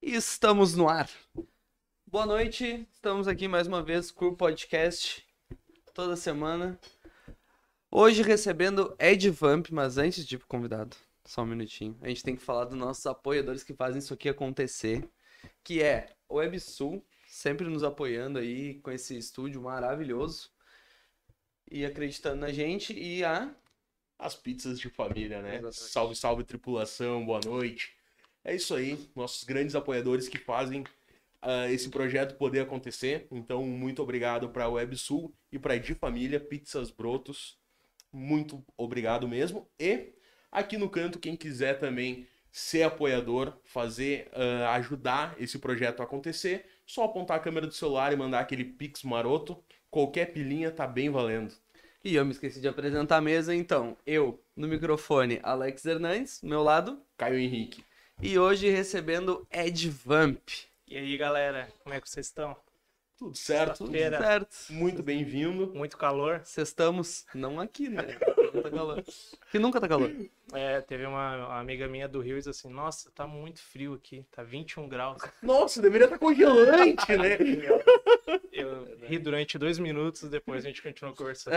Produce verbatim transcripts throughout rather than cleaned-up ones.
E estamos no ar. Boa noite, estamos aqui mais uma vez com o podcast, toda semana. Hoje recebendo Ed Vamp, mas antes de ir pro convidado, só um minutinho. A gente tem que falar dos nossos apoiadores que fazem isso aqui acontecer, que é o WebSul, sempre nos apoiando aí com esse estúdio maravilhoso e acreditando na gente, e a... As pizzas de família, né? Exatamente. Salve, salve, tripulação, boa noite. É isso aí, nossos grandes apoiadores que fazem uh, esse projeto poder acontecer. Então, muito obrigado para a WebSul e para a De Família, Pizzas Brotos. Muito obrigado mesmo. E aqui no canto, quem quiser também ser apoiador, fazer, uh, ajudar esse projeto a acontecer, só apontar a câmera do celular e mandar aquele pix maroto. Qualquer pilinha tá bem valendo. E eu me esqueci de apresentar a mesa, então, eu, no microfone, Alex Hernandes, meu lado, Caio Henrique. e hoje recebendo Ed Vamp. E aí, galera, como é que vocês estão? Tudo certo? Tudo Feira. certo. Muito bem-vindo. Muito calor. Estamos, não aqui, né? Não tá calor. Que nunca tá calor. É, teve uma, uma amiga minha do Rio e disse assim, nossa, tá muito frio aqui, tá vinte e um graus. Nossa, deveria estar congelante, né? Eu ri durante dois minutos, depois a gente continuou conversando.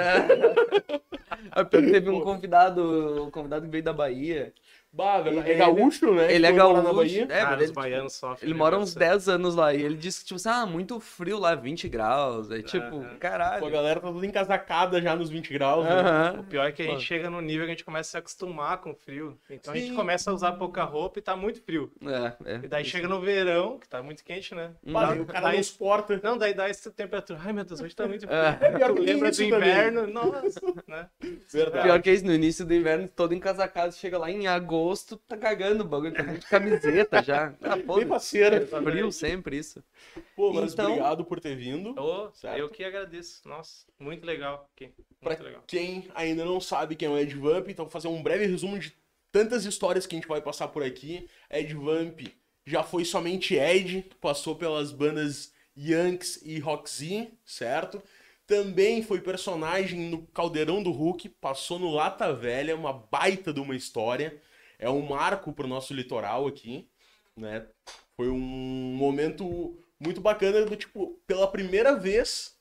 É, pior que teve um convidado, um convidado que veio da Bahia. Bah, Ele- é gaúcho, né? Ele é Que foi morar gaúcho. na Bahia. É, Cara, mas os ele, baianos sofrem. ele né, mora com uns essa- dez anos lá. E ele disse que, tipo assim, ah, muito frio lá, vinte graus. Aí, tipo, Aham. caralho. Pô, a galera tá toda encasacada já nos vinte graus. Né? Aham. O pior é que a gente Pô. chega no nível que a gente começa a se acostumar com o frio. Então a Sim. gente começa a usar pouca roupa e tá muito frio. É, é. E daí chega no verão, que tá muito quente, né? Hum. Bah, Dá- daí o cara daí- não suporta. Não, daí dá essa temperatura. Ai, meu Deus, hoje tá muito frio. É. Pior Tu que lembra do isso também. inverno? Nossa, né? Verdade. Pior que é isso, no início do inverno, todo encasacado, chega lá em agosto, tá cagando o bagulho, tá de camiseta já. Ah, pô, Bem parceira. é frio sempre isso. Pô, mas Então- obrigado por ter vindo. Ô, Certo. eu que agradeço. Nossa, muito legal aqui. Pra Muito legal. quem ainda não sabe quem é o Ed Vamp, então vou fazer um breve resumo de tantas histórias que a gente vai passar por aqui. Ed Vamp já foi somente Ed, passou pelas bandas Yanks e Roxy, certo? Também foi personagem no Caldeirão do Hulk, passou no Lata Velha, uma baita de uma história. É um marco pro nosso litoral aqui, né? Foi um momento muito bacana do tipo, pela primeira vez,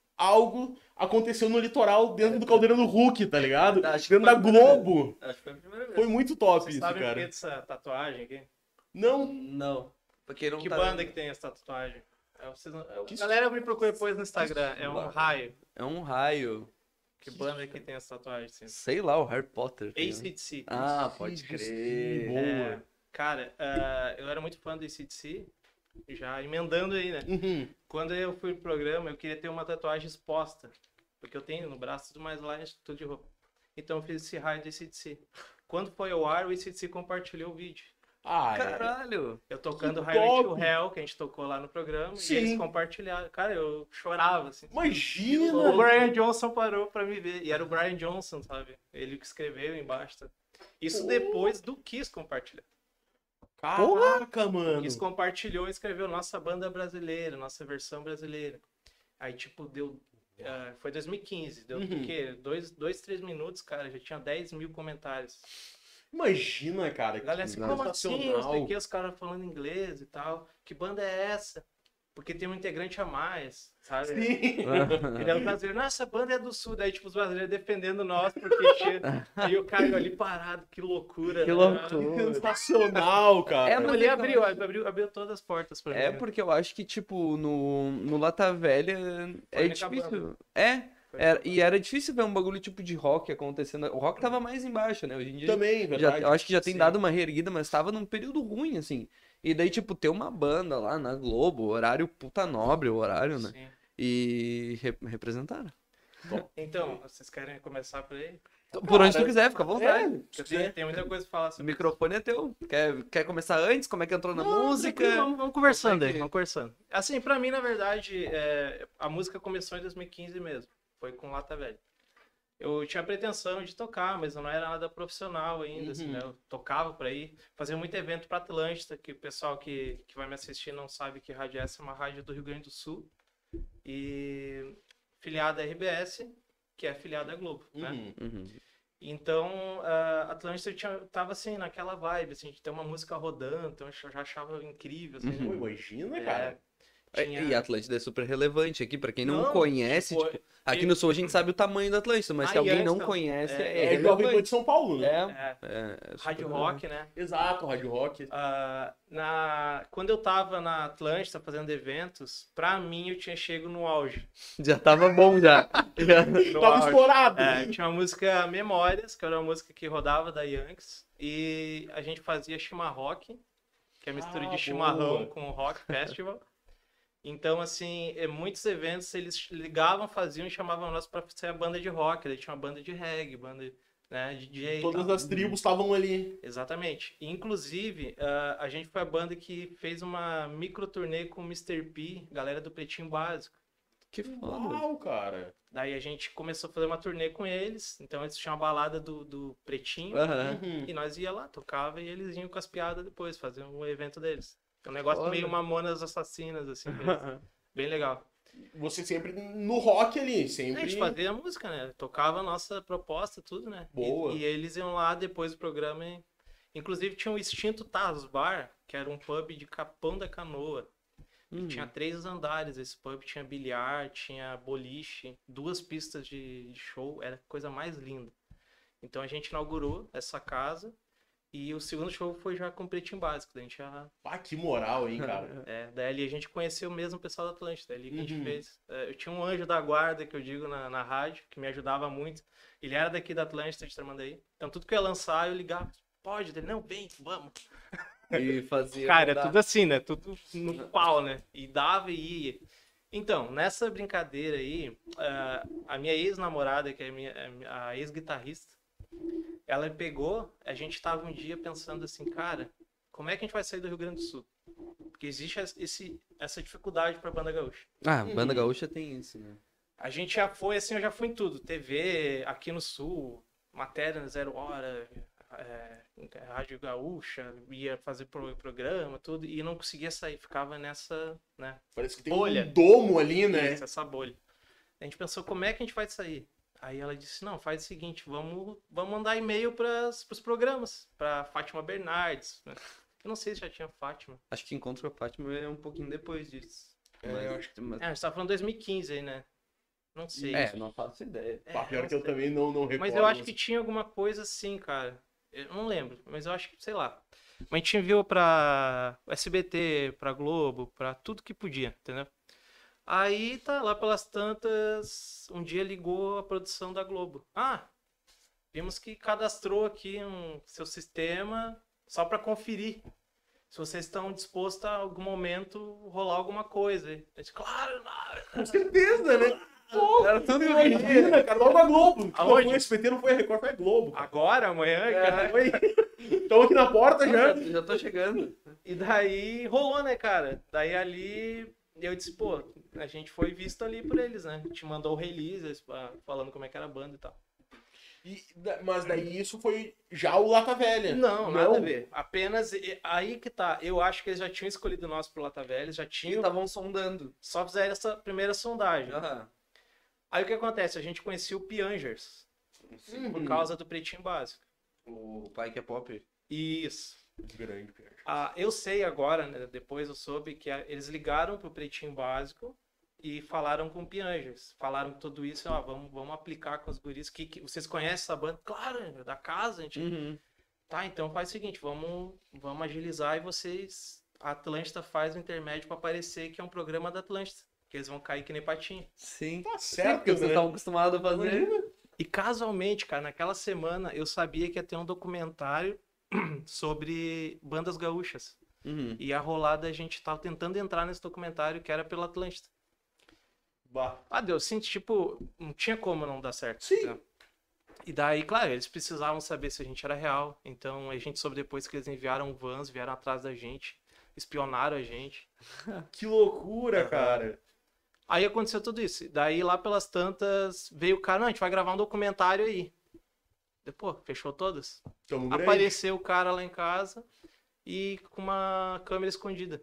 algo aconteceu no litoral dentro do Caldeirão do Hulk, tá ligado? Acho que Dentro da foi a primeira Globo. Acho que foi a primeira vez. Foi muito top Vocês isso, sabem por que cara. dessa tatuagem aqui? Não, Não. Porque não Que tá banda vendo. que tem essa tatuagem? É, vocês não... é, Que a galera me procura depois no Instagram. É um banda? raio. É um raio. Que banda que tem essa tatuagem? Assim? Sei lá, o Harry Potter. tá ligado? A C D C. Ah, pode Que crer. boa. É, cara, ah, eu era muito fã do A C D C. Já emendando aí, né? Uhum. Quando eu fui pro programa, eu queria ter uma tatuagem exposta. Porque eu tenho no braço tudo mais lá, tudo de roupa. Então eu fiz esse raio do A C D C. Quando foi ao ar, o A C D C compartilhou o vídeo. Ah, é. Caralho. Eu tocando Que Highway to top! Hell, que a gente tocou lá no programa, Sim. e eles compartilharam. Cara, eu chorava, assim. Imagina! O Brian Johnson parou pra me ver. E era o Brian Johnson, sabe? Ele que escreveu embaixo. Tá? Isso Pô. depois do Kiss compartilhar. Caraca, O mano. Kiss compartilhou e escreveu nossa banda brasileira, nossa versão brasileira. Aí, tipo, deu... ah, foi dois mil e quinze. Deu Uhum. o quê? Dois, dois, três minutos, cara. Já tinha dez mil comentários. Imagina, cara. A galera assim, que como assim? Não sei o sensacional. que, os caras falando inglês e tal. Que banda é essa? Porque tem um integrante a mais, sabe? Sim. Ele é um brasileiro, não, essa banda é do sul, daí tipo os brasileiros defendendo nós, porque tinha... Aí o cara ali parado, que loucura. Que né? loucura. Sensacional, cara. É, Mas mas ele é que eu abriu, acho- abriu, abriu todas as portas pra É mim. porque eu acho que, tipo, no, no Lata Velha Foi é me acabando. difícil. É, Foi era, me e era difícil ver um bagulho tipo de rock acontecendo. O rock tava mais embaixo, né? Hoje em dia Também, já, verdade. eu acho que já tem Sim. dado uma reerguida, mas tava num período ruim, assim. E daí, tipo, ter uma banda lá na Globo, horário puta nobre, o horário, né? Sim. E re- representaram. Então, vocês querem começar por aí? Por onde tu Cara, quiser, fica à vontade. É, Porque eu tenho, tem muita coisa pra falar O sobre microfone é teu. Quer, quer começar antes? Como é que entrou na Não, música? tranquilo, Vamos, vamos conversando Como é aí, que- vamos conversando. Assim, pra mim, na verdade, é, a música começou em dois mil e quinze mesmo. Foi com Lata Velha. Eu tinha pretensão de tocar, mas eu não era nada profissional ainda, assim, Uhum. né? Eu tocava pra ir, fazia muito evento pra Atlântida, que o pessoal que, que vai me assistir não sabe que rádio é essa, é uma rádio do Rio Grande do Sul. E filiada à R B S, que é filiada à Globo, né? Uhum. Uhum. Então, a Atlântida tinha, tava assim, naquela vibe, assim, de ter uma música rodando, então eu já achava incrível, assim, Pô, né? imagina, É, cara. tinha... E Atlântida é super relevante aqui, pra quem não, Não, conhece, tipo, tipo, aqui eu- no Sul a gente sabe o tamanho da Atlântida, mas Ah, se alguém e não antes, conhece, é, é, É, Jovem Pan de relevante. São Paulo, né? É, É, é, é super Rádio relevante. Rock, né? Exato, Rádio Rock. Ah, na... Quando eu tava na Atlântida fazendo eventos, pra mim eu tinha chego no auge. Já tava bom já. Já. No Tava auge. estourado. É, tinha uma música Memórias, que era uma música que rodava da Yankees, e a gente fazia chimarrock, que é a mistura Ah, de chimarrão boa. com rock festival. Então, assim, é, muitos eventos eles ligavam, faziam e chamavam nós pra ser a banda de rock. Daí tinha uma banda de reggae, banda, né, D J e Todas tal. as tribos estavam ali. Exatamente. E, inclusive, ah, a gente foi a banda que fez uma micro turnê com o mister P, galera do Pretinho Básico. Que foda. Uau, cara. Daí a gente começou a fazer uma turnê com eles. Então eles tinham a balada do, do Pretinho. Aham. Uhum. E nós ia lá, tocava e eles iam com as piadas depois, fazer um evento deles. É um negócio Foda. meio Mamonas Assassinas, assim. deles. Bem legal. Você sempre no rock ali, A sempre. gente fazia música, né? Tocava a nossa proposta, tudo, né? E- Boa. E, eles iam lá depois do programa. E... Inclusive tinha o Extinto Taz Bar, que era um pub de Capão da Canoa. E Hum. tinha três andares. Esse pub tinha bilhar, tinha boliche, duas pistas de, de show. Era a coisa mais linda. Então a gente inaugurou essa casa. E o segundo show foi já com o Pretinho Básico. Daí a gente já. Ah, que moral, hein, cara. É, daí ali a gente conheceu mesmo o pessoal da Atlântida. Ali que a gente Uhum. fez. É, eu tinha um anjo da guarda, que eu digo na, na rádio, que me ajudava muito. Ele era daqui da Atlântida de Tramandaí. Então tudo que eu ia lançar, eu ligava. Pode, ele, não, vem, vamos. E fazia. Cara, é rodar. tudo assim, né? Tudo no pau, né? E dava e ia. Então, nessa brincadeira aí, ah, a minha ex-namorada, que é a, minha, a ex-guitarrista, ela pegou, a gente tava um dia pensando assim, cara, como é que a gente vai sair do Rio Grande do Sul? Porque existe esse, essa dificuldade pra banda gaúcha. Ah, banda gaúcha tem isso, né? A gente já foi, assim, eu já fui em tudo. T V, aqui no Sul, matéria na Zero Hora, é, Rádio Gaúcha, ia fazer pro, programa, tudo, e não conseguia sair, ficava nessa, né, Parece que tem bolha. um domo ali, né? Isso, essa bolha. A gente pensou, como é que a gente vai sair? Aí ela disse, não, faz o seguinte, vamos, vamos mandar e-mail para os programas, para Fátima Bernardes, né? Eu não sei se já tinha Fátima. Acho que Encontro com a Fátima é um pouquinho depois disso. É, Mas- eu acho mas- É, a gente tava falando dois mil e quinze aí, né? Não sei. É, não faço ideia. É, Pá, pior não que eu sei. também não, não recordo. Mas eu acho que tinha alguma coisa assim, cara. Eu não lembro, mas eu acho que, sei lá. Mas a gente enviou pra S B T, pra Globo, pra tudo que podia, entendeu? Aí tá lá pelas tantas, um dia ligou a produção da Globo. Ah, vimos que cadastrou aqui um seu sistema só pra conferir se vocês estão dispostos a algum momento rolar alguma coisa. A gente, claro, não. Com certeza, né? Pô, Era tudo que eu imagina, cara, logo a Globo. Não Aonde? foi o S B T, não foi a Record, foi a Globo. cara. Agora, amanhã, cara. Estão aqui na porta já. Já, já tô chegando. E daí rolou, né, cara? Daí ali eu disse, pô, a gente foi visto ali por eles, né? Te mandou o release, eles, ah, falando como é que era a banda e tal. E, da- mas daí isso foi já o Lata Velha. Não, nada a ver. Apenas e- aí que tá. Eu acho que eles já tinham escolhido nós pro Lata Velha, já E tinham. estavam sondando. Só fizeram essa primeira sondagem. Aham. Aí o que acontece? A gente conhecia o Piangers Uhum. por causa do Pretinho Básico. O pai que é pop. Isso. Grande, cara. Ah, eu sei agora, né, depois eu soube que ah, eles ligaram pro Pretinho Básico e falaram com o Piangers. Falaram tudo isso, ó, vamos, vamos aplicar com os guris. Que, que, vocês conhecem essa banda? Claro, é da casa, a gente. Uhum. Tá, então faz o seguinte, vamos, vamos agilizar e vocês... A Atlântida faz o intermédio para aparecer que é um programa da Atlântida. Que eles vão cair que nem patinho. Sim. Tá Sim, certo, porque vocês né? estavam acostumados a fazer. E casualmente, cara, naquela semana eu sabia que ia ter um documentário sobre bandas gaúchas. Uhum. E a rolada a gente tava tentando entrar nesse documentário que era pela Atlântida. Bah. Ah, deu sim, tipo, não tinha como não dar certo. Sim. entendeu? E daí, claro, eles precisavam saber se a gente era real. Então a gente soube depois que eles enviaram vans, vieram atrás da gente, espionaram a gente. Que loucura, Aham. cara. Aí aconteceu tudo isso. Daí lá pelas tantas veio o cara, não, a gente vai gravar um documentário aí. Depois, fechou todas. Tamo grande. Apareceu o cara lá em casa e com uma câmera escondida.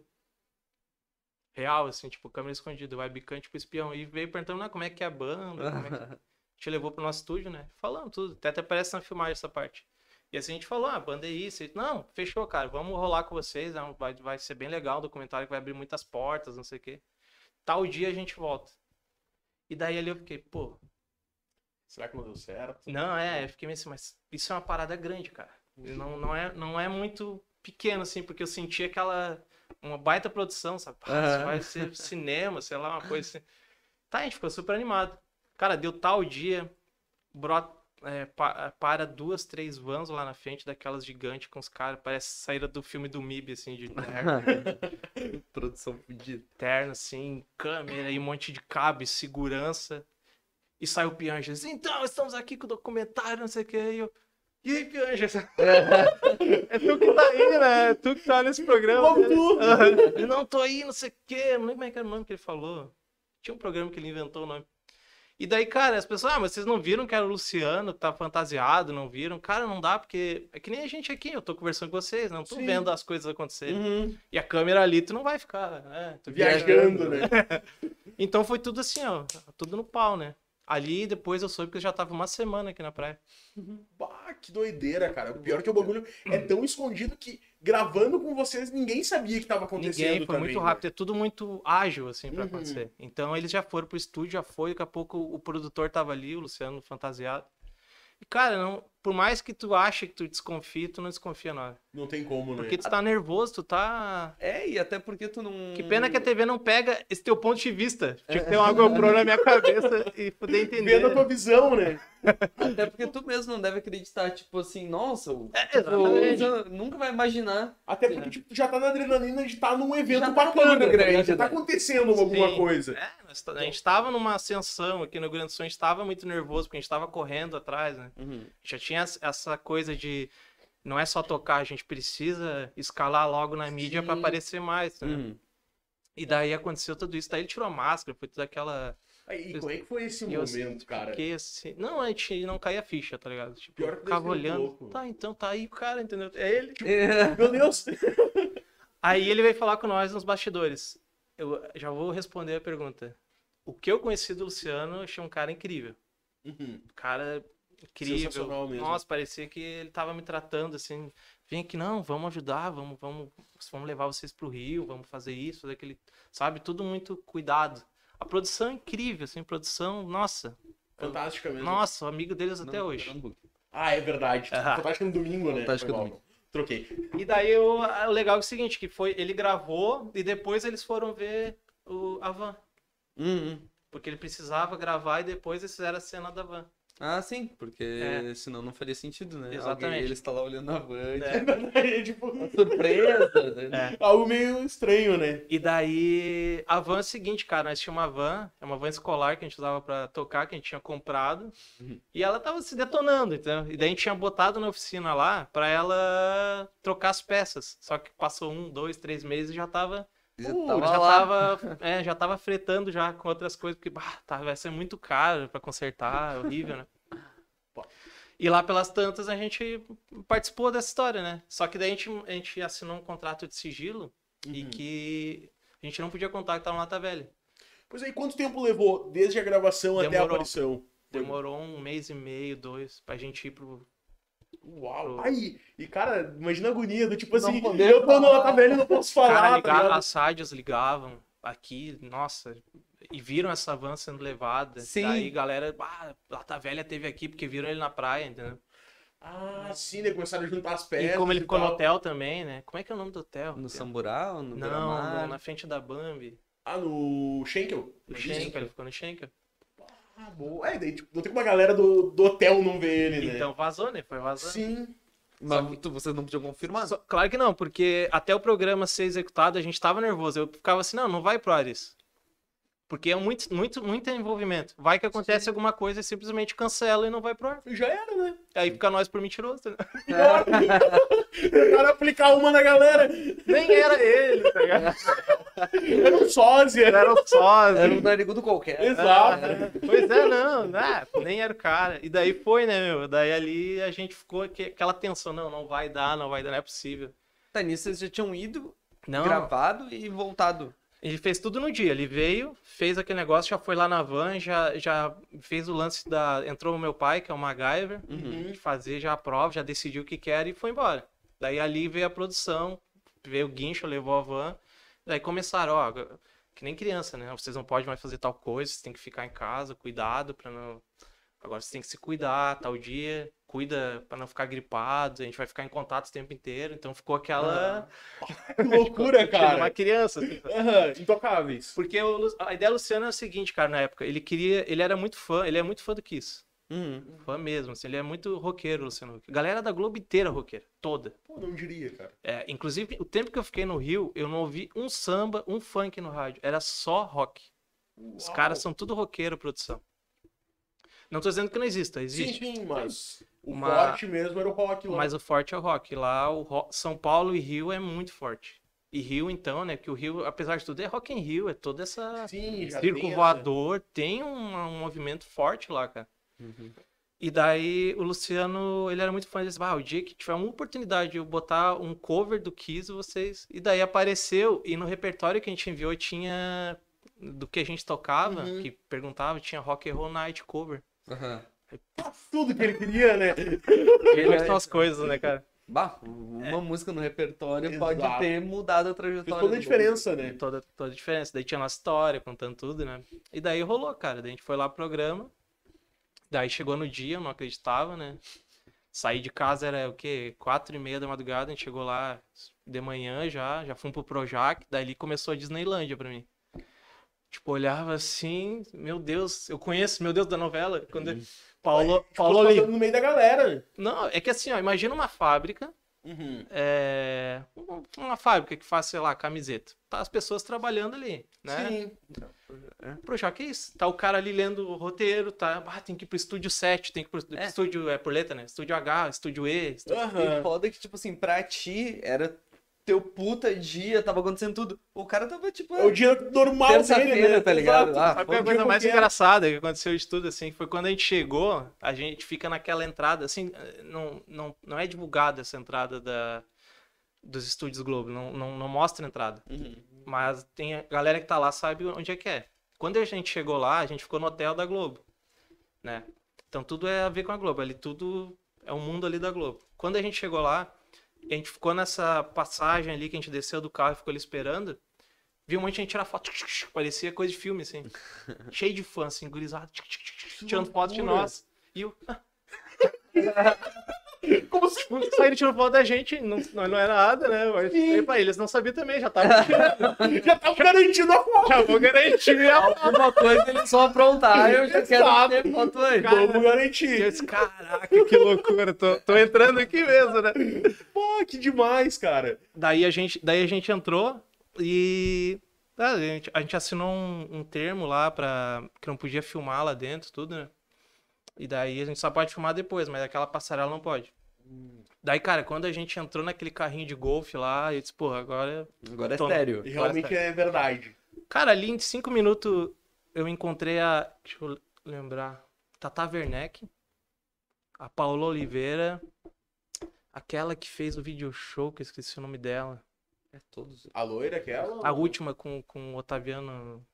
Real, assim, tipo, câmera escondida, webcam, tipo, espião. E veio perguntando, ah, como é que é a banda? Como é que... te levou pro nosso estúdio, né? Falando tudo. Até, até aparece na filmagem essa parte. E assim a gente falou, ah, a banda é isso. Não, fechou, cara. Vamos rolar com vocês. Vai, vai ser bem legal o documentário que vai abrir muitas portas, não sei o quê. Tal dia a gente volta. E daí ali eu fiquei, pô... Será que não deu certo? Não, é, eu fiquei meio assim, mas isso é uma parada grande, cara. Não, não, é, não é muito pequeno, assim, porque eu senti aquela... Uma baita produção, sabe? Ah, Aham. isso vai ser cinema, sei lá, uma coisa assim. Tá, a gente ficou super animado. Cara, deu tal dia, brota, é, pa- para duas, três vans lá na frente, daquelas gigantes com os caras, parece saída do filme do M I B, assim, de terno, Produção fodida. terno, assim, câmera e um monte de cabo, e segurança. E sai o Pianjas, então, estamos aqui com o documentário, não sei o que, e eu... E aí, Pianjas? É tu que tá aí, né? É tu que tá nesse programa. Vamos tu! Eu não tô aí, não sei o quê. Não lembro como é que era o nome que ele falou. Tinha um programa que ele inventou o nome. E daí, cara, as pessoas, ah, mas vocês não viram que era o Luciano, que tá fantasiado, não viram? Cara, não dá, porque é que nem a gente aqui, eu tô conversando com vocês, não tô Sim. vendo as coisas acontecerem. Uhum. E a câmera ali, tu não vai ficar, né? Tu Viajando, né? Então foi tudo assim, ó, tudo no pau, né? Ali, depois eu soube que eu já tava uma semana aqui na praia. Bah, que doideira, cara. O pior é que o bagulho é tão escondido que gravando com vocês ninguém sabia que tava acontecendo Ninguém, foi também, muito né? rápido, é tudo muito ágil, assim, pra Uhum. acontecer. Então eles já foram pro estúdio, já foi, daqui a pouco o produtor tava ali, o Luciano fantasiado. E, cara, não, por mais que tu ache que tu desconfie, tu não desconfia nada. Não tem como, né? Porque tu tá nervoso, tu tá... É, e até porque tu não. Que pena que a T V não pega esse teu ponto de vista. Tinha que ter uma GoPro na minha cabeça e poder entender. Vendo a tua visão, né? Até porque tu mesmo não deve acreditar, tipo assim, nossa, o- É, tipo, exatamente. você nunca vai imaginar. Até porque, tipo, tu já tá na adrenalina de estar num evento Já tá bacana, ficando tá grande, ligado? Já tá né? acontecendo alguma Sim. coisa. É, nós tá- a gente tava numa ascensão aqui no Rio Grande do Sul, a gente tava muito nervoso, porque a gente tava correndo atrás, né? Uhum. Já tinha essa- essa coisa de não é só tocar, a gente precisa escalar logo na mídia Sim. pra aparecer mais, né? Uhum. E daí aconteceu tudo isso, daí ele tirou a máscara, foi toda aquela... Aí, como é que foi esse e eu momento, cara? fiquei assim... Não, a gente não caía a ficha, tá ligado? Tipo, Pior eu que ficava deve ser muito olhando, louco. tá, então tá aí o cara, entendeu? É ele. É. Meu Deus! Aí ele veio falar com nós nos bastidores. Eu já vou responder a pergunta. O que eu conheci do Luciano, eu achei um cara incrível. Uhum. Cara incrível. Sensacional mesmo. Nossa, parecia que ele tava me tratando assim. Vem aqui, não, vamos ajudar, vamos, vamos, vamos levar vocês pro Rio, vamos fazer isso, fazer aquele. Sabe, tudo muito cuidado. A produção é incrível, assim, produção, nossa. Fantástica mesmo. Nossa, amigo deles até Não, hoje. não, não. Ah, é verdade. Ah. Fantástica no domingo, né? Fantástica Foi mal. domingo. Troquei. E daí o, o legal é o seguinte, que foi, ele gravou e depois eles foram ver o, a van. Uhum. Porque ele precisava gravar e depois eles fizeram a cena da van. Ah, sim, porque É. senão não faria sentido, né? Exatamente. Alguém, ele está lá olhando a van, É. É, tipo, uma surpresa, né? É. algo meio estranho, né? E daí, a van é o seguinte, cara, nós tínhamos uma van, é uma van escolar que a gente usava pra tocar, que a gente tinha comprado, Uhum. e ela tava se detonando, então, e daí a gente tinha botado na oficina lá pra ela trocar as peças, só que passou um, dois, três meses e já tava, Já uh, tava já lá. tava, é, já tava fretando já com outras coisas, porque, bah, tá, vai ser muito caro pra consertar, é horrível, né? E lá pelas tantas a gente participou dessa história, né? Só que daí a gente, a gente assinou um contrato de sigilo e Uhum. que a gente não podia contar que tava na Lata Velha. Pois aí, quanto tempo levou desde a gravação até a Demorou. aparição? Demorou um mês e meio, dois, pra gente ir pro... Uau! Aí, e cara, imagina a agonia do tipo Não assim, poder eu tô no falar. Lata Velha e não posso falar, Cara, tá ligar, ligado? as rádios ligavam aqui, nossa, e viram essa van sendo levada. Sim. Daí galera, ah, Lata Velha teve aqui porque viram ele na praia, entendeu? Ah, sim, né? Começaram a juntar as E peças. como ele ficou no tal. hotel também, né? Como é que é o nome do hotel? No Samburá ou no Não, Beira-Mar? não, na frente da Bambi. Ah, no Schenkel? No Schenker, ele ficou no Schenker. Ah, boa. É, daí tipo, não tem como a galera do, do hotel não ver ele, né? Então vazou, né? Foi vazando. Sim. Mas tu, vocês não podiam confirmar? Só- claro que não, porque até o programa ser executado a gente tava nervoso. Eu ficava assim, não, não vai pro ar isso. Porque é muito, muito, muito envolvimento. Vai que acontece alguma coisa e simplesmente cancela e não vai pro ar. Já era, né? Aí fica nós por mentiroso. Né? Pior. Tentaram aplicar uma na galera. Nem era ele, tá ligado? Era um sósia. Era o sósia. Era um narigudo qualquer. Exato. Pois é, não, ah, nem era o cara. E daí foi, né, meu? Daí ali a gente ficou que- aquela tensão, não, não vai dar, não vai dar, não é possível. Tá, nisso vocês já tinham ido, Não, gravado e voltado. Ele fez tudo no dia. Ele veio, fez aquele negócio, já foi lá na van, já, já fez o lance da... Entrou o meu pai, que é o MacGyver, Uhum. de fazer já a prova, já decidiu o que quer e foi embora. Daí ali veio a produção, veio o guincho, levou a van. Daí começaram, ó, que nem criança, né? Vocês não podem mais fazer tal coisa, vocês têm que ficar em casa, cuidado pra não... Agora você tem que se cuidar, tal dia, cuida pra não ficar gripado, a gente vai ficar em contato o tempo inteiro. Então ficou aquela... Que loucura, cara. Uma criança, assim. Aham, intocáveis. Porque o Lu- a ideia do Luciano é o seguinte, cara, na época, ele queria, ele era muito fã, ele é muito fã do Kiss. Uhum. Fã mesmo, assim, ele é muito roqueiro, Luciano Huck. Galera da Globo inteira roqueira, toda. Pô, não diria, cara. É, inclusive, o tempo que eu fiquei no Rio, eu não ouvi um samba, um funk no rádio, era só rock. Os Uau. caras são tudo roqueiro, produção. Não tô dizendo que não exista, Sim, existe. sim, mas o Uma- forte mesmo era o rock lá. Mas o forte é o rock. Lá, o ro- São Paulo e Rio é muito forte. E Rio, então, né, que o Rio, apesar de tudo, é Rock in Rio, é toda essa... Sim, já Circo tem essa- voador, tem um, um movimento forte lá, cara. E daí o Luciano, ele era muito fã, ele disse, ah, o dia que tiver uma oportunidade de eu botar um cover do Kiss, vocês... E daí apareceu, e no repertório que a gente enviou tinha, do que a gente tocava, Uhum. que perguntava, tinha Rock and Roll Night cover. Aham. Tudo que ele queria, né? Ele são as coisas, né, cara? Bah, uma música no repertório pode Exato. ter mudado a Fez trajetória. toda a do diferença, né? Toda, toda a diferença. Daí tinha a nossa história, contando tudo, né? E daí rolou, cara. Daí a gente foi lá pro programa. Daí chegou no dia, eu não acreditava, né? Saí de casa era o quê? Quatro e meia da madrugada, a gente chegou lá de manhã já, já fomos pro Projac, daí começou a Disneylândia pra mim. Tipo, olhava assim, meu Deus, eu conheço, meu Deus, da novela. Quando Paulo, Paulo Ficou Oli- passando no meio da galera. Não, é que assim, ó, imagina uma fábrica, Uhum. é, um- uma fábrica que faz, sei lá, camiseta. Tá as pessoas trabalhando ali, né? Sim. Projac é isso. Tá o cara ali lendo o roteiro, tá? Ah, tem que ir pro estúdio sete, tem que ir pro É. estúdio, é por letra, né? Estúdio H, estúdio E. Estúdio... E Aham. foda que, tipo assim, pra ti era teu puta dia, tava acontecendo tudo. O cara tava, tipo, É o dia normal dele, terça-feira, né? tá ligado? Exato. Ah, Sabe É qual é um a dia coisa mais qualquer. engraçada que aconteceu de tudo, assim? Foi quando a gente chegou, a gente fica naquela entrada, assim, não, não, não é divulgada essa entrada da, dos estúdios Globo, não, não, não mostra a entrada. Uhum. Mas tem a galera que tá lá sabe onde é que é. Quando a gente chegou lá, a gente ficou no hotel da Globo, né? Então tudo é a ver com a Globo, ali tudo é o mundo ali da Globo. Quando a gente chegou lá, a gente ficou nessa passagem ali que a gente desceu do carro e ficou ali esperando, viu um monte de gente tirar foto, parecia coisa de filme, assim. Cheio de fãs, assim, gurizado, tirando foto de loucura. nós. E eu... Como se Saíram tirando foto da gente, não, não, não era nada, né? Mas Sim. epa, eles não sabiam também, já estavam já tava garantindo a foto. já vou garantir a alguma coisa eles só aprontaram, eu já quero Exato. ter foto antes. Cara, Vamos eu garantir. disse, caraca, que loucura, tô, tô entrando aqui mesmo, né? Pô, que demais, cara. Daí a gente, daí a gente entrou e ah, a, gente, a gente assinou um, um termo lá pra que não podia filmar lá dentro, tudo, né? E daí a gente só pode filmar depois, mas aquela passarela não pode. Daí, cara, quando a gente entrou naquele carrinho de golfe lá, eu disse, porra, agora... Agora é Tô- sério. E realmente é verdade. Cara, ali em cinco minutos eu encontrei a... Deixa eu lembrar. Tata Werneck, a Paola Oliveira, aquela que fez o video show, que eu esqueci o nome dela. É todos. A loira aquela? A última com, com o Otaviano...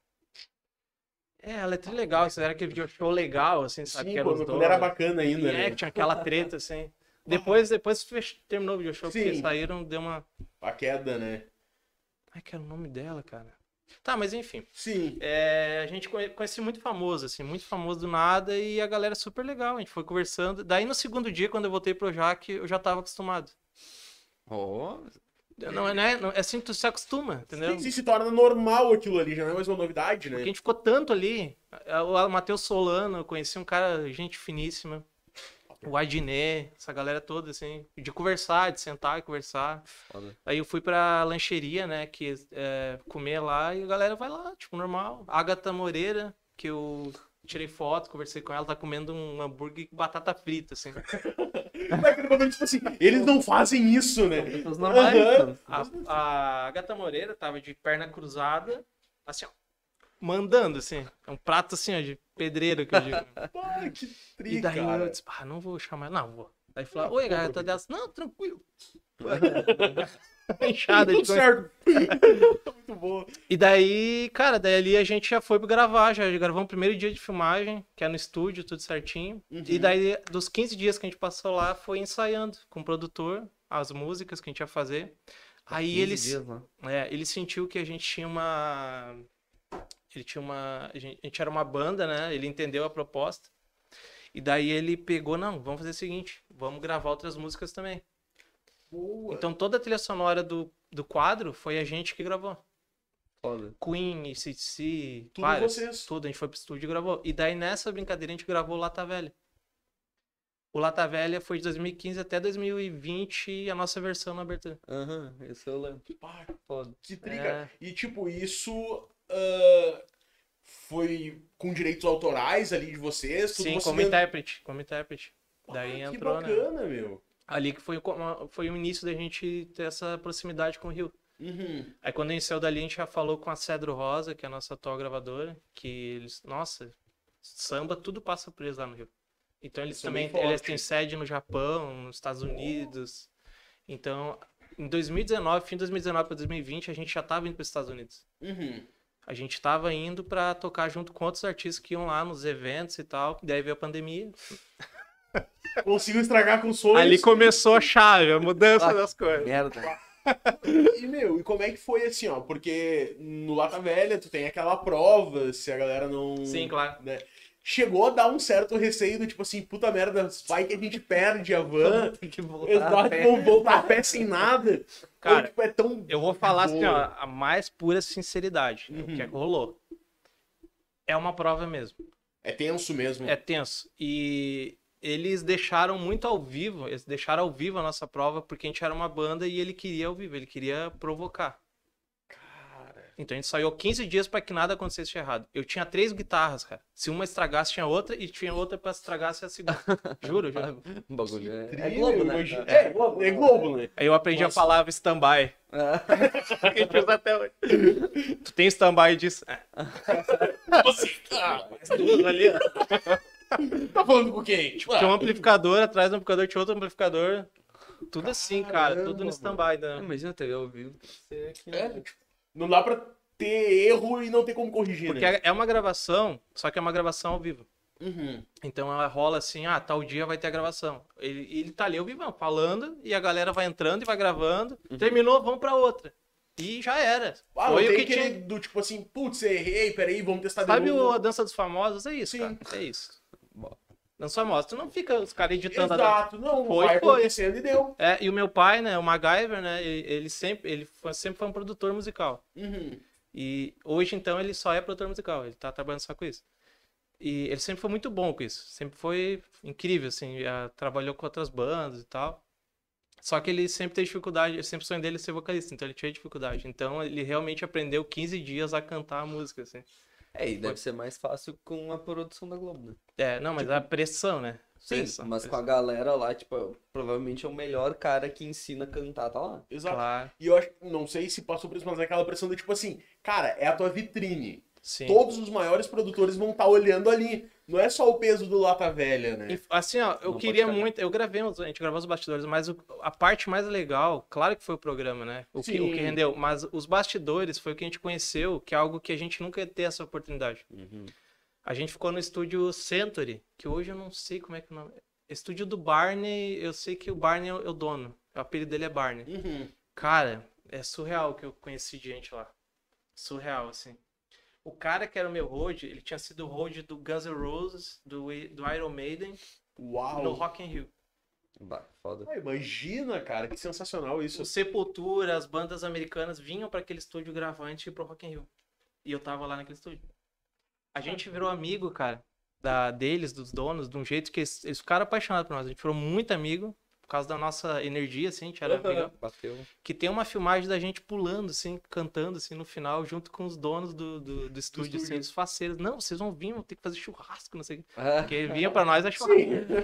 É, ela é tri legal, isso era aquele video show legal, assim, sabe? Sim, que era os quando, quando dois. era bacana ainda, É, né? que tinha aquela treta, assim. Depois, depois fech- terminou o video show, porque Sim. saíram, deu uma... A queda, né? Ai, que era o nome dela, cara. Tá, mas enfim. Sim. É, a gente conhe- conhece muito famoso, assim, muito famoso do nada, e a galera super legal, a gente foi conversando. Daí no segundo dia, quando eu voltei pro Jaque, eu já tava acostumado. Oh, Não, é, né? não- é assim que tu se acostuma, entendeu? Sim, sim, se torna normal aquilo ali, já não é mais uma novidade, né? Porque a gente ficou tanto ali. O Matheus Solano, eu conheci um cara, gente finíssima. O Adnet, essa galera toda, assim, de conversar, de sentar e conversar. foda. Aí eu fui pra lancheria, né, que é, comer lá, e a galera vai lá, tipo, normal. A Agatha Moreira, que eu tirei foto, conversei com ela, tá comendo um hambúrguer com batata frita, assim. Mas aquele momento, tipo assim, eles não fazem isso, né? Pessoas normais. Aham. então. A, a Agatha Moreira tava de perna cruzada, assim, ó, mandando, assim. É um prato, assim, ó, de pedreiro, que eu digo. Pô, que tri, E daí cara. eu disse, ah, não vou chamar, não, vou. Aí falou, oi, Agatha dela, não, tranquilo. Enxada de Tudo certo. Muito bom. E daí, cara, daí ali a gente já foi pra gravar, já gravamos o primeiro dia de filmagem, que é no estúdio, tudo certinho. Uhum. E daí, dos quinze dias que a gente passou lá, foi ensaiando com o produtor, as músicas que a gente ia fazer. Aí quinze ele, dias, né? é, ele sentiu que a gente tinha uma... Ele tinha uma... A gente, a gente era uma banda, né? Ele entendeu a proposta. E daí ele pegou, não, vamos fazer o seguinte, vamos gravar outras músicas também. Boa. Então toda a trilha sonora do, do quadro foi a gente que gravou. Foda. Queen, A C D C, Tudo várias, vocês. tudo. A gente foi pro estúdio e gravou. E daí nessa brincadeira a gente gravou o Lata Velha. O Lata Velha foi de dois mil e quinze até dois mil e vinte a nossa versão na abertura. Aham, isso eu lembro. Pá, Foda. que triga. É. E tipo, isso ah, foi com direitos autorais ali de vocês? Tudo Sim, vocês como mesmo- intérprete, como intérprete. Ah, Daí que entrou, né? bacana, meu. Ali que foi, o co- foi o início da gente ter essa proximidade com o Rio. Uhum. Aí quando a gente saiu dali, a gente já falou com a Cedro Rosa, que é a nossa atual gravadora, que eles, nossa, samba, tudo passa por eles lá no Rio. Então eles Eles são também bem eles fortes. têm sede no Japão, nos Estados Unidos. Então, em dois mil e dezenove, fim de dois mil e dezenove para dois mil e vinte, a gente já estava indo para os Estados Unidos. Uhum. A gente estava indo para tocar junto com outros artistas que iam lá nos eventos e tal. Daí veio a pandemia. Conseguiu estragar com sonhos. Ali começou a chave, a mudança Ah, das coisas. Merda. E, meu, e como é que foi assim, ó? Porque no Lata Velha tu tem aquela prova, se a galera não... Sim, claro. Né? Chegou a dar um certo receio do tipo assim, puta merda, vai que a gente perde a van. Tem que voltar a Exato, pé. vamos voltar a pé sem nada. Cara, Ou, tipo, é tão... Eu vou falar assim, boa. ó, a mais pura sinceridade, né, o que é que rolou. É uma prova mesmo. É tenso mesmo. É tenso. E eles deixaram muito ao vivo, eles deixaram ao vivo a nossa prova porque a gente era uma banda e ele queria ao vivo, ele queria provocar. Cara... Então a gente saiu quinze dias pra que nada acontecesse de errado. Eu tinha três guitarras, cara. Se uma estragasse, tinha outra e tinha outra pra estragasse a segunda. Juro, juro. O bagulho é, é Trilha, Globo, né? imagina- É, é Globo, né? Aí eu aprendi Nossa. a palavra stand-by. É. Que a gente usa até hoje. Tu tem stand-by disso? É. Assim, ah, As duas ali, ó. tá falando com quem? Tipo, Tinha um ah, amplificador, atrás do amplificador tinha outro amplificador. Tudo assim, cara. Caramba, Tudo no stand-by. Né? Imagina a T V ao vivo. Você aqui, é, né? tipo, não dá pra ter erro e não ter como corrigir, Porque né? é uma gravação, só que é uma gravação ao vivo. Uhum. Então ela rola assim, ah, tal dia vai ter a gravação. Ele, ele tá ali ao vivo, falando, e a galera vai entrando e vai gravando. Terminou, vamos pra outra. E já era. Ah, Foi não o tem que aquele tinha. do tipo assim, putz, errei, peraí, vamos testar de Sabe novo. o, a dança dos famosos? É isso, Sim. cara. É isso. Bom. Dança famosa. Tu não fica os caras editando a dança. Exato, não, Foi, vai foi. acontecendo e deu. É, e o meu pai, né, o MacGyver, né, ele, ele sempre, ele foi, sempre foi um produtor musical. Uhum. E hoje, então, ele só é produtor musical, ele tá trabalhando só com isso. E ele sempre foi muito bom com isso, sempre foi incrível, assim, já trabalhou com outras bandas e tal. Só que ele sempre teve dificuldade, sempre o sonho dele ser vocalista, então ele tinha dificuldade. Então ele realmente aprendeu quinze dias a cantar a música, assim. É, e deve ser mais fácil com a produção da Globo, né? É, não, mas a pressão, né? Sim, Pressão, mas com pressão. a galera lá, tipo, provavelmente é o melhor cara que ensina a cantar, tá lá. Exato. Claro, E eu acho, não sei se passou por isso, mas é aquela pressão do tipo assim, cara, é a tua vitrine. sim. Todos os maiores produtores vão estar olhando ali. Não é só o peso do Lata Velha, né? E, assim, ó, eu Não queria pode cagar. muito. Eu gravei, uns- a gente gravou os bastidores, mas o- a parte mais legal, claro que foi o programa, né? O que, o que Sim. rendeu. Mas os bastidores foi o que a gente conheceu, que é algo que a gente nunca ia ter essa oportunidade. Uhum. A gente ficou no estúdio Century, que hoje eu não sei como é que é o nome. Estúdio do Barney, eu sei que o Barney é o é o dono. O apelido dele é Barney. Uhum. Cara, é surreal o que eu conheci de gente lá. Surreal, assim. O cara que era o meu road, ele tinha sido o road do Guns N' Roses, do, do Iron Maiden, Uau. no Rock in Rio. Bah, foda. Ah, imagina, cara, que sensacional isso. O Sepultura, as bandas americanas vinham para aquele estúdio gravar antes de ir pro Rock in Rio. E eu tava lá naquele estúdio. A gente virou amigo, cara, da, deles, dos donos, de um jeito que eles, eles ficaram apaixonados por nós. A gente virou muito amigo, por causa da nossa energia, assim, a gente era Uhum. amigão. Bateu. Que tem uma filmagem da gente pulando, assim, cantando, assim, no final, junto com os donos do, do, do estúdio, assim, estúdio. os faceiros. Não, vocês vão vir, vão ter que fazer churrasco, não sei o quê. Ah, Porque vinha pra nós a churrasco.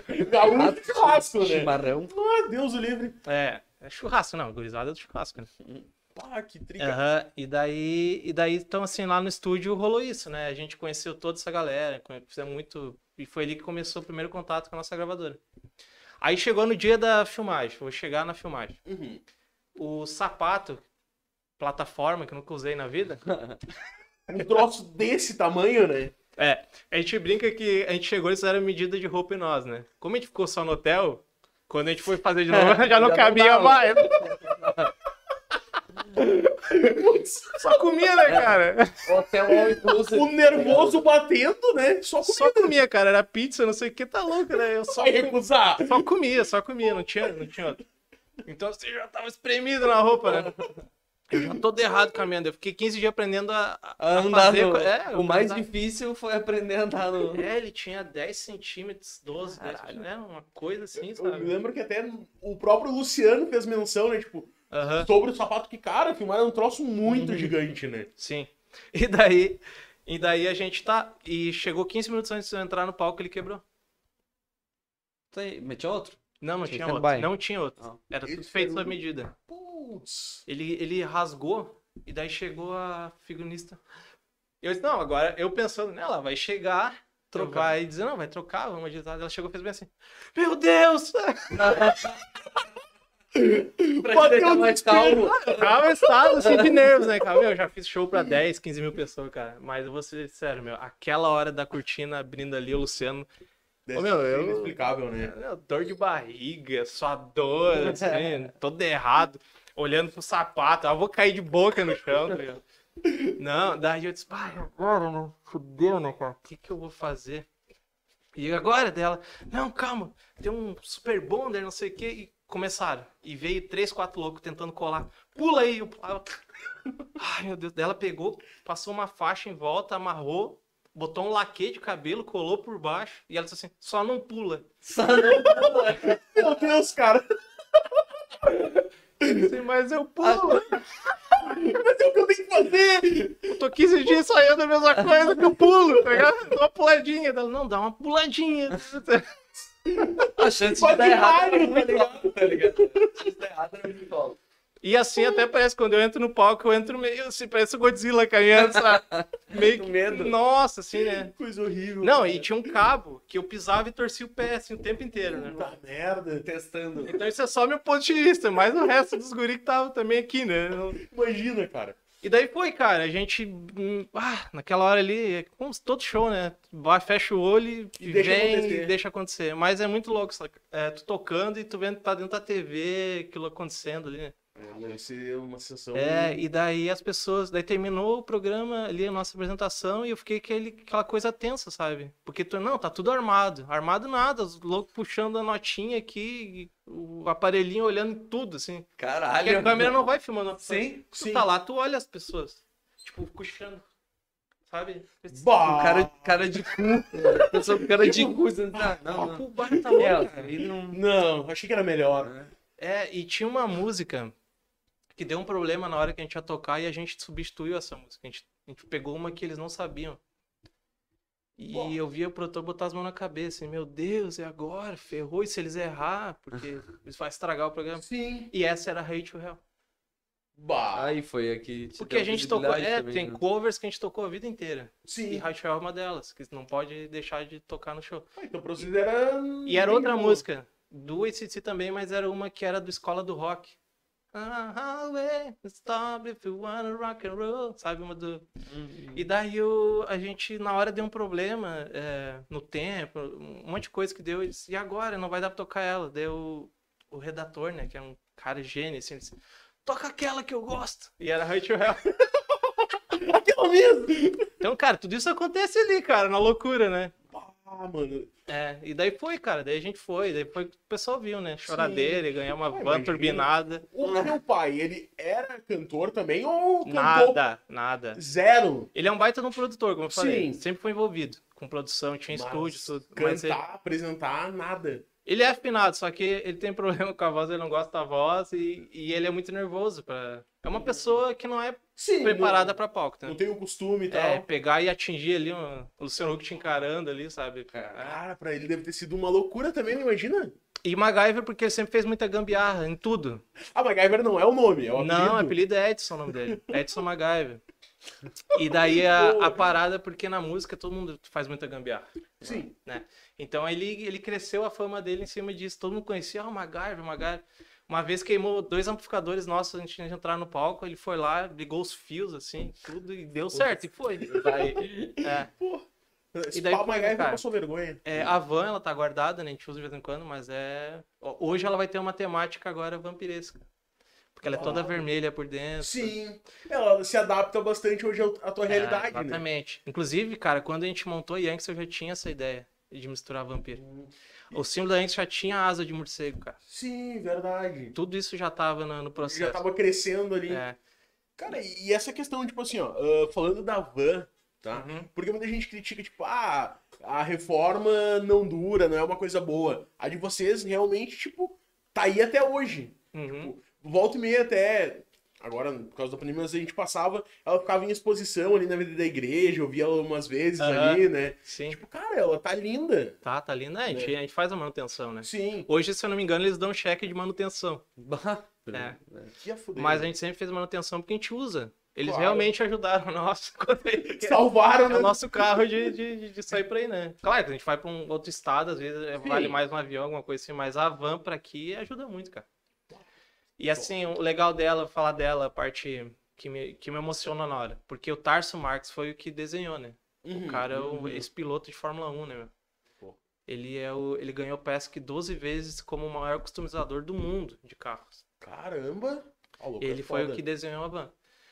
Gaúcho churrasco, né? chimarrão. Ah, Deus o livre. É, é churrasco, não, gurizada do churrasco, né? Ah, que trica. Aham, e daí, e daí, então, assim, lá no estúdio rolou isso, né? A gente conheceu toda essa galera, conhe- fizemos muito. E foi ali que começou o primeiro contato com a nossa gravadora. Aí chegou no dia da filmagem, vou chegar na filmagem. Uhum. O o sapato, plataforma, que eu nunca usei na vida. Um troço desse tamanho, né? É, a gente brinca que a gente chegou e eles fizeram medida de roupa em nós, né? Como a gente ficou só no hotel, quando a gente foi fazer de novo, já não Já não cabia dava. mais. Só comia, né, cara? Hotel all inclusive. O nervoso batendo, né? Só Só comia, cara. Era pizza, não sei o que, tá louco, né? Eu só, vai recusar. só comia, só comia, não tinha, não tinha outro. Então você já tava espremido na roupa, né? Eu já todo errado caminhando. Eu fiquei quinze dias aprendendo a, a A andar fazer... no... co- É, o mais andar- difícil foi aprender a andar no... É, ele tinha dez centímetros, doze, dez, né? Uma coisa assim, Eu sabe? lembro que até o próprio Luciano fez menção, né? Tipo, Aham. sobre o sapato que, cara, filmaram um troço muito gigante, né? Sim. E daí, e daí a gente tá. E chegou quinze minutos antes de eu entrar no palco, ele quebrou. Tem- Metia outro? Não, não Tinha tinha stand-by. outro. Não tinha outro. Não. Era Ele tudo feito quebrou. sob medida. Putz. Ele, ele rasgou e daí chegou a figurinista. Eu disse, não, agora eu pensando nela, vai chegar, Trocar. vai dizer, não, vai trocar, vamos adiantar. Ela chegou e fez bem assim. Meu Deus! Pra Bateu te deixar no mais desespero. calmo. Eu tava estado assim de nervos, né, cara? Meu, eu já fiz show pra dez, quinze mil pessoas, cara. Mas eu vou ser sério, meu, aquela hora da cortina abrindo ali, o Luciano. Deve Ô, meu, ser eu- inexplicável, né? Meu, dor de barriga, sua dor, assim, todo errado, olhando pro sapato, eu vou cair de boca no chão, tá ligado? Não, daí eu disse, pai, agora não, fudeu, né, cara? O que que eu vou fazer? E agora dela, não, calma, tem um super bonder, não sei o que, e começaram. E veio três, quatro loucos tentando colar. Pula aí, eu pulava. Ai, meu Deus, daí ela pegou, passou uma faixa em volta, amarrou, botou um laque de cabelo, colou por baixo, e ela disse assim, só não pula. Só não... Meu Deus, cara. Sim, mas eu pulo. Mas é o que eu tenho que fazer. Eu tô quinze dias saindo a mesma coisa que eu pulo, tá ligado? Dá uma puladinha. Ela, não, dá uma puladinha. A chance de Pode dar errado ir, era muito alta, tá ligado? A chance de dar errado era muito alta. E assim até parece, quando eu entro no palco, eu entro meio assim, parece o Godzilla caminhando, sabe? Meio Com que... medo. Nossa, assim, né? Coisa horrível. Não, cara. e tinha um cabo que eu pisava e torcia o pé, assim, o tempo inteiro, né? Puta merda. Testando. Então isso é só meu ponto de vista, mas o resto dos guris que estavam também aqui, né? Imagina, cara. E daí foi, cara, a gente, hum, ah, naquela hora ali, é como todo show, né? Vai, fecha o olho e, E deixa vem acontecer. e deixa acontecer. Mas é muito louco, sabe? É, tu tocando e tu vendo que tá dentro da T V, aquilo acontecendo ali, né? É, deve ser uma sensação. É, e daí as pessoas, daí terminou o programa ali, a nossa apresentação, e eu fiquei aquele, aquela coisa tensa, sabe? Porque tu, não, tá tudo armado. Armado nada, os loucos puxando a notinha aqui, o aparelhinho olhando em tudo, assim. Porque Caralho. a câmera não vai filmando. Sim, Tu sim. tá lá, tu olha as pessoas, tipo, puxando, sabe? Bah! O cara, cara de cu. A pessoa com cara de cu. dizendo, "Ah, não, não. O bar tá louco, É, cara. aí não... Não, achei que era melhor. É, e tinha uma música que deu um problema na hora que a gente ia tocar e a gente substituiu essa música. A gente, a gente pegou uma que eles não sabiam. E Pô. eu via o produtor botar as mãos na cabeça. E, meu Deus, e agora? Ferrou. E se eles errar? Porque isso vai estragar o programa. Sim. E essa era Hate to Hell. Bah. Aí foi aqui. te Porque deu a gente tocou... visibilidade É, também, tem né? covers que a gente tocou a vida inteira. E Sim. Hate to Hell é uma delas. Que não pode deixar de tocar no show. Ah, então pra vocês era. E era bem outra de boa. música. Do A C D C também, mas era uma que era do Escola do Rock. Ah, highway, stop if you wanna rock and roll. Sabe, uma do... Hum, E daí o, a gente, na hora, deu um problema é, no tempo, um monte de coisa que deu. E, disse, e agora? Não vai dar pra tocar ela. Deu o redator, né, que é um cara gênio, assim, ele disse, toca aquela que eu gosto. E era Hate to Hell. Aquela mesmo! Então, cara, tudo isso acontece ali, cara, na loucura, né? Ah, mano. É, e daí foi, cara, daí a gente foi, daí foi, o pessoal viu, né, choradeira, e ganhar uma Ah, van imagina. turbinada. O meu pai, ele era cantor também ou cantou Nada, nada. zero? Ele é um baita de um produtor, como eu falei. Sim. Sempre foi envolvido com produção, tinha Mas estúdio, tudo. Cantar, Mas ele, apresentar, nada. ele é afinado, só que ele tem problema com a voz, ele não gosta da voz e, e ele é muito nervoso. Pra... É uma pessoa que não é Sim. preparada não, pra palco, Não né? tem o costume e tal. É, pegar e atingir ali um, o Luciano Huck te encarando ali, sabe? Cara, pra ele deve ter sido uma loucura também, não imagina? E MacGyver, porque ele sempre fez muita gambiarra em tudo. Ah, MacGyver não é o nome, é o apelido. Não, o apelido é Edson, o nome dele. Edson MacGyver. E daí a, a parada, porque na música todo mundo faz muita gambiarra. Sim. Né? Então ele, ele cresceu a fama dele em cima disso. Todo mundo conhecia, ah, o MacGyver, o MacGyver. Uma vez queimou dois amplificadores nossos, a gente tinha que entrar no palco, ele foi lá, ligou os fios, assim, tudo, e deu certo, e foi. Daí, é. Pô, esse E daí Paulo foi, MacGyver cara. passou vergonha. É, a van, ela tá guardada, né? A gente usa de vez em quando, mas é... Hoje ela vai ter uma temática agora vampiresca. Porque ela é toda Ah. vermelha por dentro. Sim, ela se adapta bastante hoje à tua É, realidade, né? exatamente. Inclusive, cara, quando a gente montou Yankees, eu já tinha essa ideia de misturar vampiro. O símbolo da Yankees já tinha asa de morcego, cara. Sim, verdade. Tudo isso já tava no, no processo. Já tava crescendo ali. É. Cara, e essa questão, tipo assim, ó, ah, falando da van, tá? Uhum. Porque muita gente critica, tipo, ah, a reforma não dura, não é uma coisa boa. A de vocês realmente, tipo, tá aí até hoje. Uhum. Volta e meia até, agora, por causa da pandemia, mas a gente passava, ela ficava em exposição ali na vida da igreja, eu via ela umas vezes Aham. ali, né? Sim. Tipo, cara, ela tá linda. Tá, tá lindo. É, a, gente, a gente faz a manutenção, né? Sim. Hoje, se eu não me engano, eles dão cheque de manutenção. Bah, É. Que a fuder. Mas a gente sempre fez manutenção porque a gente usa. Eles Claro. realmente ajudaram nós. Salvaram, É né? o nosso carro de, de, de sair por aí, né? Claro que a gente vai pra um outro estado, às vezes é, Sim. vale mais um avião, alguma coisa assim, mas a van pra aqui ajuda muito, cara. E assim, o legal dela, falar dela, a parte que me, que me emociona na hora. Porque o Tarso Marques foi o que desenhou, né? Uhum, O cara é o, uhum. esse piloto de Fórmula um, né, meu? Pô. Ele, é o, ele ganhou parece que doze vezes como o maior customizador do mundo de carros. Caramba. Ó, louco, Ele é foi foda. o que desenhou a van.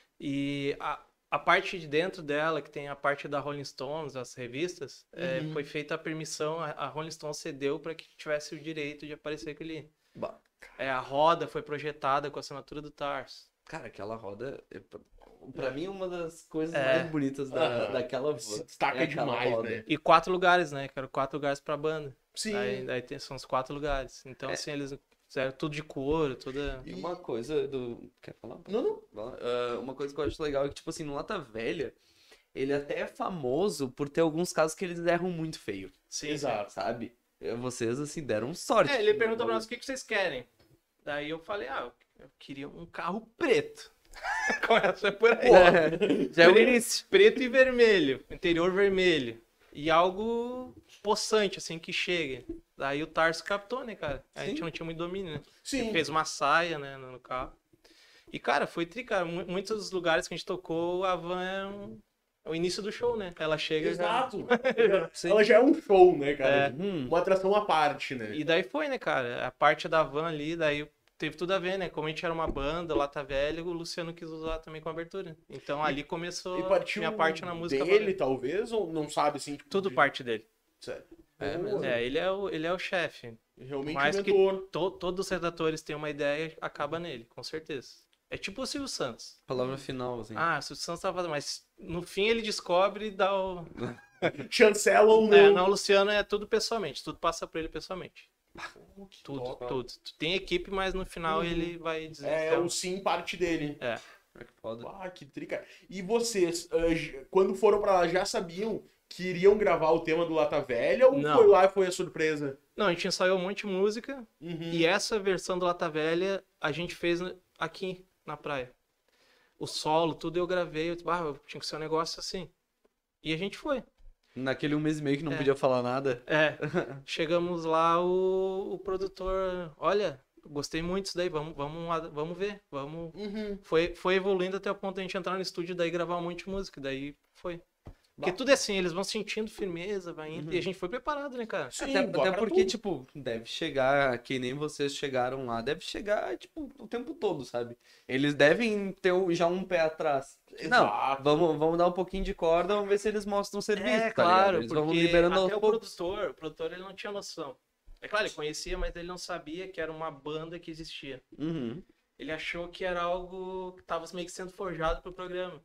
E a, a parte de dentro dela, que tem a parte da Rolling Stones, as revistas, é, Uhum. foi feita a permissão, a, a Rolling Stones cedeu para que tivesse o direito de aparecer aquele. bah. É, a roda foi projetada com a assinatura do Tarso. Cara, aquela roda, é, pra- pra mim, uma das coisas É. mais bonitas da, Aham. daquela Se van. destaca é aquela demais, roda. né? E quatro lugares, né? Que eram quatro lugares pra banda. Sim. Daí, daí tem, são os quatro lugares. Então, É. assim, eles fizeram tudo de couro, toda. E uma coisa do... Quer falar? Não, não. Vai lá. Ah, uma coisa que eu acho legal é que, tipo assim, no Lata Velha, ele até é famoso por ter alguns casos que eles erram muito feio, Sim, Exato. sabe? Eh, Vocês, assim, deram sorte. É, ele perguntou pra nós o que que vocês querem. Daí eu falei, ah, eu queria um carro preto. Começa por aí. É, já é o Preto- início. Preto e vermelho, interior vermelho. E algo possante, assim, que chegue. Daí o Tarso captou, né, cara? A gente Sim. não tinha muito domínio, né? Sim. Ele fez uma saia, né, no no carro. E, cara, foi tri, cara. Mu- Muitos dos lugares que a gente tocou, a van é um... é o início do show, né? Ela chega e já... Exato. Sim. Ela já é um show, né, cara? É. Hum, Uma atração à parte, né? E daí foi, né, cara? A parte da van ali, daí teve tudo a ver, né? Como a gente era uma banda, Lata Velha, o Luciano quis usar também com abertura. Então ali começou E partiu minha parte na música. dele, valendo. talvez, ou não sabe, assim, tipo... Tudo de- parte dele. Sério. É Pô, mesmo. É, ele é o, ele é o chefe. Realmente Mais o que mentor. to- todos os redatores têm uma ideia, acaba nele, com certeza. É tipo o Silvio Santos. palavra final, assim. Ah, o Silvio Santos tava fazendo, mas no fim ele descobre e dá o. Chancela ou não. É, não, o Luciano é tudo pessoalmente, tudo passa por ele pessoalmente. Pô, que Tudo, top. tudo. Tem equipe, mas no final Uhum. ele vai dizer. É, então, o sim parte dele. é. Que foda. Ah, que trica. E vocês, ah, j- quando foram pra lá, já sabiam que iriam gravar o tema do Lata Velha ou Não. foi lá e foi a surpresa? Não, a gente ensaiou um monte de música. Uhum. E essa versão do Lata Velha a gente fez aqui na praia. O solo, tudo eu gravei. Eu, ah, tinha que ser um negócio assim. E a gente foi. Naquele um mês e meio que não É. podia falar nada. É. Chegamos lá, o, o produtor. Olha, gostei muito disso daí. Vamos, vamos, lá- vamos ver. Vamos. Uhum. Foi, foi evoluindo até o ponto de a gente entrar no estúdio e daí gravar um monte de música. Daí foi. Porque Bah. tudo é assim, eles vão sentindo firmeza, vai indo. Uhum. E a gente foi preparado, né, cara? Sim, Até, bora até pra porque, tudo. tipo, deve chegar, que nem vocês chegaram lá, deve chegar, tipo, o tempo todo, sabe? Eles devem ter um- já um pé atrás. Não, Exato. vamos, vamos dar um pouquinho de corda, vamos ver se eles mostram o serviço, É, tá claro, ligado? Eles porque vão liberando aos até o poucos. produtor, o produtor ele não tinha noção. É claro, ele conhecia, mas ele não sabia que era uma banda que existia. Uhum. Ele achou que era algo que estava meio que sendo forjado pro programa.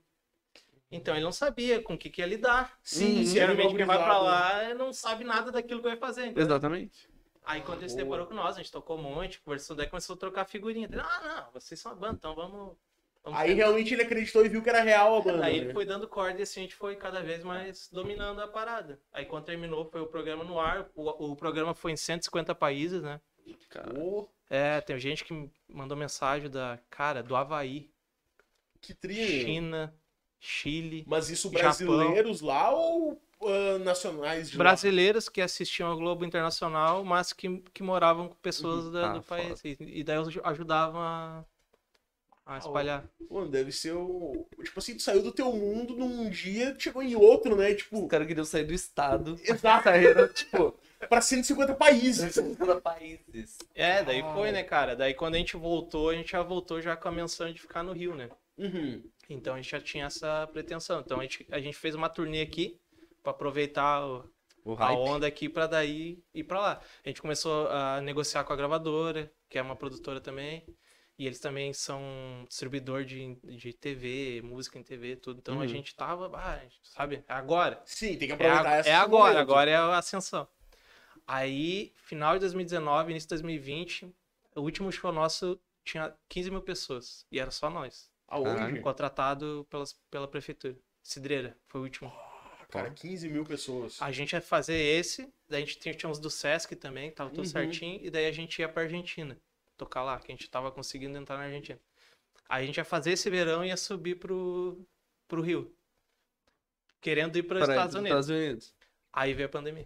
Então ele não sabia com o que, que ia lidar. Sim, Uhum. se era Geralmente quem vai pra improvisado. lá não sabe nada daquilo que vai fazer. entendeu? Exatamente. Aí quando ele se Boa. deparou com nós, a gente tocou um monte, conversou, daí começou a trocar figurinha. Ele, ah, não, vocês são a banda, então vamos... vamos Aí tentar." realmente ele acreditou e viu que era real a banda. Aí né? ele foi dando corda e assim a gente foi cada vez mais dominando a parada. Aí quando terminou foi o programa no ar. O, o programa foi em cento e cinquenta países, né? Cara, Pô, É, tem gente que mandou mensagem da, cara, do Havaí, que trilha. China, Chile. Mas isso Japão. brasileiros lá ou uh, nacionais de lá? Brasileiros que assistiam ao Globo Internacional, mas que, que moravam com pessoas Uhum. da- Ah, do país. foda. E, e daí eu ajudava a, a espalhar. Mano, deve ser o... Tipo assim, tu saiu do teu mundo num dia, chegou em outro, né? Tipo, Os caras queriam sair do estado. Exato. Saíram, tipo, pra cento e cinquenta países. para países. É, daí Ah. foi, né, cara? Daí quando a gente voltou, a gente já voltou já com a menção de ficar no Rio, né? Uhum. Então a gente já tinha essa pretensão. Então a gente, a gente fez uma turnê aqui pra aproveitar o- O a hype. onda aqui pra daí ir pra lá. A gente começou a negociar com a gravadora, que é uma produtora também. E eles também são distribuidor de, de T V, música em T V, tudo. Então a Uhum. gente tava, ah, sabe, é agora. Sim, tem que É, aproveitar a- essa é agora, agora é a ascensão. Aí, final de dois mil e dezenove, início de dois mil e vinte, o último show nosso tinha quinze mil pessoas. E era só nós. Aonde? Contratado pelas, pela prefeitura. Cidreira, foi o último. Ah, cara, quinze mil pessoas. A gente ia fazer esse, daí a gente tinha, tinha uns do Sesc também, tava tudo Uhum. certinho, e daí a gente ia pra Argentina, tocar lá, que a gente tava conseguindo entrar na Argentina. Aí a gente ia fazer esse verão e ia subir pro, pro Rio. Querendo ir para os Para ir Estados pros Unidos. Estados Unidos. Aí veio a pandemia.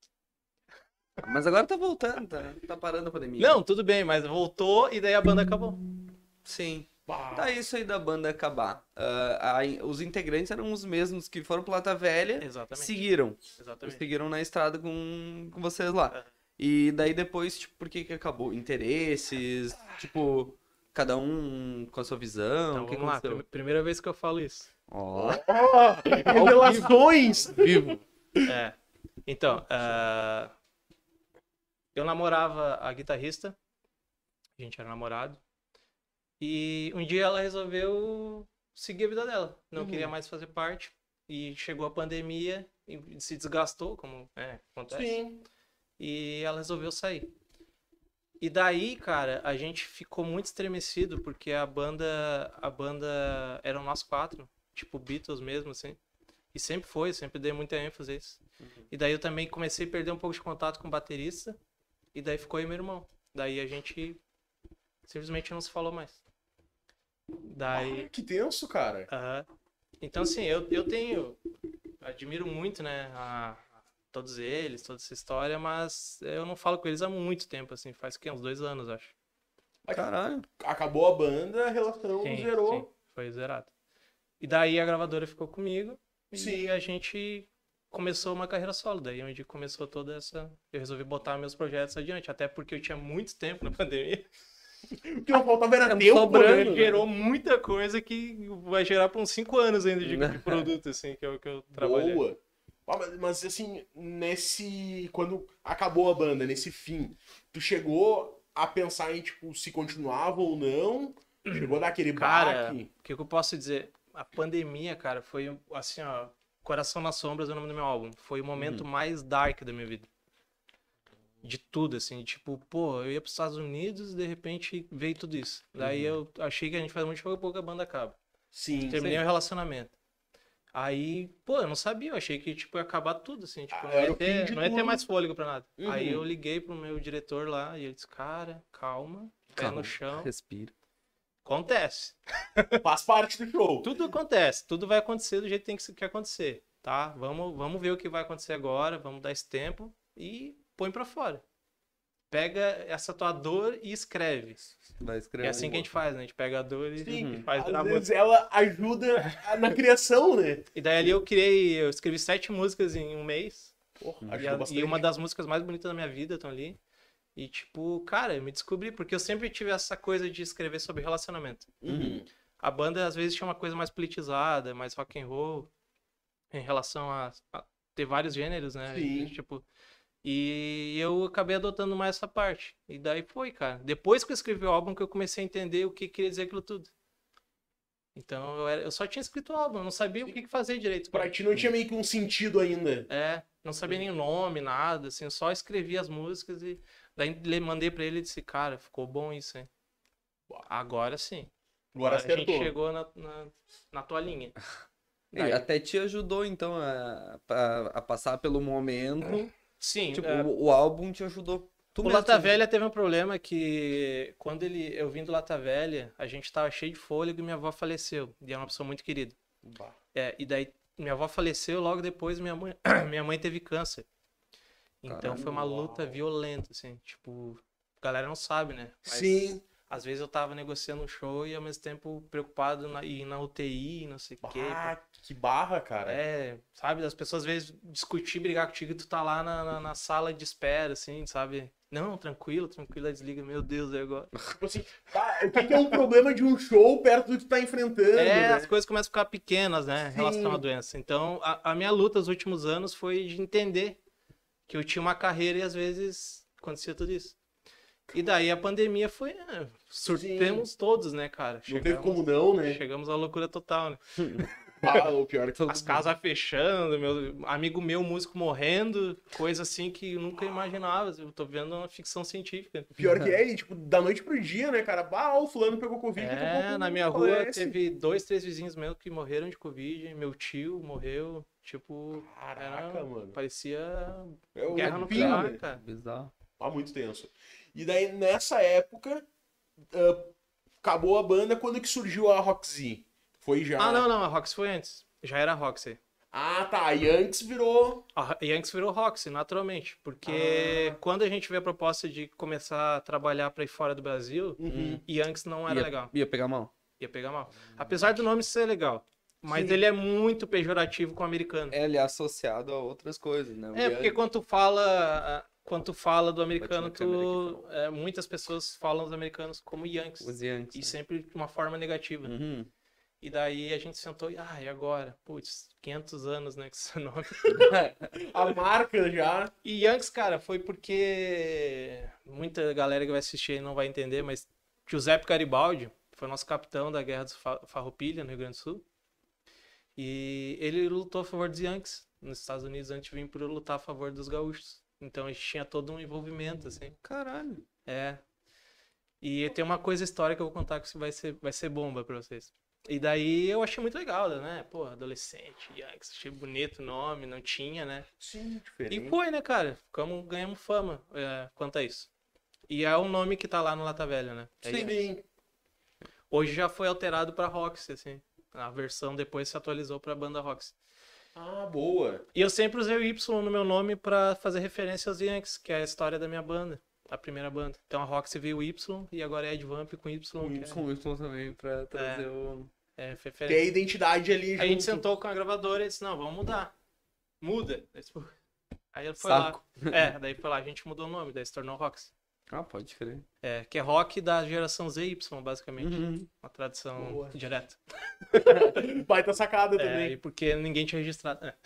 Mas agora tá voltando, tá, tá parando a pandemia. Não, tudo bem, mas voltou e daí a banda acabou. Sim. Bah. Tá isso aí da banda acabar. Ah, a- os integrantes eram os mesmos que foram pro Lata Velha, Exatamente. seguiram. Exatamente. Seguiram na estrada com, com vocês lá. Aham. E daí depois, tipo, por que que acabou? Interesses, tipo, cada um com a sua visão, Então o que vamos lá, aconteceu? prime- primeira vez que eu falo isso. Ó, Ah, revelações! vivo. É. Então, ah, eu namorava a guitarrista, a gente era namorado, e um dia ela resolveu seguir a vida dela, não Uhum. queria mais fazer parte, e chegou a pandemia e se desgastou, como é, acontece, Sim. e ela resolveu sair. E daí, cara, a gente ficou muito estremecido, porque a banda, a banda eram nós quatro, tipo Beatles mesmo, assim. E sempre foi, sempre dei muita ênfase a isso. E daí eu também comecei a perder um pouco de contato com o baterista. E daí ficou eu e meu irmão. Daí a gente simplesmente não se falou mais. Daí. Ah, que tenso, cara. Aham. Então, assim, eu, eu tenho. Admiro muito, né? A, a todos eles, toda essa história, mas eu não falo com eles há muito tempo, assim. Faz que uns dois anos, acho. Caralho. Acabou a banda, a relação Sim, zerou. sim, foi zerado. E daí a gravadora ficou comigo. Sim. E a gente começou uma carreira solo. Daí onde começou toda essa. Eu resolvi botar meus projetos adiante. Até porque eu tinha muito tempo na pandemia. O que não faltava era É, tempo, sobrando, né? Gerou muita coisa que vai gerar por uns cinco anos ainda de, de produto, assim, que é o que eu trabalhei. Boa. Ah, mas, mas, assim, nesse... Quando acabou a banda, nesse fim, tu chegou a pensar em, tipo, se continuava ou não? Chegou a dar aquele Cara, baque? o que, que eu posso dizer? A pandemia, cara, foi assim, ó. Coração nas Sombras é o nome do meu álbum. Foi o momento mais dark da minha vida. De tudo, assim. Tipo, pô, eu ia pros Estados Unidos e de repente veio tudo isso. Daí eu achei que a gente faz muito pouco, pouco a banda acaba. Sim. Terminei o relacionamento. Aí, pô, eu não sabia, eu achei que tipo, ia acabar tudo, assim, tipo, Ah, não, era ia o fim ter, de não ia ter tudo. mais fôlego pra nada. Uhum. Aí eu liguei pro meu diretor lá e ele disse, cara, calma, pé Calma, no chão. respira. Acontece. Faz parte do show. Tudo acontece, tudo vai acontecer do jeito que tem que, que acontecer, tá? Vamos, vamos ver o que vai acontecer agora, vamos dar esse tempo e põe pra fora. Pega essa tua dor e escreve. Vai escrever. É assim que a gente faz, né? A gente pega a dor e Sim, faz às virar vezes música. ela ajuda na criação, né? E daí ali eu criei, eu escrevi sete músicas em um mês. Porra, E, ajudou a- bastante. e uma das músicas mais bonitas da minha vida estão ali. E tipo, cara, eu me descobri, porque eu sempre tive essa coisa de escrever sobre relacionamento. Uhum. A banda às vezes tinha uma coisa mais politizada, mais rock and roll, em relação a, a ter vários gêneros, né? Sim. E, tipo, e eu acabei adotando mais essa parte. E daí foi, cara. Depois que eu escrevi o álbum que eu comecei a entender o que queria dizer aquilo tudo. Então eu, era, eu só tinha escrito o álbum, eu não sabia o que que fazer direito. Pra ti não tinha meio que um sentido ainda. É, não sabia nem o nome, nada, assim, eu só escrevi as músicas e daí le- mandei pra ele e disse, cara, ficou bom isso, hein? Agora sim. Agora a gente acertou. chegou na, na, na tua linha. E Daí- até te ajudou, então, a, a, a passar pelo momento. Sim, Tipo, é, o, o álbum te ajudou. Tu o mesmo Lata te Velha teve um problema que quando ele, eu vim do Lata Velha, a gente tava cheio de fôlego e minha avó faleceu. E é uma pessoa muito querida. Bah. É, e daí minha avó faleceu, logo depois minha mãe, minha mãe teve câncer. Então Caralho, foi uma luta violenta, assim, tipo, a galera não sabe, né? Mas, Sim. às vezes eu tava negociando um show e ao mesmo tempo preocupado na, ir na U T I, não sei o quê. Ah, que barra, cara. É, sabe, as pessoas às vezes discutir, brigar contigo e tu tá lá na, na, na sala de espera, assim, sabe? Não, tranquilo, tranquilo, aí desliga, meu Deus, e agora? Tipo assim, tá, o que que é um problema de um show perto do que tu tá enfrentando, É, né? as coisas começam a ficar pequenas, né, em Sim. relação à doença. Então, a, a minha luta nos últimos anos foi de entender que eu tinha uma carreira e às vezes acontecia tudo isso. E daí a pandemia foi, é, surtemos todos, né, cara? Não teve como não, né? Chegamos à loucura total, né? Ah, o pior é que As casas fechando, meu amigo meu, músico morrendo, coisa assim que eu nunca imaginava. Eu tô vendo uma ficção científica. Pior que é, e, tipo, da noite pro dia, né, cara? Bah, o fulano pegou Covid. eu tô É, com- na minha falece. rua teve dois, três vizinhos meus que morreram de Covid. Meu tio morreu, tipo, Caraca, era, mano. parecia É o guerra Red Pin, nuclear, né? cara. Bizarro. Ah, muito tenso. E daí, nessa época, ah, acabou a banda, quando que surgiu a Roxy? Foi já... Ah, não, não, a Roxy foi antes. Já era a Roxy. Ah, tá. A Yankees virou... A Yankees virou Roxy, naturalmente. Porque Ah. quando a gente veio a proposta de começar a trabalhar pra ir fora do Brasil, Uhum. Yankees não era ia, legal. Ia pegar mal. Ia pegar mal. Apesar do nome ser legal. Mas Sim. ele é muito pejorativo com o americano. É, ele é associado a outras coisas, né? O É, porque Yankee- quando tu fala, quando tu fala do americano, Bate na câmera tu, é, muitas pessoas falam dos americanos como Yankees. Os Yankees. E né? sempre de uma forma negativa. Uhum. E daí a gente sentou e, ah, e agora? Putz, quinhentos anos, né, com esse nome. A marca já... E Yankees, cara, foi porque muita galera que vai assistir aí não vai entender, mas Giuseppe Garibaldi foi nosso capitão da Guerra dos Fa- Farroupilha, no Rio Grande do Sul. E ele lutou a favor dos Yankees nos Estados Unidos antes de vir para lutar a favor dos gaúchos. Então a gente tinha todo um envolvimento, assim. Caralho. É. E tem uma coisa histórica que eu vou contar que vai ser, vai ser bomba pra vocês. E daí eu achei muito legal, né? Pô, adolescente, Yankees, achei bonito o nome, não tinha, né? Sim, E diferente. foi, né, cara? Ficamos, ganhamos fama é, quanto a isso. E é o nome que tá lá no Lata Velha, né? É Sim. Yankees. Hoje já foi alterado pra Roxy, assim. A versão depois se atualizou pra banda Roxy. Ah, boa. E eu sempre usei o Y no meu nome pra fazer referência aos Yankees, que é a história da minha banda, a primeira banda. Então a Roxy veio o Y e agora é Ed Vamp com Y, Com que Com o Y também, pra trazer o... é, é Que é a referência. identidade ali Aí a gente junto. sentou com a gravadora e disse, não, vamos mudar. Muda. Aí, tipo, aí ele foi Saco. lá. É, daí foi lá, a gente mudou o nome, daí se tornou Roxy. Ah, pode crer. É, que é rock da geração Z Y, basicamente. Uhum. Uma tradução Boa. direta. Baita sacada É, também. e porque ninguém tinha registrado. É.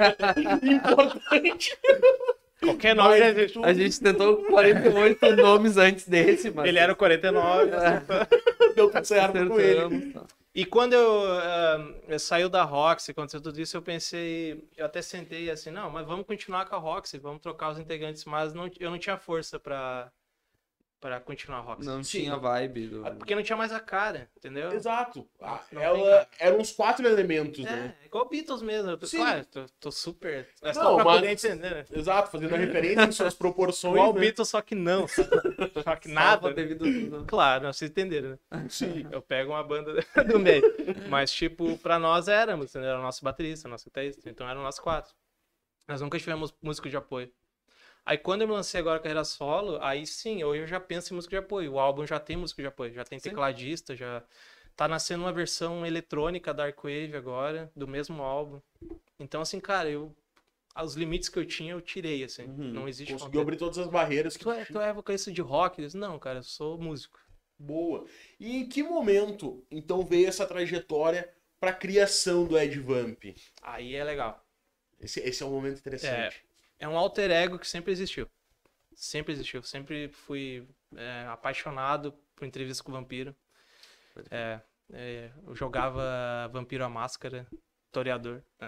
Importante. Qualquer nome já Mas existe. tu A gente tentou quarenta e oito nomes antes desse, mas... Ele era o quarenta e nove. deu tudo certo com ele. Acertamos, tá. E quando eu, ah, eu saiu da Roxy, aconteceu tudo isso, eu pensei, eu até sentei assim, não, mas vamos continuar com a Roxy, vamos trocar os integrantes, mas não, eu não tinha força pra, pra continuar a Roxy. Não Sim. tinha vibe do... Porque não tinha mais a cara, entendeu? Exato. Ah, Não tem ela cara. eram uns quatro elementos, né? É, igual Beatles mesmo. Eu tô, Sim. claro, tô, tô super. É Não, só pra mas- poder entender, né? Exato, fazendo a referência em suas proporções, Igual né? Beatles, só que não. Só que nada. Salva devido tudo. Claro, vocês entenderam, né? Sim. Eu pego uma banda do meio. Mas, tipo, pra nós éramos, entendeu? Era o nosso baterista, nosso guitarrista. Então eram nós quatro. Nós nunca tivemos músico de apoio. Aí quando eu me lancei agora a carreira solo, aí sim, hoje eu já penso em músico de apoio. O álbum já tem músico de apoio, já tem Sim. tecladista, já tá nascendo uma versão eletrônica da Darkwave agora, do mesmo álbum. Então, assim, cara, eu os limites que eu tinha, eu tirei, assim. Uhum. Não existe Conseguiu fronteira. abrir todas as barreiras que Tu é, tu é vocalista de rock? Eu disse, não, cara, eu sou músico. Boa. E em que momento, então, veio essa trajetória pra criação do Ed Vamp? Aí é legal. Esse, esse é um momento interessante. É um alter ego que sempre existiu. Sempre existiu. Sempre fui é, apaixonado por entrevista com o vampiro. É, é, eu jogava Vampiro à Máscara, Toreador. né?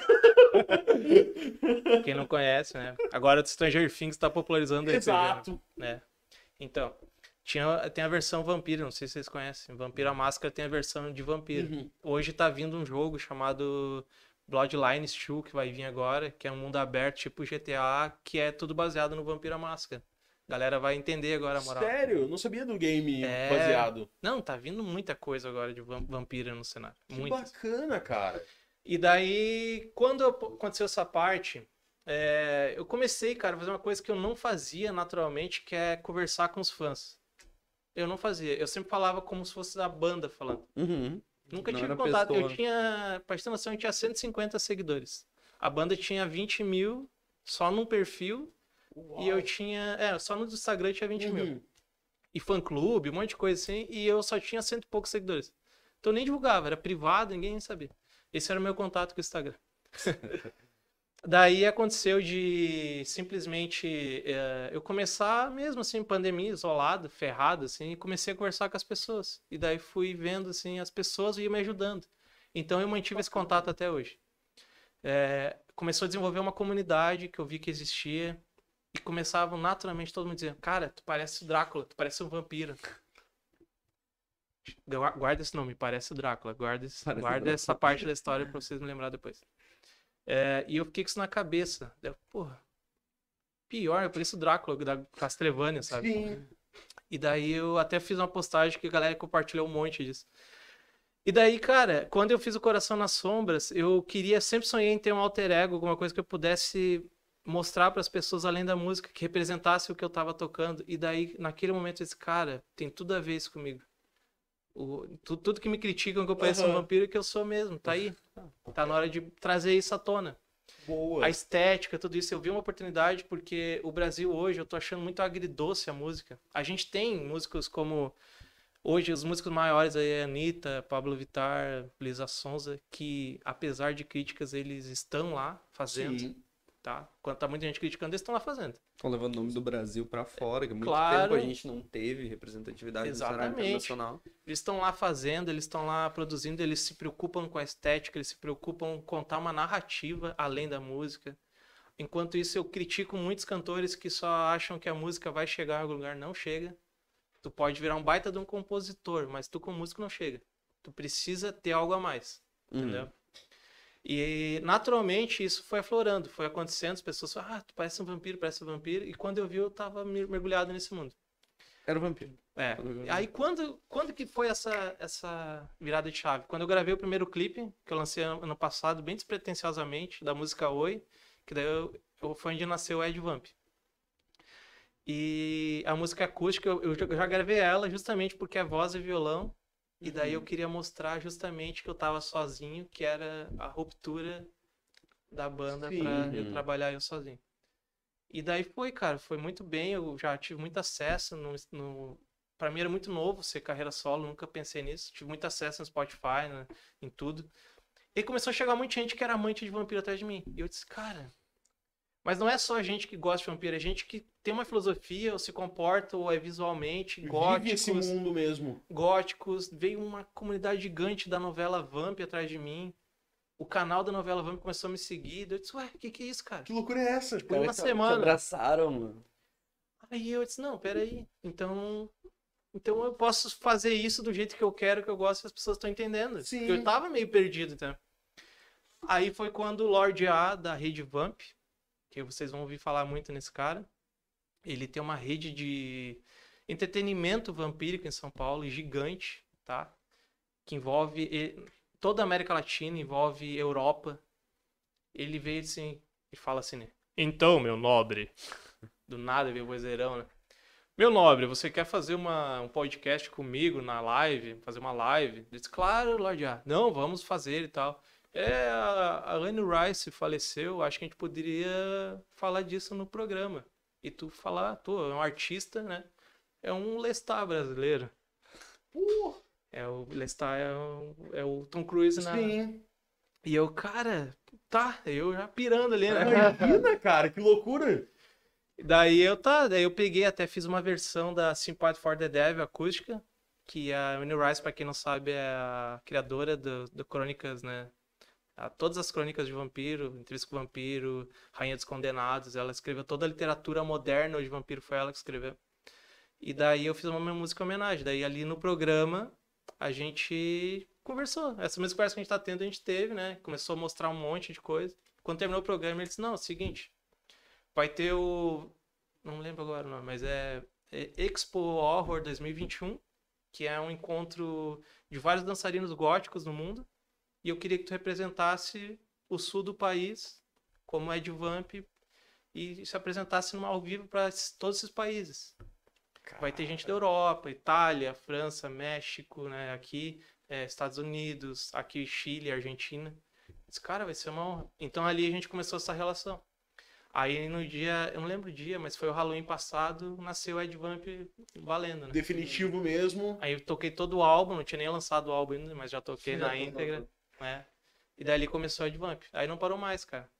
Quem não conhece, né? Agora o Stranger Things tá popularizando esse Exato. né? Então, tinha, tem a versão vampiro, não sei se vocês conhecem. Vampiro à Máscara tem a versão de vampiro. Uhum. Hoje tá vindo um jogo chamado Bloodlines dois, que vai vir agora, que é um mundo aberto tipo G T A, que é tudo baseado no Vampiro à Máscara. A galera vai entender agora a moral. Sério? Eu não sabia do game É. baseado. Não, tá vindo muita coisa agora de vam- vampiro no cenário. Que Muitas. bacana, cara. E daí, quando eu- aconteceu essa parte, é, eu comecei, cara, a fazer uma coisa que eu não fazia naturalmente, que é conversar com os fãs. Eu não fazia. Eu sempre falava como se fosse da banda falando. Uhum. Nunca Não tive era contato. Eu pessoa. tinha, pra ter noção, eu tinha cento e cinquenta seguidores. A banda tinha vinte mil só num perfil. Uau. E eu tinha. É, só no Instagram tinha vinte mil. Uhum. E fã-clube, um monte de coisa assim. E eu só tinha cento e poucos seguidores. Então eu nem divulgava, era privado, ninguém sabia. Esse era o meu contato com o Instagram. Daí aconteceu de simplesmente é, eu começar mesmo assim, pandemia, isolado, ferrado, assim, e comecei a conversar com as pessoas. E daí fui vendo assim, as pessoas iam me ajudando. Então eu mantive esse contato até hoje. É, começou a desenvolver uma comunidade que eu vi que existia. E começavam naturalmente todo mundo dizendo, cara, tu parece o Drácula, tu parece um vampiro. Gua- Guarda esse nome, parece o Drácula. Guarda, esse- Parece o guarda Drácula. essa parte da história pra vocês me lembrar depois. É, e eu fiquei com isso na cabeça. Eu, porra, pior, eu pareço o Drácula da Castlevania, sabe? Sim. E daí eu até fiz uma postagem que a galera compartilhou um monte disso. E daí, cara, quando eu fiz o Coração nas Sombras, eu queria, sempre sonhei em ter um alter ego, alguma coisa que eu pudesse mostrar para as pessoas além da música, que representasse o que eu tava tocando. E daí, naquele momento, eu disse, cara, tem tudo a ver isso comigo. O, tu- tudo que me criticam que eu pareço um Aham. vampiro é que eu sou mesmo, tá aí. Tá na hora de trazer isso à tona. Boa. A estética, tudo isso. Eu vi uma oportunidade porque o Brasil hoje, eu tô achando muito agridoce a música. A gente tem músicos como... Hoje, os músicos maiores aí é Anitta, Pablo Vittar, Luísa Sonza, que apesar de críticas, eles estão lá fazendo, Sim. tá? Quando tá muita gente criticando, eles estão lá fazendo. Estão levando o nome do Brasil pra fora, que há muito Claro. tempo a gente não teve representatividade no cenário Exatamente. internacional. Eles estão lá fazendo, eles estão lá produzindo, eles se preocupam com a estética, eles se preocupam em contar uma narrativa além da música. Enquanto isso, eu critico muitos cantores que só acham que a música vai chegar a algum lugar. Não chega. Tu pode virar um baita de um compositor, mas tu com músico não chega. Tu precisa ter algo a mais, Uhum. entendeu? E naturalmente isso foi aflorando, foi acontecendo, as pessoas falaram, ah, tu parece um vampiro, parece um vampiro. E quando eu vi, eu tava mer- mergulhado nesse mundo. Era o vampiro. É. Aí quando, quando que foi essa, essa virada de chave? Quando eu gravei o primeiro clipe, que eu lancei ano ano passado, bem despretensiosamente, da música Oi, que daí eu, eu, foi onde nasceu o Ed Vamp. E a música acústica, eu, eu já- eu já gravei ela justamente porque é voz e violão. E daí eu queria mostrar justamente que eu tava sozinho, que era a ruptura da banda Sim. pra eu Uhum. trabalhar eu sozinho. E daí foi, cara, foi muito bem, eu já tive muito acesso no, no... Pra mim era muito novo ser carreira solo, nunca pensei nisso. Tive muito acesso no Spotify, né, em tudo. E começou a chegar muita gente que era amante de vampiro atrás de mim. E eu disse, cara... Mas não é só gente que gosta de vampiro, é gente que tem uma filosofia, ou se comporta, ou é visualmente Vive esse góticos. mundo mesmo. Góticos. Veio uma comunidade gigante da novela Vamp atrás de mim. O canal da novela Vamp começou a me seguir. Eu disse, ué, o que, que é isso, cara? Que loucura é essa? Por uma Te semana. abraçaram, mano. Aí eu disse, não, peraí. Então, então eu posso fazer isso do jeito que eu quero, que eu gosto, e as pessoas estão entendendo. Sim. Porque eu tava meio perdido, então. Aí foi quando o Lorde A da rede Vamp, que vocês vão ouvir falar muito nesse cara, ele tem uma rede de entretenimento vampírico em São Paulo, gigante, tá? Que envolve e- toda a América Latina, envolve Europa. Ele veio assim e fala assim, né? Então, meu nobre. Do nada veio o vozeirão, né? Meu nobre, você quer fazer uma, um podcast comigo na live? Fazer uma live? Ele disse, claro, Lorde A. Não, vamos fazer e tal. É, a, a Anne Rice faleceu, acho que a gente poderia falar disso no programa. E tu falar, tu é um artista, né? É um Lestat brasileiro. Uh, É o Lestat é o, é o Tom Cruise na... sim. E eu, cara, tá, eu já pirando ali, né? Imagina, cara, que loucura. Daí eu tá, daí eu peguei, até fiz uma versão da Sympathy for the Devil acústica, que a Anne Rice, pra quem não sabe, é a criadora do, do Crônicas, né? A, todas as crônicas de vampiro, Entrevista com o Vampiro, Rainha dos Condenados, ela escreveu toda a literatura moderna de vampiro, foi ela que escreveu. E daí eu fiz uma música em homenagem. Daí ali no programa a gente conversou. Essa mesma conversa que a gente tá tendo, a gente teve, né? Começou a mostrar um monte de coisa. Quando terminou o programa, ele disse, não, é o seguinte, vai ter o... Não lembro agora o nome, mas é, é Expo Horror dois mil e vinte e um, que é um encontro de vários dançarinos góticos no mundo. e eu queria que tu representasse o sul do país como Ed Vamp e se apresentasse numa ao vivo para todos esses países. Vai ter gente da Europa, Itália, França, México, né? Aqui, é, Estados Unidos, aqui Chile, Argentina. Esse cara vai ser uma honra. Então ali a gente começou essa relação. Aí no dia, eu não lembro o dia, mas foi o Halloween passado, nasceu o Ed Vamp valendo, né? Definitivo mesmo. Aí eu toquei todo o álbum, não tinha nem lançado o álbum ainda, mas já toquei Já na tocou, íntegra, tocou. né? E dali começou o Ed Vamp. Aí não parou mais, cara.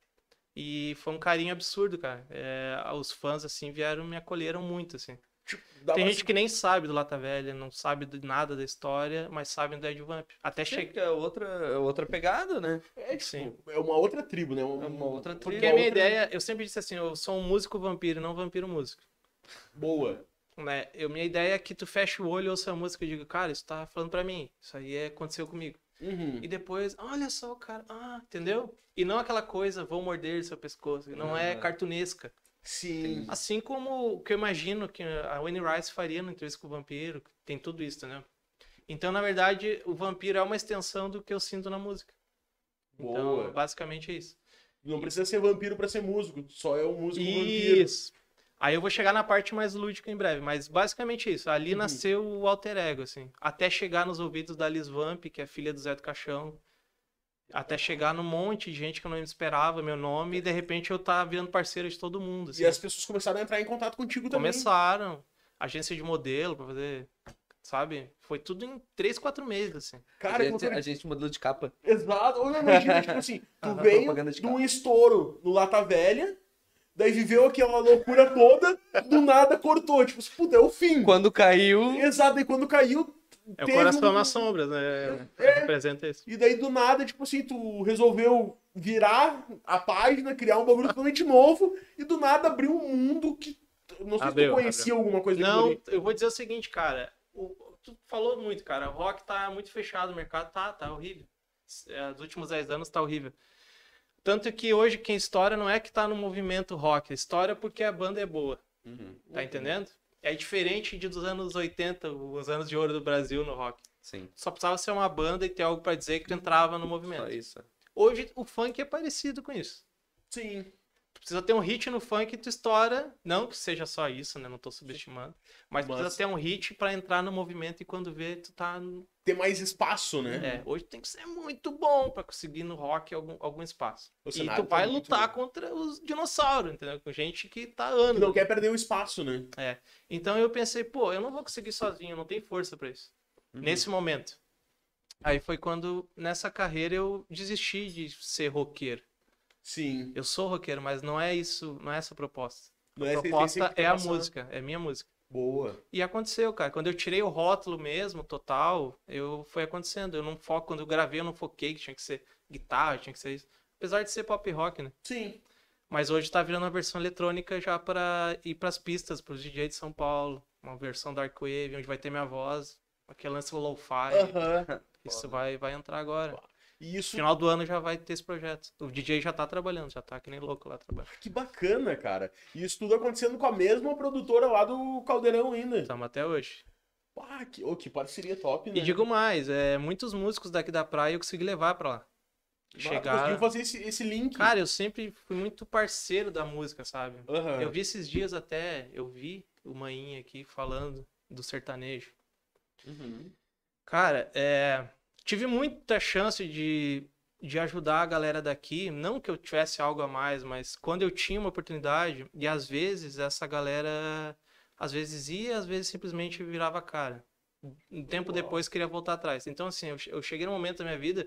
E foi um carinho absurdo, cara. É, os fãs, assim, vieram me acolheram muito, assim. Tipo, dá Tem pra gente que nem sabe do Lata Velha, não sabe de nada da história, mas sabem do Ed Vamp. Até Sim, chegar. que é outra, é outra pegada, né? É, tipo, Sim. é uma outra tribo, né? É uma outra tribo. Porque a minha ideia, eu sempre disse assim, eu sou um músico vampiro, não vampiro músico. Boa. Né? Eu, minha ideia é que tu feche o olho, ouça a música e diga, cara, isso tá falando pra mim. Isso aí é, aconteceu comigo. Uhum. E depois, olha só o cara, ah, entendeu? E não aquela coisa, vou morder seu pescoço. Não é Uhum. cartunesca. Sim. Assim como o que eu imagino que a Winnie Rice faria no Entrevista com o Vampiro, tem tudo isso, né? Então, na verdade, o vampiro é uma extensão do que eu sinto na música. Então, Boa. basicamente é isso. Não precisa ser vampiro pra ser músico, só é um músico vampiro. Isso. Aí eu vou chegar na parte mais lúdica em breve, mas basicamente é isso. Ali Uhum. nasceu o alter ego, assim. Até chegar nos ouvidos da Liz Vamp, que é filha do Zé do Caixão. Até chegar num monte de gente que eu não esperava meu nome e de repente eu tá virando parceiro de todo mundo. Assim. E as pessoas começaram a entrar em contato contigo também. Começaram. Agência de modelo pra fazer, sabe? Foi tudo em três, quatro meses, assim. Cara, a, que gente, loucura. a gente modelo de capa. Exato. Ou não, imagina, tipo assim, tu Aham, veio propaganda de de um carro. estouro no Lata Velha, daí viveu aquela loucura toda, do nada cortou. Tipo, puta, é o fim. Quando caiu, Exato, e quando caiu. É o teve coração um- nas sombras, né? É. Representa isso. E daí do nada, tipo assim, tu resolveu virar a página, criar um bagulho totalmente novo, e do nada abriu um mundo que. Não sei se Abriu, tu conhecia alguma coisa daquilo Não, ali. eu vou dizer o seguinte, cara. O, tu falou muito, cara. O rock tá muito fechado, o mercado tá, tá horrível. É, os últimos dez anos tá horrível. Tanto que hoje quem estoura não é que tá no movimento rock, estoura porque a banda é boa. Uhum. Tá entendendo? É diferente de dos anos oitenta, os anos de ouro do Brasil no rock. Sim. Só precisava ser uma banda e ter algo pra dizer que tu entrava no Só movimento. isso. Hoje o funk é parecido com isso. Sim. Tu precisa ter um hit no funk e tu estoura. Não que seja só isso, né? Não tô subestimando. Mas, Mas- precisa ter um hit pra entrar no movimento e quando vê, tu tá. no- Ter mais espaço, né? É, hoje tem que ser muito bom pra conseguir no rock algum, algum espaço. O E cenário tu tá vai muito lutar bom. contra os dinossauros, entendeu? Com gente que tá Que anos. não quer perder o espaço, né? É. Então eu pensei, pô, eu não vou conseguir sozinho, eu não tenho força pra isso. Uhum. Nesse momento. Aí foi quando, nessa carreira, eu desisti de ser roqueiro. Sim. Eu sou roqueiro, mas não é isso, não é essa a proposta. Não A é essa proposta essência que tu é quer a passar. música, é minha música. Boa. E aconteceu, cara. Quando eu tirei o rótulo mesmo, total, eu foi acontecendo. Eu não foco, quando eu gravei, eu não foquei que tinha que ser guitarra, tinha que ser isso. Apesar de ser pop rock, né? Sim. Mas hoje tá virando uma versão eletrônica já para ir pras pistas, pros D Js de São Paulo. Uma versão Dark Wave, onde vai ter minha voz. Aquele lance lo-fi. Aham. Isso vai, vai entrar agora. E isso, Final do ano já vai ter esse projeto. O D J já tá trabalhando, já tá que nem louco lá trabalhando. que bacana, cara. E isso tudo acontecendo com a mesma produtora lá do Caldeirão ainda. Estamos até hoje. Pá, que, ô, que parceria top, né? E digo mais, é, muitos músicos daqui da praia eu consegui levar pra lá. Bah, Chegar. Conseguiu fazer esse, esse link. Cara, eu sempre fui muito parceiro da música, sabe? Aham. Eu vi esses dias até, eu vi o Mainha aqui falando do sertanejo. Uhum. Cara, é, tive muita chance de, de ajudar a galera daqui. Não que eu tivesse algo a mais, mas quando eu tinha uma oportunidade, e às vezes essa galera, às vezes ia, às vezes simplesmente virava a cara. Um tempo Uau. depois queria voltar atrás. Então, assim, eu, che- eu cheguei num momento da minha vida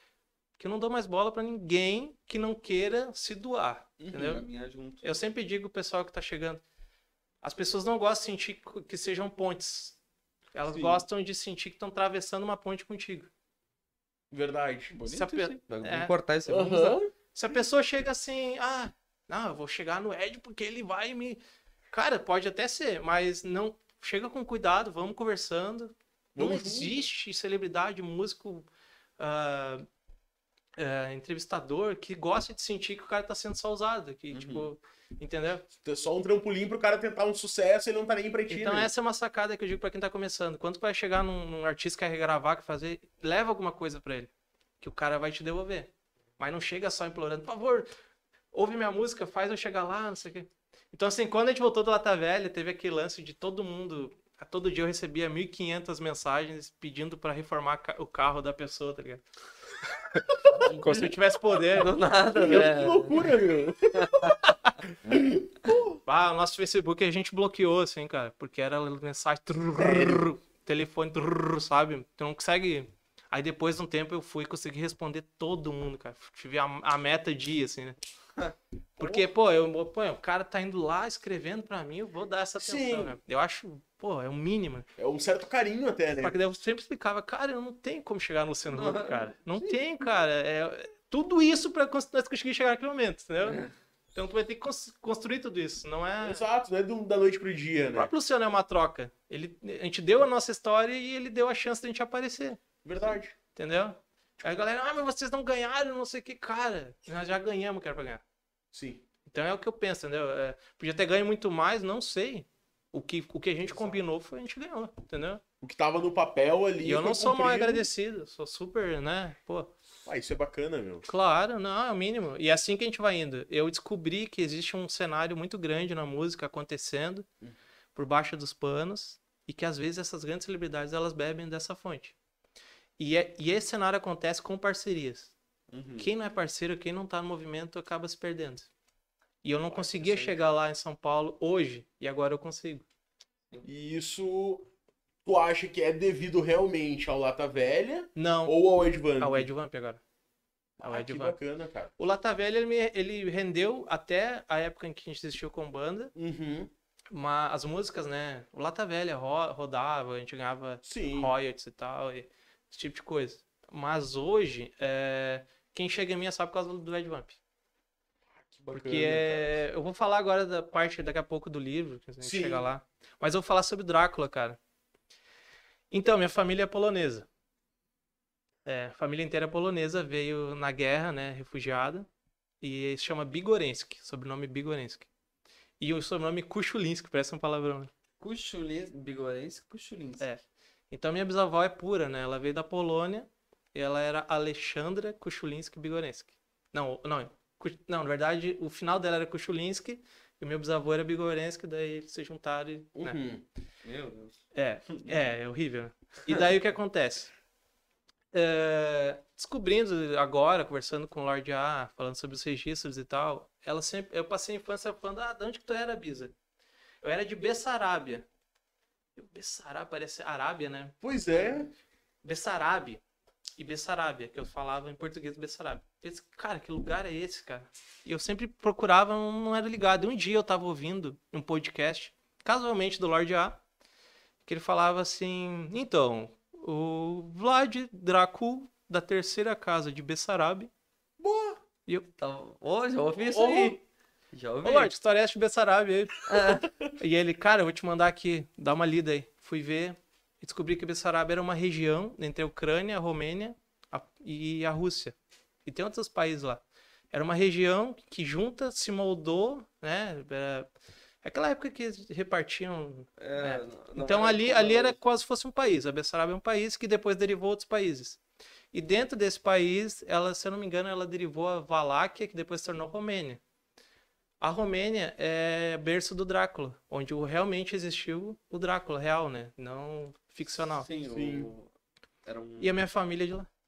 que eu não dou mais bola pra ninguém que não queira se doar, entendeu? Caminhar junto. Eu sempre digo pro pessoal que tá chegando, as pessoas não gostam de sentir que sejam pontes. Elas Sim. gostam de sentir que estão atravessando uma ponte contigo. Verdade. Bonito Se a pe- isso aí. Vamos é. cortar isso aí. Vamos usar. Aham. Se a pessoa chega assim, ah, não, eu vou chegar no Ed porque ele vai me... Cara, pode até ser, mas não... Chega com cuidado, vamos conversando. Não Vamos existe celebridade, músico, ah, ah, entrevistador que gosta de sentir que o cara tá sendo só usado. Que, Uhum. tipo, entendeu? É só um trampolim pro cara tentar um sucesso e ele não tá nem pra ti, Então né? essa é uma sacada que eu digo pra quem tá começando. Quando tu vai chegar num, num artista que quer gravar, quer fazer, leva alguma coisa pra ele. que o cara vai te devolver. Mas não chega só implorando, por favor, ouve minha música, faz eu chegar lá, não sei o quê. Então, assim, quando a gente voltou do Lata Velha, teve aquele lance de todo mundo... A todo dia eu recebia mil e quinhentas mensagens pedindo pra reformar ca- o carro da pessoa, tá ligado? Como se eu tivesse poder. Do nada, Meu, que né? loucura, meu. Ah, o nosso Facebook a gente bloqueou, assim, cara. Porque era mensagem... trrr, telefone, trrr, sabe? Tu não consegue... Aí depois de um tempo eu fui e consegui responder todo mundo, cara. Tive a, a meta dia, assim, né? Porque, pô, eu, pô, o cara tá indo lá escrevendo pra mim, eu vou dar essa atenção, Sim. né? Eu acho, pô, é o mínimo. É um certo carinho até, né? Só que daí eu sempre explicava, cara, eu não tenho como chegar no Luciano Huck, cara. Não tem, cara. É, tudo isso pra cons- nós conseguir chegar naquele momento, entendeu? Então tu vai ter que cons- construir tudo isso, não é... Exato, não é do- da noite pro dia, O né? próprio Luciano é uma troca. Ele, a gente deu a nossa história e ele deu a chance de a gente aparecer, Verdade. entendeu? Aí a galera, ah, mas vocês não ganharam, não sei o que, cara. Nós já ganhamos, quero pra ganhar. Sim. Então é o que eu penso, entendeu? É, podia ter ganho muito mais, não sei. O que, o que a gente combinou foi a gente ganhou, entendeu? O que tava no papel ali. E eu foi não sou mal cumprido. agradecido, sou super, né? Pô, Ah, isso é bacana, meu. claro, não, é o mínimo. E é assim que a gente vai indo. Eu descobri que existe um cenário muito grande na música acontecendo por baixo dos panos e que às vezes essas grandes celebridades elas bebem dessa fonte. E, é, e esse cenário acontece com parcerias. Uhum. Quem não é parceiro, quem não tá no movimento acaba se perdendo. E eu não Ah, conseguia interessante. chegar lá em São Paulo hoje e agora eu consigo. E isso tu acha que é devido realmente ao Lata Velha Não, ou ao Ed Vamp? ao Ed Vamp agora. Ao Ah, Ed que Vamp. bacana, cara. O Lata Velha, ele, me- ele rendeu até a época em que a gente existiu com banda, Uhum. mas as músicas, né? O Lata Velha ro- rodava, a gente ganhava Sim. royalties e tal, e esse tipo de coisa. Mas hoje, é, quem chega em mim é só por causa do Ed Vamp. Que bacana, Porque é, eu vou falar agora da parte daqui a pouco do livro, que a gente Sim. chega lá. Mas eu vou falar sobre Drácula, cara. Então, minha família é polonesa. É, a família inteira é polonesa, veio na guerra, né, refugiada. E se chama Bigorenski, sobrenome Bigorenski. E o sobrenome Kuchulinski, parece um palavrão. Né? Kuchulinski, Bigorense, Kuchulinski. É. Então minha bisavó é pura, né? Ela veio da Polônia e ela era Alexandra Kuchulinski Bigorenski. Não, não, Ku- não, na verdade o final dela era Kuchulinski e o meu bisavô era Bigorenski, daí eles se juntaram e... né? Uhum. Meu Deus. É, é, é horrível. Né? E daí o que acontece? É, descobrindo agora, conversando com o Lorde A, falando sobre os registros e tal, ela sempre, eu passei a infância falando, ah, de onde que tu era, Bisa? Eu era de Bessarábia. Eu, Bessarábia, parece Arábia, né? Pois é. Bessarabe e Bessarábia, que eu falava em português Bessarabe. Eu disse, cara, que lugar é esse, cara? E eu sempre procurava, não era ligado. E um dia eu tava ouvindo um podcast, casualmente do Lorde A, que ele falava assim, então, o Vlad Dracul, da terceira casa de Bessarabe. Boa. E eu, Tá... Ô, já ouvi isso Ô, aí. Já ouvi. ô Lorde, que história é essa de Bessarabe aí? E ele, cara, eu vou te mandar aqui, dá uma lida aí. Fui ver e descobri que Bessarabia era uma região entre a Ucrânia, a Romênia a- e a Rússia. E tem outros países lá. Era uma região que junta se moldou, né? Era aquela época que eles repartiam. É, É. não- não Então era ali, como ali era hoje. quase se fosse um país. A Bessarabia é um país que depois derivou outros países. E dentro desse país, ela, se eu não me engano, ela derivou a Valáquia, que depois se tornou Romênia. A Romênia é berço do Drácula, onde o- realmente existiu o Drácula real, né? Não ficcional. Sim, Sim. O... Era um... E a minha família é de lá.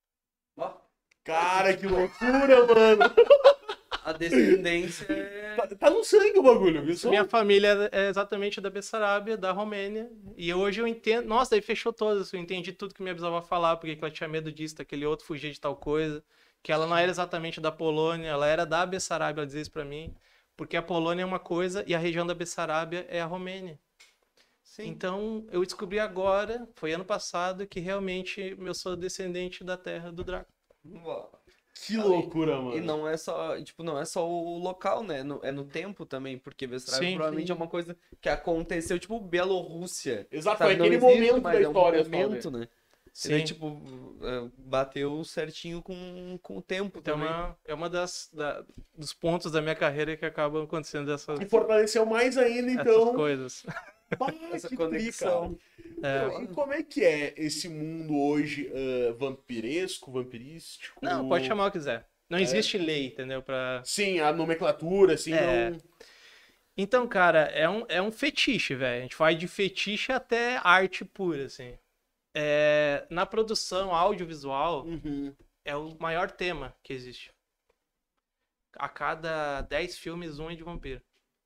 Ó, Cara, que loucura, mano. a descendência é... Tá, tá no sangue o bagulho, viu? Só- Minha família é exatamente da Bessarábia, da Romênia. E hoje eu entendo. Nossa, daí fechou todas. Eu entendi tudo que minha bisavó falava, porque que ela tinha medo disso, daquele outro, fugia de tal coisa. Que ela não era exatamente da Polônia, ela era da Bessarábia, ela dizia isso pra mim. Porque a Polônia é uma coisa e a região da Bessarábia é a Romênia. Sim. Então eu descobri agora, foi ano passado, que realmente eu sou descendente da terra do Drácula. Uau. Que loucura, mano. E não é só, tipo, não é só o local, né? No- é no tempo também, porque Bessarabia Sim, provavelmente sim. é uma coisa que aconteceu, tipo, Bielorrússia. Exato, sabe? foi Não aquele existe, momento mas da é um história, só, momento, né? E daí, Sim. tipo, é, bateu certinho com, com o tempo Então é também. uma, é uma das da- dos pontos da minha carreira que acabam acontecendo essas, E fortaleceu mais ainda, essas então. coisas. Bah, Essa que conexão. tri, cara. É, Meu, e como é que é esse mundo hoje ah, vampiresco, vampirístico? não, pode chamar o que quiser. Não É. existe lei, entendeu? Pra... Sim, a nomenclatura, assim, É. não... Então, cara, é um, é um fetiche, velho. A gente vai de fetiche até arte pura, assim. É, na produção audiovisual, Uhum. é o maior tema que existe. A cada dez filmes, um é de vampiro.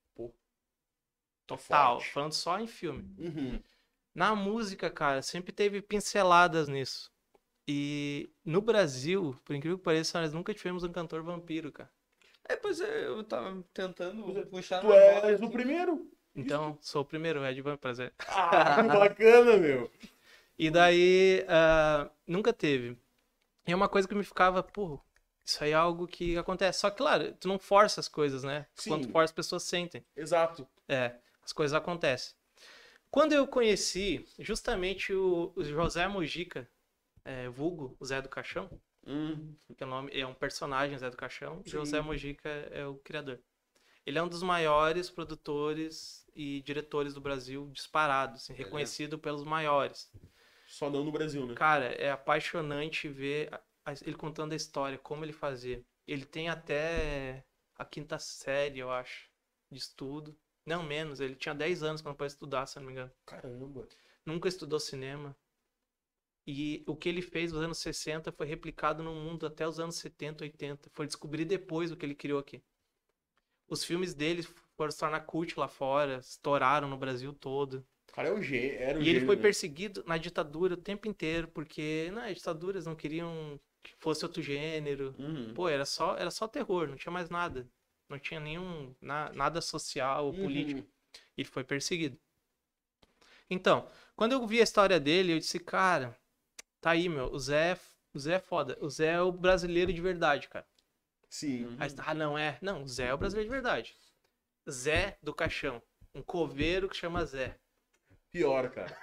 Tô Total, forte. falando só em filme. Uhum. Na música, cara, sempre teve pinceladas nisso. E no Brasil, por incrível que pareça, nós nunca tivemos um cantor vampiro, cara. É, pois é, eu tava tentando puxar Tu na bola és o aqui. primeiro? Então, sou o primeiro, Ed Van, prazer. Ah, que bacana, meu. E daí, ah, nunca teve. E é uma coisa que me ficava, pô, isso aí é algo que acontece. Só que, claro, tu não força as coisas, né? Sim. Quando tu força, as pessoas sentem. Exato. É, as coisas acontecem. Quando eu conheci justamente o, o José Mojica, é, vulgo, o Zé do Caixão, Hum, que é, o nome, é um personagem, Zé do Caixão, Sim. José Mojica é o criador. Ele é um dos maiores produtores e diretores do Brasil, disparado, assim, reconhecido pelos maiores. Só não no Brasil, né? Cara, é apaixonante ver a- a- ele contando a história, como ele fazia. Ele tem até a quinta série, eu acho, de estudo. Não menos, ele tinha dez anos quando foi estudar, se eu não me engano. Caramba. Nunca estudou cinema. E o que ele fez nos anos sessenta foi replicado no mundo até os anos setenta, oitenta. Foi descobrir depois o que ele criou aqui. Os filmes dele foram se tornar cult lá fora, estouraram no Brasil todo. O cara é um gê... era um E ele gênio, foi né? perseguido na ditadura o tempo inteiro, porque na ditadura eles não queriam que fosse outro gênero. uhum. Pô, era só, era só terror, não tinha mais nada. Não tinha nenhum, na- nada social ou Uhum. político. Ele foi perseguido. Então, quando eu vi a história dele, eu disse, cara, tá aí, meu, o Zé, é- o Zé é foda. O Zé é o brasileiro de verdade, cara. Sim. Uhum. Aí, você, ah, não é. Não, o Zé é o brasileiro de verdade. Zé do Caixão. Um coveiro que chama Zé. Pior, cara.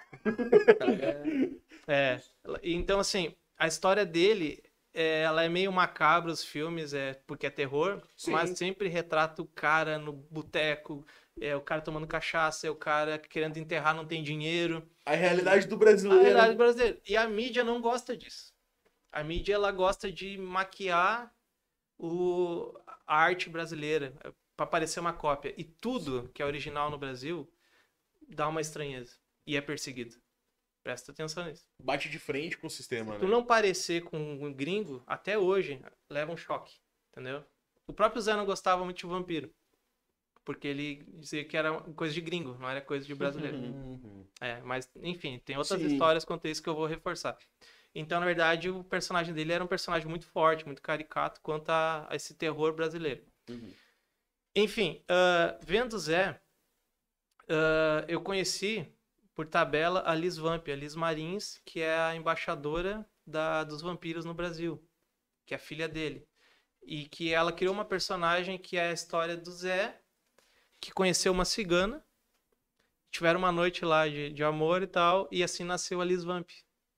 É. Então, assim, a história dele, é, ela é meio macabra, os filmes, é, porque é terror, Sim. mas sempre retrata o cara no boteco, é, o cara tomando cachaça, é o cara querendo enterrar, não tem dinheiro. A realidade do A brasileiro. realidade brasileira. E a mídia não gosta disso. A mídia, ela gosta de maquiar o, a arte brasileira para parecer uma cópia. E tudo que é original no Brasil dá uma estranheza. E é perseguido. Presta atenção nisso. Bate de frente com o sistema, Tu né? não parecer com um gringo, até hoje, leva um choque. Entendeu? O próprio Zé não gostava muito de vampiro. Porque ele dizia que era coisa de gringo, não era coisa de brasileiro. Uhum. É, mas, enfim, tem outras Sim. histórias quanto a isso que eu vou reforçar. Então, na verdade, o personagem dele era um personagem muito forte, muito caricato quanto a, a esse terror brasileiro. Uhum. Enfim, ah, vendo o Zé, ah, eu conheci, por tabela, a Liz Vamp, a Liz Marins, que é a embaixadora da, dos vampiros no Brasil, que é a filha dele. E que ela criou uma personagem que é a história do Zé, que conheceu uma cigana, tiveram uma noite lá de, de amor e tal, e assim nasceu a Liz Vamp.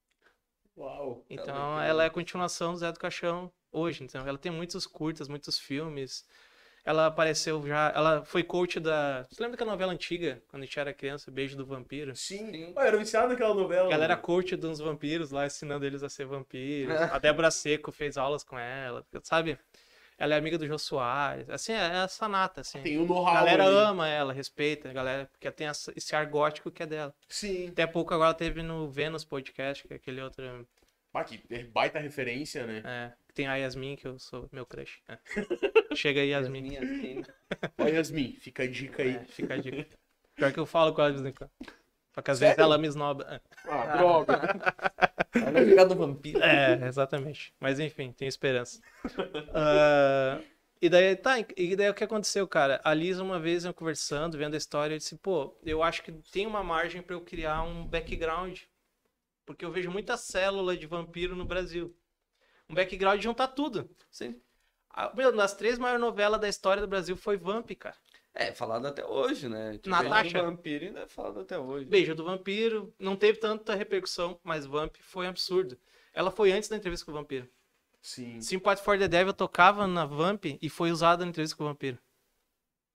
Uau. Então, ela é a continuação do Zé do Caixão hoje. Então, ela tem muitos curtas, muitos filmes. Ela apareceu já... Ela foi coach da... Você lembra daquela novela antiga, quando a gente era criança, Beijo do Vampiro? Sim. Sim. Ué, eu era viciado naquela novela. Ela era mano. coach de uns vampiros lá, ensinando eles a ser vampiros. A Débora Seco fez aulas com ela, sabe? Ela é amiga do Jô Soares. Assim, é essa nata, assim. Tem o A know-how galera ali. ama ela, respeita a galera, porque tem essa- esse ar gótico que é dela. Sim. Até pouco agora teve no Vênus Podcast, que é aquele outro... Ah, que baita referência, né? É, tem a Yasmin, que eu sou meu crush. É. Chega aí, Yasmin. Yasmin, Yasmin. Ó, Yasmin, fica a dica aí. É, fica a dica. Pior que eu falo com ela de vez em quando. Só que às Sério? vezes ela me esnoba. É. Ah, droga. Ela vai ficar do vampiro. É, exatamente. Mas enfim, tenho esperança. Ah, e daí, tá, e daí o que aconteceu, cara? A Liz, uma vez eu conversando, vendo a história, eu disse, pô, eu acho que tem uma margem pra eu criar um background. Porque eu vejo muita célula de vampiro no Brasil. Um background de juntar tudo. Sim. Ah, meu, nas três maiores novelas da história do Brasil foi Vamp, cara. É, falado até hoje, né? Tipo, Natasha. o vampiro ainda é falado até hoje. Beijo do Vampiro, não teve tanta repercussão, mas Vamp foi um absurdo. Ela foi antes da entrevista com o Vampiro. Sim. Sympathy for the Devil tocava na Vamp e foi usada na entrevista com o Vampiro.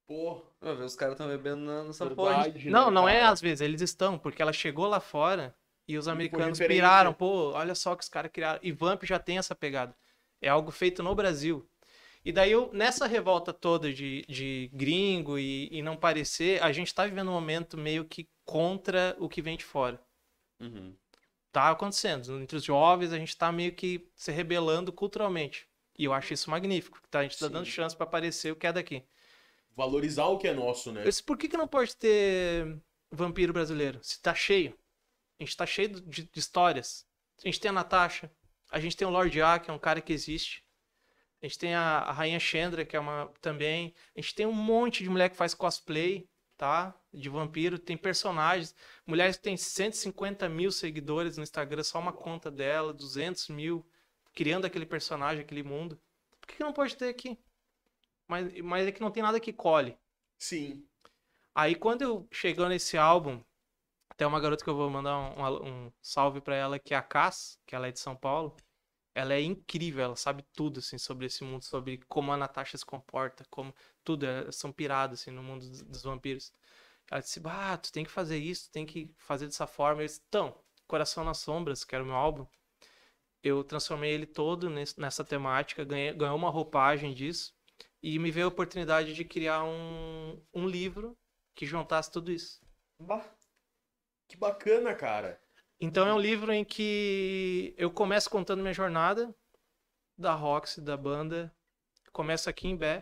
Pô, Vai ver, os caras estão bebendo na, no Samponte. verdade, Não, né, não é cara? às vezes, eles estão, porque ela chegou lá fora e os foi americanos referência. piraram, pô, olha só o que os caras criaram. E Vamp já tem essa pegada. É algo feito no Brasil. E daí, eu, nessa revolta toda de, de gringo e, e não parecer, a gente tá vivendo um momento meio que contra o que vem de fora. Uhum. Tá acontecendo. Entre os jovens, a gente tá meio que se rebelando culturalmente. E eu acho isso magnífico. Tá? A gente tá Sim. dando chance pra aparecer o que é daqui. Valorizar o que é nosso, né? Eu disse, por que, que não pode ter vampiro brasileiro? Se tá cheio. A gente tá cheio de, de histórias. A gente tem a Natasha. A gente tem o Lord A, que é um cara que existe. A gente tem a, a Rainha Chandra, que é uma também. A gente tem um monte de mulher que faz cosplay, tá? De vampiro. Tem personagens. Mulheres que tem cento e cinquenta mil seguidores no Instagram, só uma conta dela, duzentos mil, criando aquele personagem, aquele mundo. Por que, que não pode ter aqui? Mas, mas é que não tem nada que colhe. Sim. Aí quando eu chegou nesse álbum, tem uma garota que eu vou mandar um, um- um salve pra ela, que é a Cass, que ela é de São Paulo. Ela é incrível, ela sabe tudo, assim, sobre esse mundo, sobre como a Natasha se comporta, como tudo, é- são pirados, assim, no mundo dos, dos vampiros. Ela disse, ah, tu tem que fazer isso, tem que fazer dessa forma. Eu disse, então, Coração nas Sombras, que era o meu álbum, eu transformei ele todo nesse- nessa temática, ganhei, ganhou uma roupagem disso, e me veio a oportunidade de criar um, um livro que juntasse tudo isso. Bah, que bacana, cara. Então é um livro em que eu começo contando minha jornada da Roxy, da banda. Começo aqui em Bé.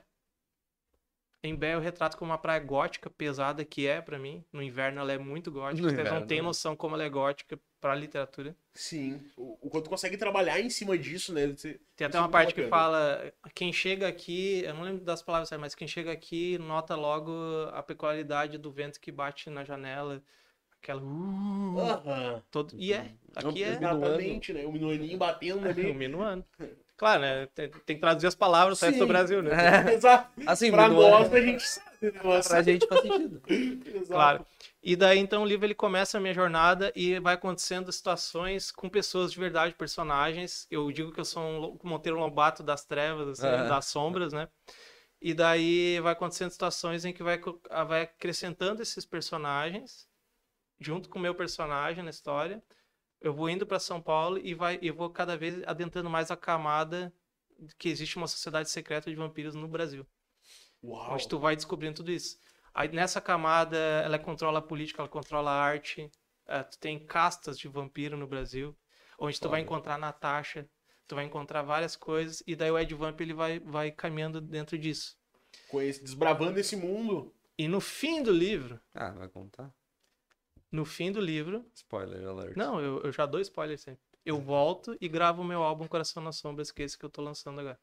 Em Bé eu retrato como uma praia gótica, pesada que é pra mim. No inverno ela é muito gótica. No Vocês não inverno, têm né? noção como ela é gótica pra literatura. Sim. O, o quanto consegue trabalhar em cima disso, né? Você- Tem até isso é uma muito parte que bacana. fala, quem chega aqui, eu não lembro das palavras, mas quem chega aqui nota logo a peculiaridade do vento que bate na janela, aquela uh, Aham. todo, e é, aqui é Exatamente, né? O minuaninho batendo um ali. minuano. Claro, né? Tem, tem que traduzir as palavras pro resto do Sim. Brasil, né? Exato. Assim, Pra minuano- nós, a gente sabe, né? Mas- Pra gente faz sentido. Exato. Claro. E daí, então, o livro ele começa a minha jornada e vai acontecendo situações com pessoas de verdade, personagens. Eu digo que eu sou um Lo- Monteiro Lobato das trevas, assim, Aham. das sombras, né? E daí vai acontecendo situações em que vai, co- ah, vai acrescentando esses personagens, junto com o meu personagem na história. Eu vou indo para São Paulo e vai, eu vou cada vez adentrando mais a camada que existe uma sociedade secreta de vampiros no Brasil. Uau. Onde tu vai descobrindo tudo isso. Aí nessa camada, ela controla a política, ela controla a arte. eh, tu tem castas de vampiro no Brasil, onde tu vai Foda. encontrar a Natasha, tu vai encontrar várias coisas, e daí o Ed Vamp ele vai, vai caminhando dentro disso. Conhece, desbravando esse mundo. E no fim do livro, Ah, vai contar? no fim do livro, Spoiler alert. não, eu, eu já dou spoiler sempre. Eu volto e gravo o meu álbum Coração nas Sombras, que é esse que eu tô lançando agora.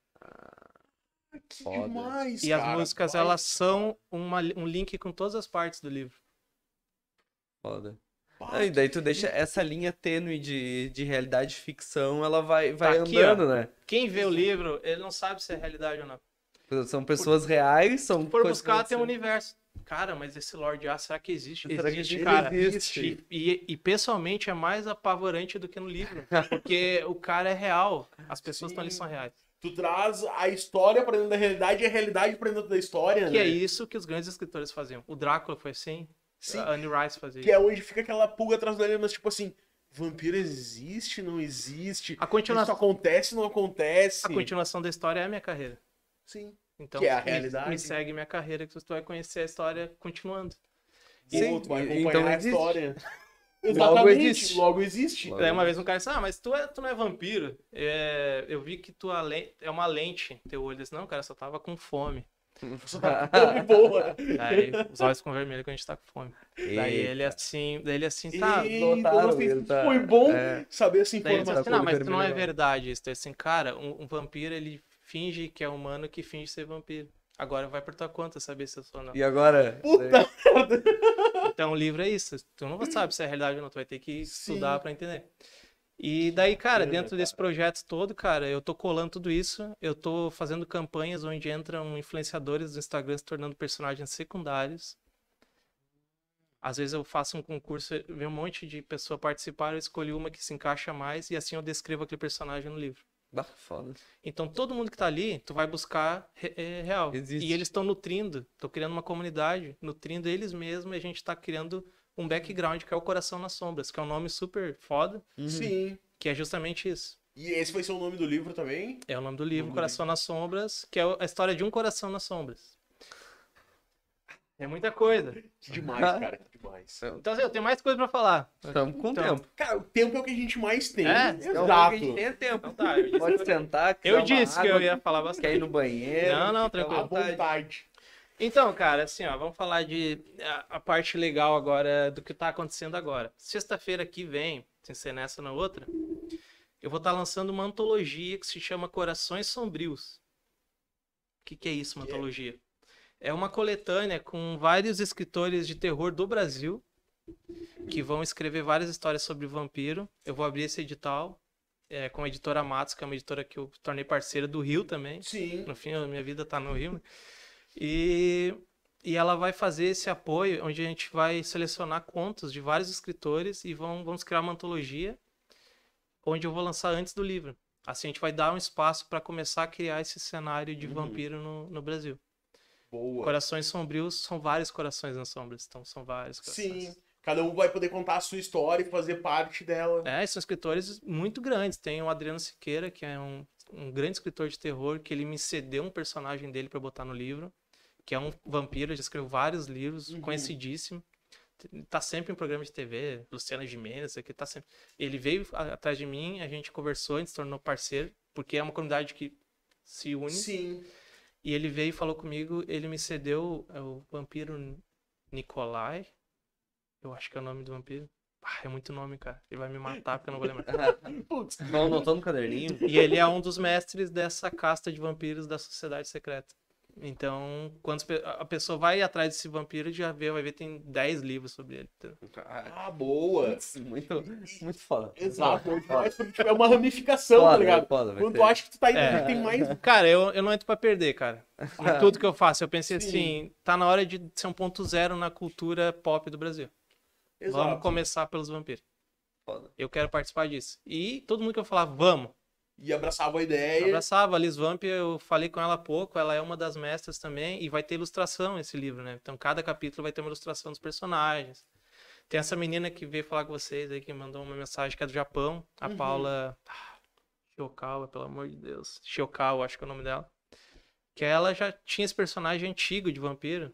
Que Foda. demais, E cara. as músicas, Vai. elas são uma, um link com todas as partes do livro. Foda. Bah, Ah, e daí tu deixa essa linha tênue de, de realidade e ficção, ela vai, vai Tá aqui, andando, ó. né? Quem vê o livro, ele não sabe se é realidade ou não. São pessoas reais, são Se for coisas que buscar, tem um aconteceram. universo. Cara, mas esse Lord A, será que existe? Será que Existe, existe? cara. Existe. E, e, e, pessoalmente é mais apavorante do que no livro. Porque o cara é real. As pessoas estão ali Sim. são reais. Tu traz a história pra dentro da realidade e a realidade pra dentro da história, Que né? é isso que os grandes escritores faziam. O Drácula foi assim. Sim. A Anne Rice fazia Que isso. é onde fica aquela pulga atrás da orelha, mas tipo assim, vampiro existe, não existe? A continuação- Isso acontece, não acontece? A continuação da história é a minha carreira. Sim. Então, Que é a me- realidade. Me, segue minha carreira, que tu vai conhecer a história continuando. Sim, tu vai e- acompanhar então a existe. história. Logo Exatamente, existe. logo existe. Logo. Daí uma vez um cara disse, ah, mas tu, é, tu não é vampiro. É, eu vi que tua lente, é uma lente, teu olho. Eu disse, não, cara, eu só tava com fome. Só tá tão boa. Daí os olhos ficam vermelhos quando a gente tá com fome. Daí Eita. ele assim, daí ele assim, tá. Eita, notaram, gostei. ele tá- Foi bom é. saber essa Daí ele disse informação. assim, não, olho mas tu não é vermelho, não. verdade isso. Daí assim, cara, um, um vampiro, ele finge que é humano que finge ser vampiro. Agora vai por tua conta saber se eu sou ou não. E agora? Puta merda. Então o livro é isso. Tu não sabe se é realidade ou não, tu vai ter que Sim. estudar pra entender. E daí, cara, Bacana, dentro desse projeto todo, cara, eu tô colando tudo isso, eu tô fazendo campanhas onde entram influenciadores do Instagram se tornando personagens secundários. Às vezes eu faço um concurso, vem um monte de pessoa participar, eu escolhi uma que se encaixa mais e assim eu descrevo aquele personagem no livro. Bah, foda. Então todo mundo que tá ali, tu vai buscar re- é, real. Existe. E eles estão nutrindo, estão criando uma comunidade, nutrindo eles mesmos, e a gente tá criando um background que é o Coração nas Sombras, que é um nome super foda, Uhum. Sim. que é justamente isso. E esse vai ser o nome do livro também? É o nome do livro, Nome do Coração nas Sombras, que é a história de um coração nas sombras. É muita coisa. Que demais, cara, que demais. Então, assim, eu tenho mais coisa pra falar. Estamos com Então, tempo. Cara, o tempo é o que a gente mais tem. É, Então, Exato. a gente tem tempo. Então tá, eu disse, Pode sentar. quiser eu uma disse que água, eu ia falar Quer ir bastante. no banheiro. Não, não, fica à tranquilo. À vontade. vontade. Então, cara, assim, ó, vamos falar de a, a parte legal agora do que tá acontecendo agora. Sexta-feira que vem, sem ser nessa na outra, eu vou estar lançando uma antologia que se chama Corações Sombrios. O que, que é isso, uma Que é? antologia? É uma coletânea com vários escritores de terror do Brasil que vão escrever várias histórias sobre vampiro. Eu vou abrir esse edital é, com a editora Matos, que é uma editora que eu tornei parceira do Rio também. Sim. No fim, a minha vida tá no Rio, né? E, e ela vai fazer esse apoio, onde a gente vai selecionar contos de vários escritores e vão, vamos criar uma antologia, onde eu vou lançar antes do livro. Assim, a gente vai dar um espaço para começar a criar esse cenário de Uhum. vampiro no, no Brasil. Boa. Corações Sombrios são vários corações nas sombras, então são vários corações. Sim. Cada um vai poder contar a sua história e fazer parte dela. É, são escritores muito grandes. Tem o Adriano Siqueira, que é um, um grande escritor de terror, que ele me cedeu um personagem dele para botar no livro, que é um vampiro, ele já escreveu vários livros, Uhum. conhecidíssimo. Tá sempre em programa de T V, Luciana Gimenez, aqui tá sempre. Ele veio a- atrás de mim, a gente conversou, a gente se tornou parceiro, porque é uma comunidade que se une. Sim. E ele veio e falou comigo, ele me cedeu é, o vampiro Nikolai. Eu acho que é o nome do vampiro. Ah, é muito nome, cara. Ele vai me matar porque eu não vou lembrar. Putz. Não anotou no caderninho? E ele é um dos mestres dessa casta de vampiros da Sociedade Secreta. Então, quando as pe- a pessoa vai atrás desse vampiro, já vê, vai ver tem dez livros sobre ele. entendeu? Ah, boa. Muito, muito foda. Exato. Muito Mas, porque, tipo, é uma ramificação, tá Foda, ligado? foda, vai Quando ter. tu acha que tu tá indo, É. tem mais. Cara, eu, eu não entro pra perder, cara. Em tudo que eu faço. Eu pensei Sim. assim, tá na hora de ser um ponto zero na cultura pop do Brasil. Exato. Vamos começar pelos vampiros. Foda. Eu quero participar disso. E todo mundo que eu falava, vamos. E abraçava a ideia. Abraçava a Liz Vamp, eu falei com ela há pouco, ela é uma das mestras também, e vai ter ilustração esse livro, né? Então cada capítulo vai ter uma ilustração dos personagens. Tem essa menina que veio falar com vocês aí, que mandou uma mensagem que é do Japão, a Uhum. Paula ah, Shiokawa, pelo amor de Deus. Shiokawa, acho que é o nome dela. Que ela já tinha esse personagem antigo de vampiro.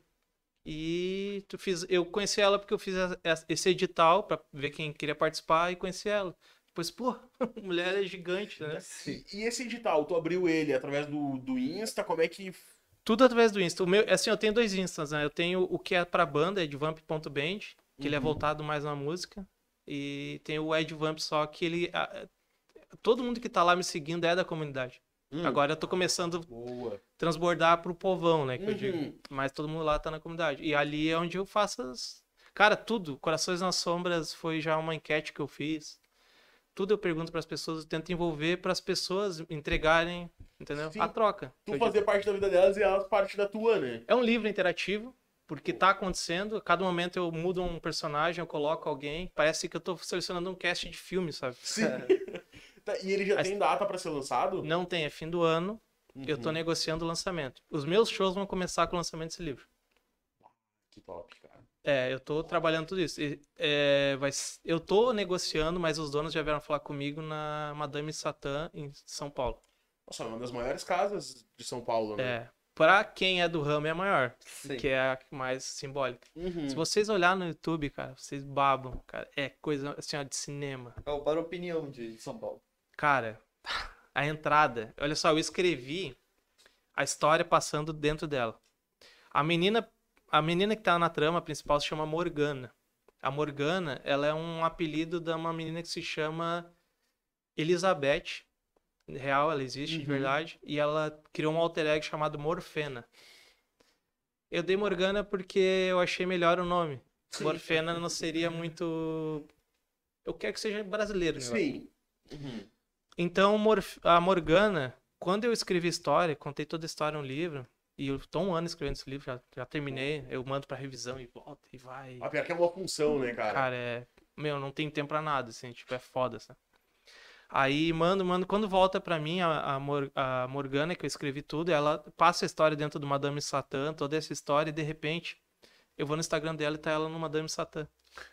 E tu fiz, eu conheci ela porque eu fiz a- esse edital pra ver quem queria participar e conheci ela. Depois, pô, a mulher é gigante, né? E, e esse edital, tu abriu ele através do, do Insta, como é que. Tudo através do Insta. O meu, assim, eu tenho dois Instas, né? Eu tenho o que é pra banda, edvamp ponto band, que ele é Uhum. voltado mais na música. E tem o Edvamp só, que ele... a- todo mundo que tá lá me seguindo é da comunidade. Hum. Agora eu tô começando a Boa. transbordar pro povão, né? Que eu Uhum. digo. Mas todo mundo lá tá na comunidade. E ali é onde eu faço as... Cara, tudo. Corações nas Sombras foi já uma enquete que eu fiz. Tudo eu pergunto pras pessoas, eu tento envolver pras pessoas entregarem, entendeu? Sim. A troca. Tu Eu fazer parte da vida delas e elas parte da tua, né? É um livro interativo, porque tá acontecendo. A cada momento eu mudo um personagem, eu coloco alguém. Parece que eu tô selecionando um cast de filme, sabe? Sim. Tá, e ele já Mas- tem data pra ser lançado? Não tem, é fim do ano. Eu tô Uhum. negociando o lançamento. Os meus shows vão começar com o lançamento desse livro. Que top, cara. É, eu tô trabalhando tudo isso. E, é, vai, s- eu tô negociando, mas os donos já vieram falar comigo na Madame Satã, em São Paulo. Nossa, é uma das maiores casas de São Paulo, né? É, pra quem é do ramo é a maior, Sim. que é a mais simbólica. Uhum. Se vocês olharem no YouTube, cara, vocês babam, cara. É coisa assim, ó, de cinema. Qual para a opinião de São Paulo? Cara, a entrada. Olha só, eu escrevi a história passando dentro dela. A menina, a menina que tá na trama principal se chama Morgana. A Morgana, ela é um apelido de uma menina que se chama Elizabeth. Real, ela existe de Uhum. verdade. E ela criou um alter ego chamado Morfena. Eu dei Morgana porque eu achei melhor o nome. Morfena não seria muito... Eu quero que seja brasileiro, né? Sim. Uhum. Então, Morf- a Morgana, quando eu escrevi a história, contei toda a história no livro, e eu tô um ano escrevendo esse livro, já, já terminei, eu mando pra revisão e volta e vai. A pior que é uma função, né, cara? Cara, é. Meu, não tem tempo pra nada, assim, tipo, é foda, sabe? Aí mando, mando. Quando volta pra mim a, a, Mor- a Morgana, que eu escrevi tudo, ela passa a história dentro do Madame Satã, toda essa história, e de repente eu vou no Instagram dela e tá ela no Madame Satã.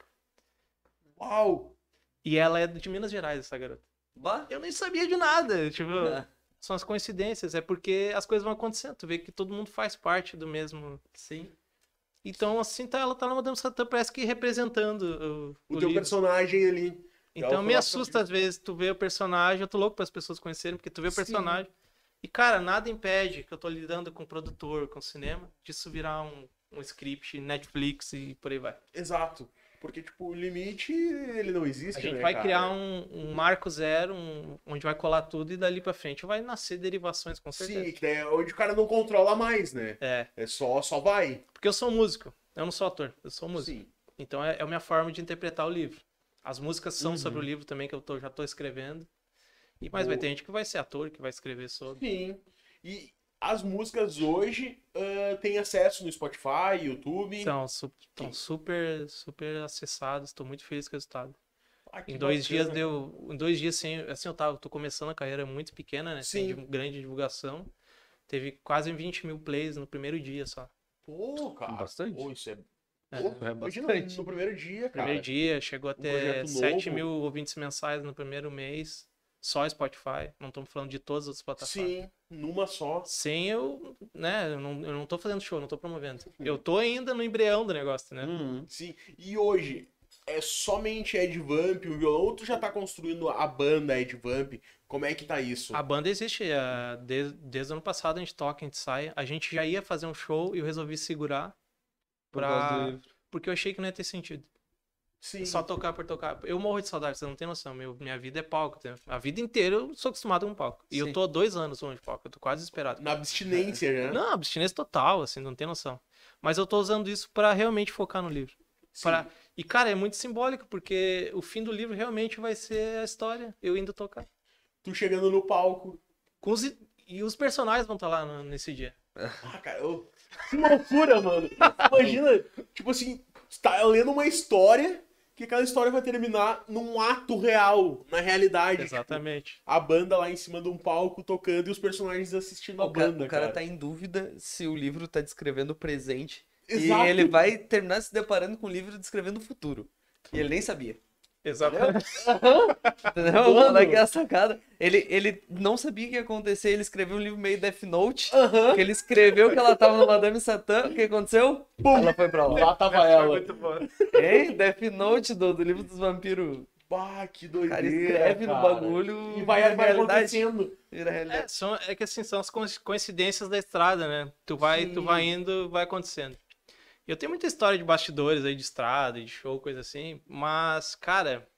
Uau! E ela é de Minas Gerais, essa garota. Bah. Eu nem sabia de nada. Tipo, Ah, são as coincidências. É porque as coisas vão acontecendo. Tu vê que todo mundo faz parte do mesmo. sim. Então, assim, tá, ela tá na Madame Satã, parece que representando o, O o teu livro. personagem ali. Então Ela me foi lá assusta pra- às vezes tu vê o personagem, eu tô louco para as pessoas conhecerem, porque tu vê o Sim. personagem. E cara, nada impede que eu tô lidando com produtor, com cinema, disso virar um, um script, Netflix e por aí vai. Exato. Porque, tipo, o limite, ele não existe, A gente né, vai cara? criar um, um marco zero, um- onde vai colar tudo e dali pra frente vai nascer derivações, com certeza. Sim, que daí é onde o cara não controla mais, né? É, É só, só vai. porque eu sou músico, eu não sou ator, eu sou músico. Sim. Então é, é a minha forma de interpretar o livro. As músicas são Uhum. sobre o livro também, que eu tô- já tô escrevendo. E, mas vai Boa. ter gente que vai ser ator, que vai escrever sobre. Sim. E as músicas hoje ah, têm acesso no Spotify, YouTube. São su- tão Sim. super, super acessados. Estou muito feliz com o resultado. Ah, que Em dois bacana. dias deu. Em dois dias, sem, assim, eu tava, tô começando a carreira muito pequena, né? Sem Sim. div- grande divulgação. Teve quase vinte mil plays no primeiro dia só. Pô, cara. Bastante. Pô, isso é... É. Pô, É imagina bastante. no primeiro dia, cara. Primeiro dia, chegou até projeto sete novo. mil ouvintes mensais no primeiro mês. Só Spotify. Não estamos falando de todas as plataformas. Sim, numa só. Sem eu, né? Eu não, eu não tô fazendo show, não tô promovendo. Eu tô ainda no embrião do negócio, né? Uhum. Sim. E hoje, é somente Ed Vamp, o violão, ou tu já tá construindo a banda Ed Vamp? Como é que tá isso? A banda existe, ah, desde, desde o ano passado a gente toca, a gente sai. A gente já ia fazer um show e eu resolvi segurar Por causa do pra... livro. porque eu achei que não ia ter sentido. Sim. Só tocar por tocar. Eu morro de saudade, você não tem noção. Meu, minha vida é palco. entendeu? A vida inteira eu sou acostumado com palco. E eu Sim. tô há dois anos longe de palco, eu tô quase esperado. Na abstinência, né? Não, abstinência total, assim, não tem noção. Mas eu tô usando isso pra realmente focar no livro. Sim. Pra... E, cara, é muito simbólico, porque o fim do livro realmente vai ser a história, eu indo tocar. Tu chegando no palco. Com os... E os personagens vão estar lá no- nesse dia. Ah, cara, eu... que loucura, mano. Imagina, tipo assim, tu tá lendo uma história que aquela história vai terminar num ato real, na realidade. Tipo, Exatamente. a banda lá em cima de um palco tocando e os personagens assistindo a O cara, banda, o cara cara. tá em dúvida se o livro tá descrevendo o presente. Exato. E ele vai terminar se deparando com o livro descrevendo o futuro. E ele nem sabia. Exatamente. Entendeu? Mano. Olha que é a sacada. Ele, ele não sabia o que ia acontecer, ele escreveu um livro meio Death Note. Aham. Que ele escreveu que ela tava no Madame Satã. O que aconteceu? Pum. Ela foi pra lá. Lá tava ela. Muito bom. Ei, Death Note do, do livro dos vampiros. Bah, que O doideira, cara escreve no cara. bagulho E vai, vira vai realidade. acontecendo. Vira realidade. É, são, é que assim, são as coinc- coincidências da estrada, né? Tu vai, Sim. tu vai indo, vai acontecendo. Eu tenho muita história de bastidores aí, de estrada, de show, coisa assim, mas, cara,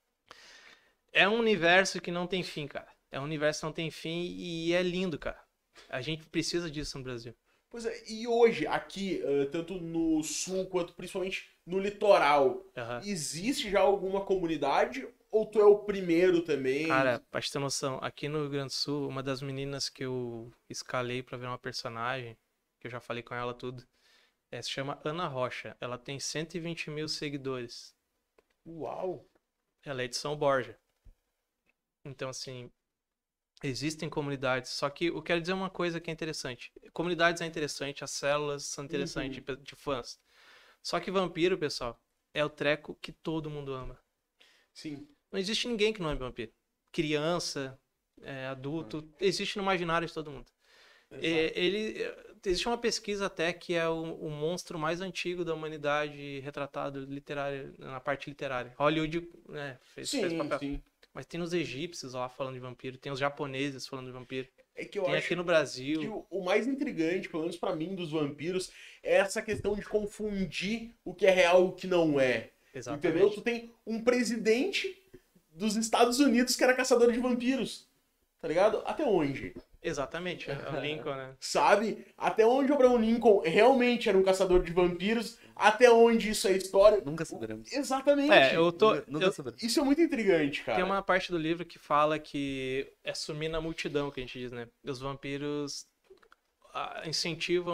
é um universo que não tem fim, cara. É um universo que não tem fim e é lindo, cara. A gente precisa disso no Brasil. Pois é, e hoje, aqui, eh, tanto no sul quanto principalmente no litoral, Aham. existe já alguma comunidade ou tu é o primeiro também? Cara, pra te ter noção, aqui no Rio Grande do Sul, uma das meninas que eu escalei pra ver uma personagem, que eu já falei com ela tudo, é, se chama Ana Rocha. Ela tem cento e vinte mil seguidores. Uau! Ela é de São Borja. Então, assim, existem comunidades. Só que eu quero dizer uma coisa que é interessante. Comunidades é interessante, as células são interessantes de, de fãs. Só que vampiro, pessoal, é o treco que todo mundo ama. Sim. Não existe ninguém que não ame vampiro. Criança, é, adulto, existe no imaginário de todo mundo. É, ele, existe uma pesquisa até que é o, o monstro mais antigo da humanidade retratado literário, na parte literária. Hollywood, né, fez, fez Sim, papel. sim. Mas tem os egípcios lá falando de vampiro, tem os japoneses falando de vampiro, É que eu tem acho aqui no que Brasil. o, o mais intrigante, pelo menos pra mim, dos vampiros, é essa questão de confundir o que é real e o que não é. Exatamente. Entendeu? Tu tem um presidente dos Estados Unidos que era caçador de vampiros. Tá ligado? Até onde? Exatamente, é o Lincoln, né? Sabe? Até onde o Abraham Lincoln realmente era um caçador de vampiros, até onde isso é história. Nunca saberemos. Exatamente. É, eu tô. Nunca, nunca eu- saberemos. Isso é muito intrigante, cara. Tem uma parte do livro que fala que é sumir na multidão, que a gente diz, né? Os vampiros ah, incentivam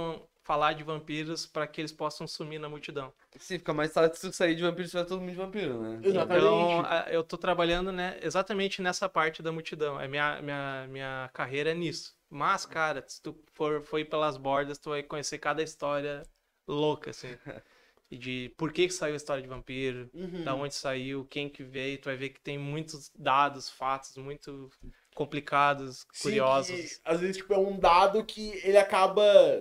falar de vampiros pra que eles possam sumir na multidão. Sim, fica mais fácil se sair de vampiro se tiver todo mundo de vampiro, né? Exatamente. Então, a- eu tô trabalhando, né, exatamente nessa parte da multidão. É minha, minha, minha carreira é nisso. Mas, cara, se tu for, for ir pelas bordas, tu vai conhecer cada história louca, assim. E de por que que saiu a história de vampiro, Uhum. da onde saiu, quem que veio. Tu vai ver que tem muitos dados, fatos muito complicados, Sim, curiosos. que, às vezes, tipo, é um dado que ele acaba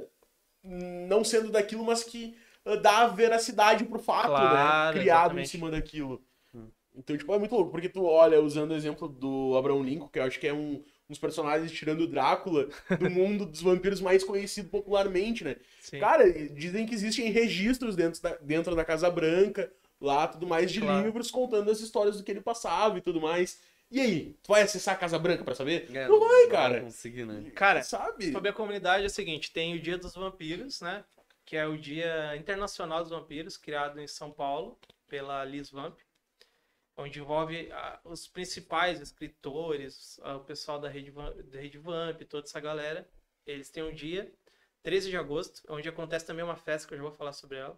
não sendo daquilo, mas que uh, dá veracidade pro fato, Claro, né? Criado exatamente. em cima daquilo. Hum. Então, tipo, é muito louco, porque tu olha, usando o exemplo do Abraham Lincoln, que eu acho que é um, um dos personagens tirando o Drácula do mundo dos vampiros mais conhecido popularmente, né? Sim. Cara, dizem que existem registros dentro da, dentro da Casa Branca, lá, tudo mais, de Claro. livros contando as histórias do que ele passava e tudo mais. E aí, tu vai acessar a Casa Branca pra saber? É, não vai, cara. conseguir, né? Cara, Sabe? sobre a comunidade é o seguinte, tem o Dia dos Vampiros, né? Que é o Dia Internacional dos Vampiros, criado em São Paulo pela Liz Vamp, onde envolve ah, os principais escritores, ah, o pessoal da Rede Vamp, da Rede Vamp, toda essa galera. Eles têm um dia, treze de agosto, onde acontece também uma festa que eu já vou falar sobre ela.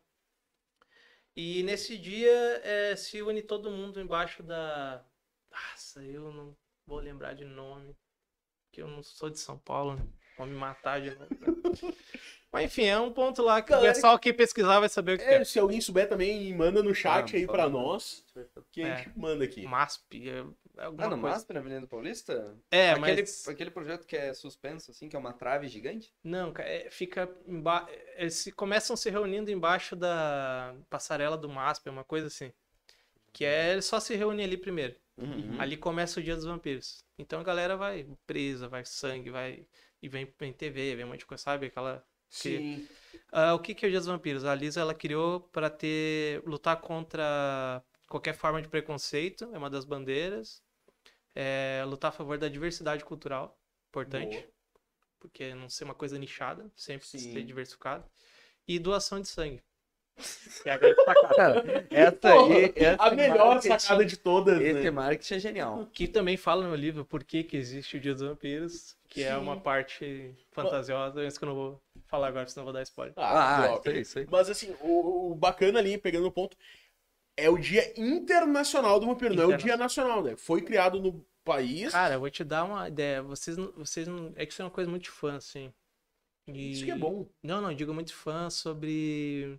E nesse dia eh, se une todo mundo embaixo da... Nossa, eu não vou lembrar de nome, que eu não sou de São Paulo, né? Vão me matar de novo. Né? Mas enfim, é um ponto lá que Galera, o pessoal que pesquisar vai saber o que É, é. se alguém souber também, manda no chat Ah, aí por pra favor. nós, que a É. gente manda aqui. MASP, é, é alguma Ah, no coisa. MASP, na Avenida Paulista? É, aquele, mas... aquele projeto que é suspenso, assim, que é uma trave gigante? Não, cara, é, fica... Emba... Eles se, começam se reunindo embaixo da passarela do MASP, é uma coisa assim. Que é, eles só se reúnem ali primeiro. Uhum. Ali começa o Dia dos Vampiros. Então a galera vai presa, vai sangue, vai... E vem em T V, vem um monte de coisa, sabe? Aquela... Sim. Ah, o que que é o Dia dos Vampiros? A Lisa, ela criou para ter lutar contra qualquer forma de preconceito, é uma das bandeiras. É, lutar a favor da diversidade cultural, importante, Boa. porque não ser uma coisa nichada, sempre Sim. ser diversificado. E doação de sangue. Que é a grande sacada. Cara, essa Porra, aí... Essa a melhor marketing- sacada de todas, Esse né? marketing é genial. Que também fala no meu livro por que que existe o Dia dos Vampiros, que é Sim. uma parte fantasiosa, isso que eu não vou falar agora, senão eu vou dar spoiler. Ah, droga. isso aí, isso aí. Mas assim, o, o bacana ali, pegando o ponto, é o Dia Internacional do Vampiro, não é o Dia Nacional, né? Foi criado no país. Cara, eu vou te dar uma ideia. Vocês, não- vocês não. É que isso é uma coisa muito fã, assim. E- Isso que é bom. Não, não, eu digo muito fã sobre.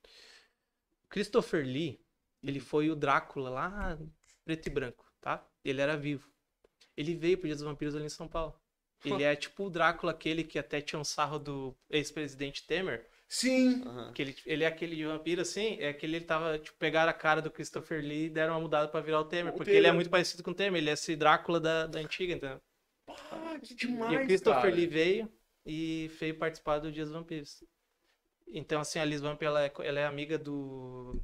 Christopher Lee, ele foi o Drácula lá, preto e branco, tá? Ele era vivo. Ele veio pro Dia dos Vampiros ali em São Paulo. Ele é tipo o Drácula, aquele que até tinha um sarro do ex-presidente Temer. Sim. Aham. Que ele, ele é aquele de vampiro, assim, é aquele ele tava, tipo, pegaram a cara do Christopher Lee e deram uma mudada pra virar o Temer. O Porque Temer. ele é muito parecido com o Temer, ele é esse Drácula da, da antiga, entendeu? Ah, que demais, E o Christopher cara. Lee veio e veio participar do Dia dos Vampiros. Então, assim, a Liz Vamp, ela é, ela é amiga do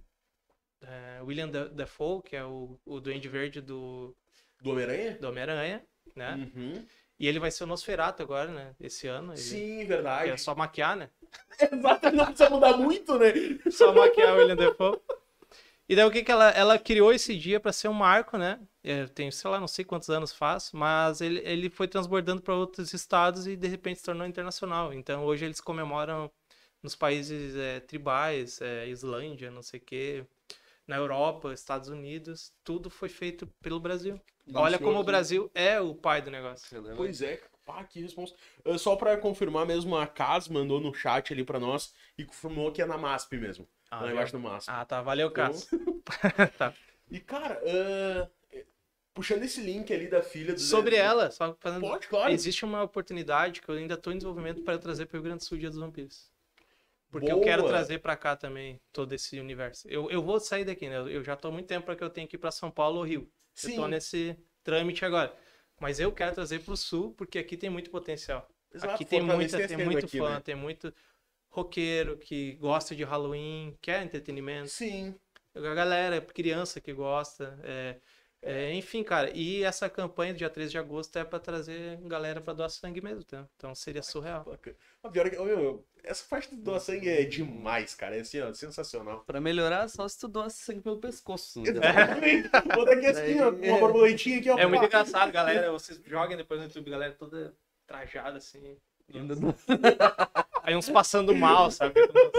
é, William Da- Dafoe, que é o, o Duende Verde do, Do Homem-Aranha? do Homem-Aranha, né? Uhum. E ele vai ser o Nosferatu agora, né? Esse ano. Ele, Sim, que verdade. é só maquiar, né? Exato, não precisa mudar muito, né? Só maquiar o William Dafoe. E daí o que que ela... Ela criou esse dia pra ser um marco, né? Eu tenho, sei lá, não sei quantos anos faz, mas ele, ele foi transbordando para outros estados e de repente se tornou internacional. Então hoje eles comemoram nos países é, tribais, é, Islândia, não sei o quê, na Europa, Estados Unidos, tudo foi feito pelo Brasil. Olha como o Brasil é o pai do negócio. Pois é, pá, que resposta. Uh, Só pra confirmar mesmo, a Cas mandou no chat ali pra nós e confirmou que é na MASP mesmo. Ah, lá já. embaixo do MASP. Ah, tá. Valeu, Então- Cássio. Tá. E cara, uh, puxando esse link ali da filha do Sobre Zé- ela, só fazendo... Pode, claro. Existe uma oportunidade que eu ainda estou em desenvolvimento para eu trazer para o Rio Grande do Sul o Dia dos Vampiros. Porque eu Boa. quero trazer para cá também todo esse universo. Eu, eu vou sair daqui, né? Eu já tô há muito tempo para que eu tenha que ir para São Paulo ou Rio. Sim. Eu tô nesse trâmite agora. Mas eu quero trazer para o Sul porque aqui tem muito potencial. Exato, aqui tem, muita, tem fortalecendo muito aqui, fã, né? tem muito roqueiro que gosta de Halloween, quer entretenimento. Sim. A galera, criança que gosta. é, é, enfim, cara. E essa campanha do dia treze de agosto é pra trazer galera pra doar sangue mesmo, tá? Então seria surreal. Bacana. A pior é que, ô, meu, essa parte do doar sangue é demais, cara. É assim, ó, sensacional. Pra melhorar, só se tu doasse sangue pelo pescoço. Né? Exatamente. Vou dar aqui assim, ó, com uma borboletinha aqui, ó. É muito pá. engraçado, galera. Vocês joguem depois no YouTube, galera toda trajada assim. Ainda não- Aí uns passando mal, sabe?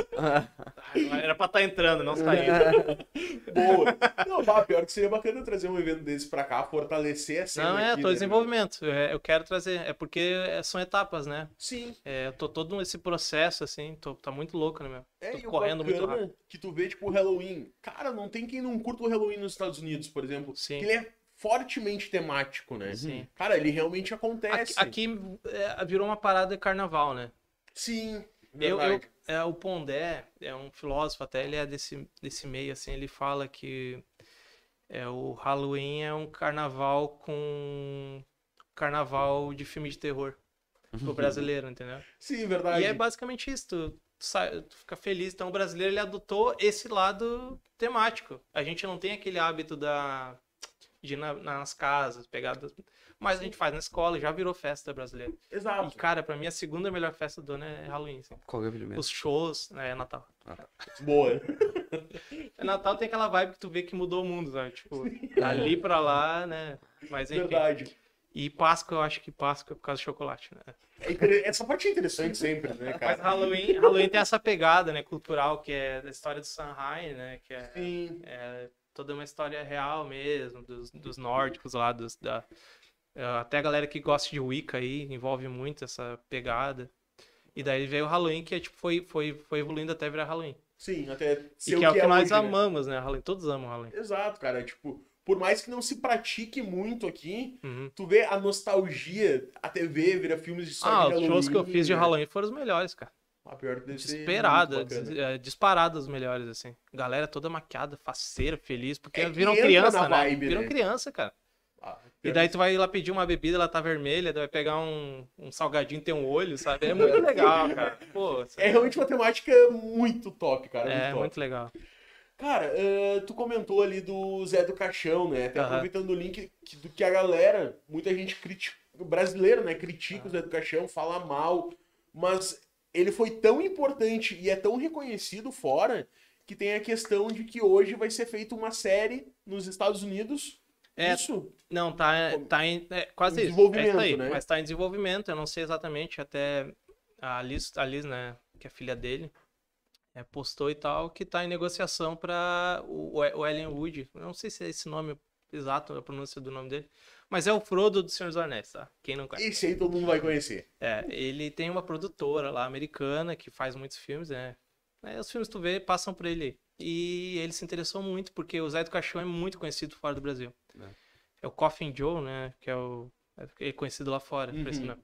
Era pra estar entrando, não saindo. Boa. Não, pá, pior que seria bacana trazer um evento desse pra cá, fortalecer a cena Não, é, aqui, tô em né, desenvolvimento. É, eu quero trazer. É porque são etapas, né? Sim. É, eu tô todo nesse processo, assim, tô, tá muito louco, né, meu? É, Tô e o correndo muito bacana rápido. que tu vê, tipo, o Halloween. Cara, não tem quem não curta o Halloween nos Estados Unidos, por exemplo. Sim. Que ele é fortemente temático, né? Sim. Cara, ele realmente Aqui, acontece. aqui, é, virou uma parada de carnaval, né? Sim, Eu, verdade. eu, é, o Pondé é um filósofo, até ele é desse, desse meio, assim, ele fala que é, o Halloween é um carnaval com carnaval de filme de terror pro brasileiro, entendeu? Sim, verdade. E é basicamente isso, tu, tu, sai- tu fica feliz. Então o brasileiro ele adotou esse lado temático. A gente não tem aquele hábito da, de ir na- nas casas, pegar. das- Mas a gente faz na escola, já virou festa brasileira. E, Exato. cara, pra mim a segunda melhor festa do ano é Halloween. Assim. Qual que é o primeiro? Os shows, né, é Natal. Boa. É Natal tem aquela vibe que tu vê que mudou o mundo, sabe? Tipo, dali pra lá, né? Mas enfim. Verdade. E Páscoa, eu acho que Páscoa é por causa do chocolate, né? É inter- Essa parte é interessante sempre, né, Mas cara? Halloween, Halloween tem essa pegada, né, cultural, que é da história do Sanhai, né? Que é, Sim. é toda uma história real mesmo, dos, dos nórdicos lá, dos, da, é, até a galera que gosta de Wicca aí, envolve muito essa pegada. E daí veio o Halloween, que é, tipo, foi, foi, foi evoluindo até virar Halloween. Sim, até ser E que é o que nós hoje, né? amamos, né? Halloween, todos amam Halloween. Exato, cara. Tipo, por mais que não se pratique muito aqui, Uhum. tu vê a nostalgia, a T V vira filmes de história Ah, de os Halloween. shows que eu fiz de né? Halloween foram os melhores, cara. Ah, pior que deve ser Disparada, muito bacana. dis- é, disparada os melhores, assim. Galera toda maquiada, faceira, feliz, porque É que viram entra criança, na né? vibe, Viram né? criança, cara. Ah, E pior daí que- tu vai lá pedir uma bebida, ela tá vermelha, daí vai pegar um, um salgadinho, tem um olho, sabe? É muito legal, cara. Pô, É realmente uma temática muito top, cara. é muito top. muito legal. Cara, eh, tu comentou ali do Zé do Caixão, né? Até Aham. aproveitando o link que, do que a galera, muita gente critica, o brasileiro, né? Critica o Zé do Caixão, fala mal, mas ele foi tão importante e é tão reconhecido fora que tem a questão de que hoje vai ser feita uma série nos Estados Unidos. É, Isso? Não, tá, tá em. É, quase Em isso. desenvolvimento, É isso aí, né? mas tá em desenvolvimento, eu não sei exatamente, até a Liz, a Liz, né, que é filha dele, é, postou e tal, que tá em negociação pra o, o Ellen Wood. Eu não sei se é esse nome exato, a pronúncia do nome dele, mas é o Frodo do Senhor dos Anéis, tá? Quem não conhece. Esse aí todo mundo vai conhecer. É, ele tem uma produtora lá americana que faz muitos filmes, né? É, os filmes que tu vê passam por ele. E ele se interessou muito porque o Zé do Caixão é muito conhecido fora do Brasil. É. É o Coffin Joe, né? Que é o é conhecido lá fora, Uhum. impressionante.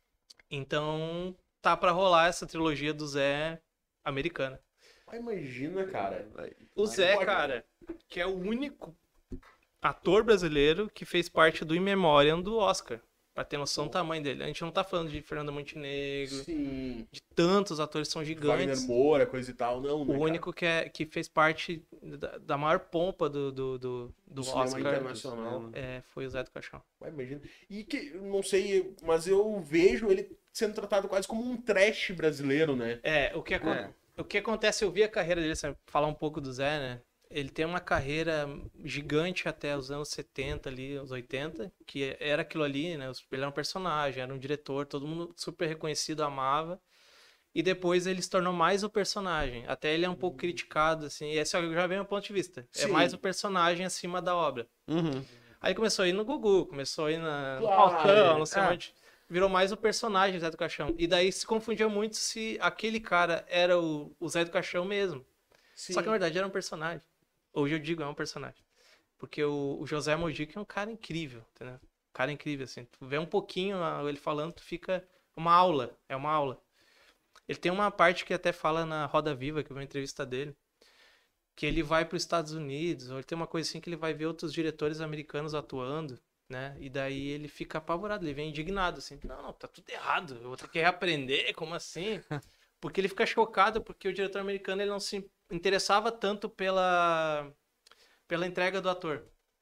Então tá pra rolar essa trilogia do Zé americana. Mas imagina, cara. O Zé, pode- cara, que é o único ator brasileiro que fez parte do In Memoriam do Oscar. Pra ter noção do tamanho dele. A gente não tá falando de Fernanda Montenegro, Sim. de tantos atores que são Wagner gigantes. Moura, coisa e tal. Não, O né, cara? único que, é, que fez parte da, da maior pompa do, do, do, do Do cinema Oscar internacional. é, foi o Zé do Caixão. Mas imagina. E que, eu não sei, mas eu vejo ele sendo tratado quase como um trash brasileiro, né? É, o que, acon- É. o que acontece, eu vi a carreira dele, sabe, falar um pouco do Zé, né? Ele tem uma carreira gigante até os anos setenta ali, os oitenta, que era aquilo ali, né? Ele era um personagem, era um diretor, todo mundo super reconhecido, amava. E depois ele se tornou mais o personagem. Até ele é um pouco criticado, assim. E esse já vem meu ponto de vista. É Sim. mais o personagem acima da obra. Uhum. Aí começou a ir no Gugu, começou a ir na, no Claro, Falcão, não sei é. onde. Virou mais o personagem Zé do Caixão. E daí se confundia muito se aquele cara era o, o Zé do Caixão mesmo. Sim. Só que na verdade era um personagem. Hoje eu digo, é um personagem. Porque o, o José Mojica é um cara incrível, entendeu? Um cara incrível, assim. Tu vê um pouquinho ah, ele falando, tu fica... Uma aula, é uma aula. Ele tem uma parte que até fala na Roda Viva, que eu vi uma entrevista dele, que ele vai para os Estados Unidos, ou ele tem uma coisa assim que ele vai ver outros diretores americanos atuando, né? E daí ele fica apavorado, ele vem indignado, assim, não, não, tá tudo errado, eu vou ter que reaprender, como assim? Porque ele fica chocado porque o diretor americano ele não se interessava tanto pela, pela entrega do ator,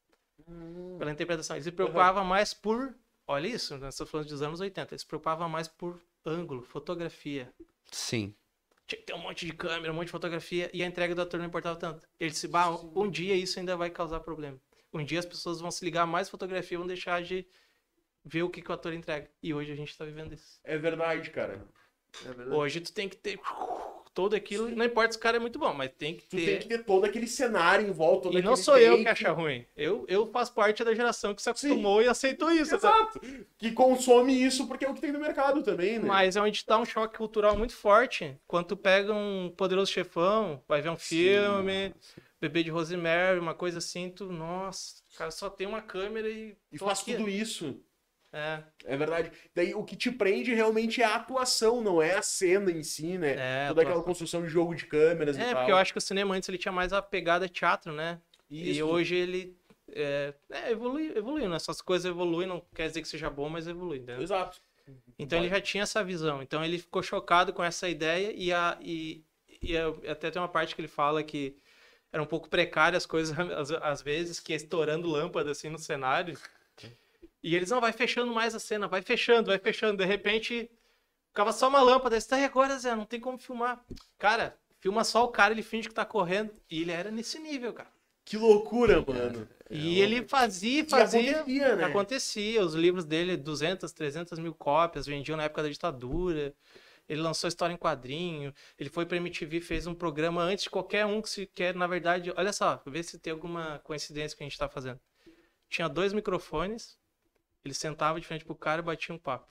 Hum, pela interpretação. Ele se preocupava mais por, olha isso, nós estamos falando dos anos oitenta, ele se preocupava mais por ângulo, fotografia. Sim. Tinha que ter um monte de câmera, um monte de fotografia, e a entrega do ator não importava tanto. Ele disse, bah, um dia isso ainda vai causar problema. Um dia as pessoas vão se ligar mais fotografia, vão deixar de ver o que, que o ator entrega. E hoje a gente tá vivendo isso. é verdade, cara. É verdade. Hoje tu tem que ter todo aquilo, não importa se o cara é muito bom, mas tem que Tu ter. tem que ter todo aquele cenário em volta, todo E não aquele sou eu take. que acha ruim. Eu, eu faço parte da geração que se acostumou e aceitou isso. tá? Exato. Que consome isso porque é o que tem no mercado também, né? Mas é onde dá um choque cultural muito forte. Quando tu pega um Poderoso Chefão, vai ver um filme, Bebê de Rosemary, uma coisa assim, tu, nossa, o cara só tem uma câmera e... E tô faz aqui. tudo isso. É, É verdade. Daí o que te prende realmente é a atuação, não é a cena em si, né? É, Toda aquela atuação. construção de jogo de câmeras e é tal. porque eu acho que o cinema antes ele tinha mais a pegada teatro, né? E Isso. hoje ele é, é, evolui, evoluiu, né? Essas coisas evoluem, não quer dizer que seja bom, mas evolui, né? Exato. Então ele já tinha essa visão. Então ele ficou chocado com essa ideia e, a, e, e a- até tem uma parte que ele fala que era um pouco precária as coisas, às, às vezes, que ia estourando lâmpada assim no cenário. E eles, não, vai fechando mais a cena, vai fechando, vai fechando. De repente, ficava só uma lâmpada. Você tá aí agora, Zé, não tem como filmar. Cara, filma só o cara, ele finge que tá correndo. E ele era nesse nível, cara. Que loucura, mano. E ele fazia, E fazia. acontecia, né? Acontecia. Os livros dele, duzentas, trezentas mil cópias, vendiam na época da ditadura. Ele lançou história em quadrinho. Ele foi pra M T V, fez um programa antes de qualquer um que se quer, na verdade. Olha só, vê se tem alguma coincidência que a gente tá fazendo. Tinha dois microfones. Ele sentava de frente pro cara e batia um papo.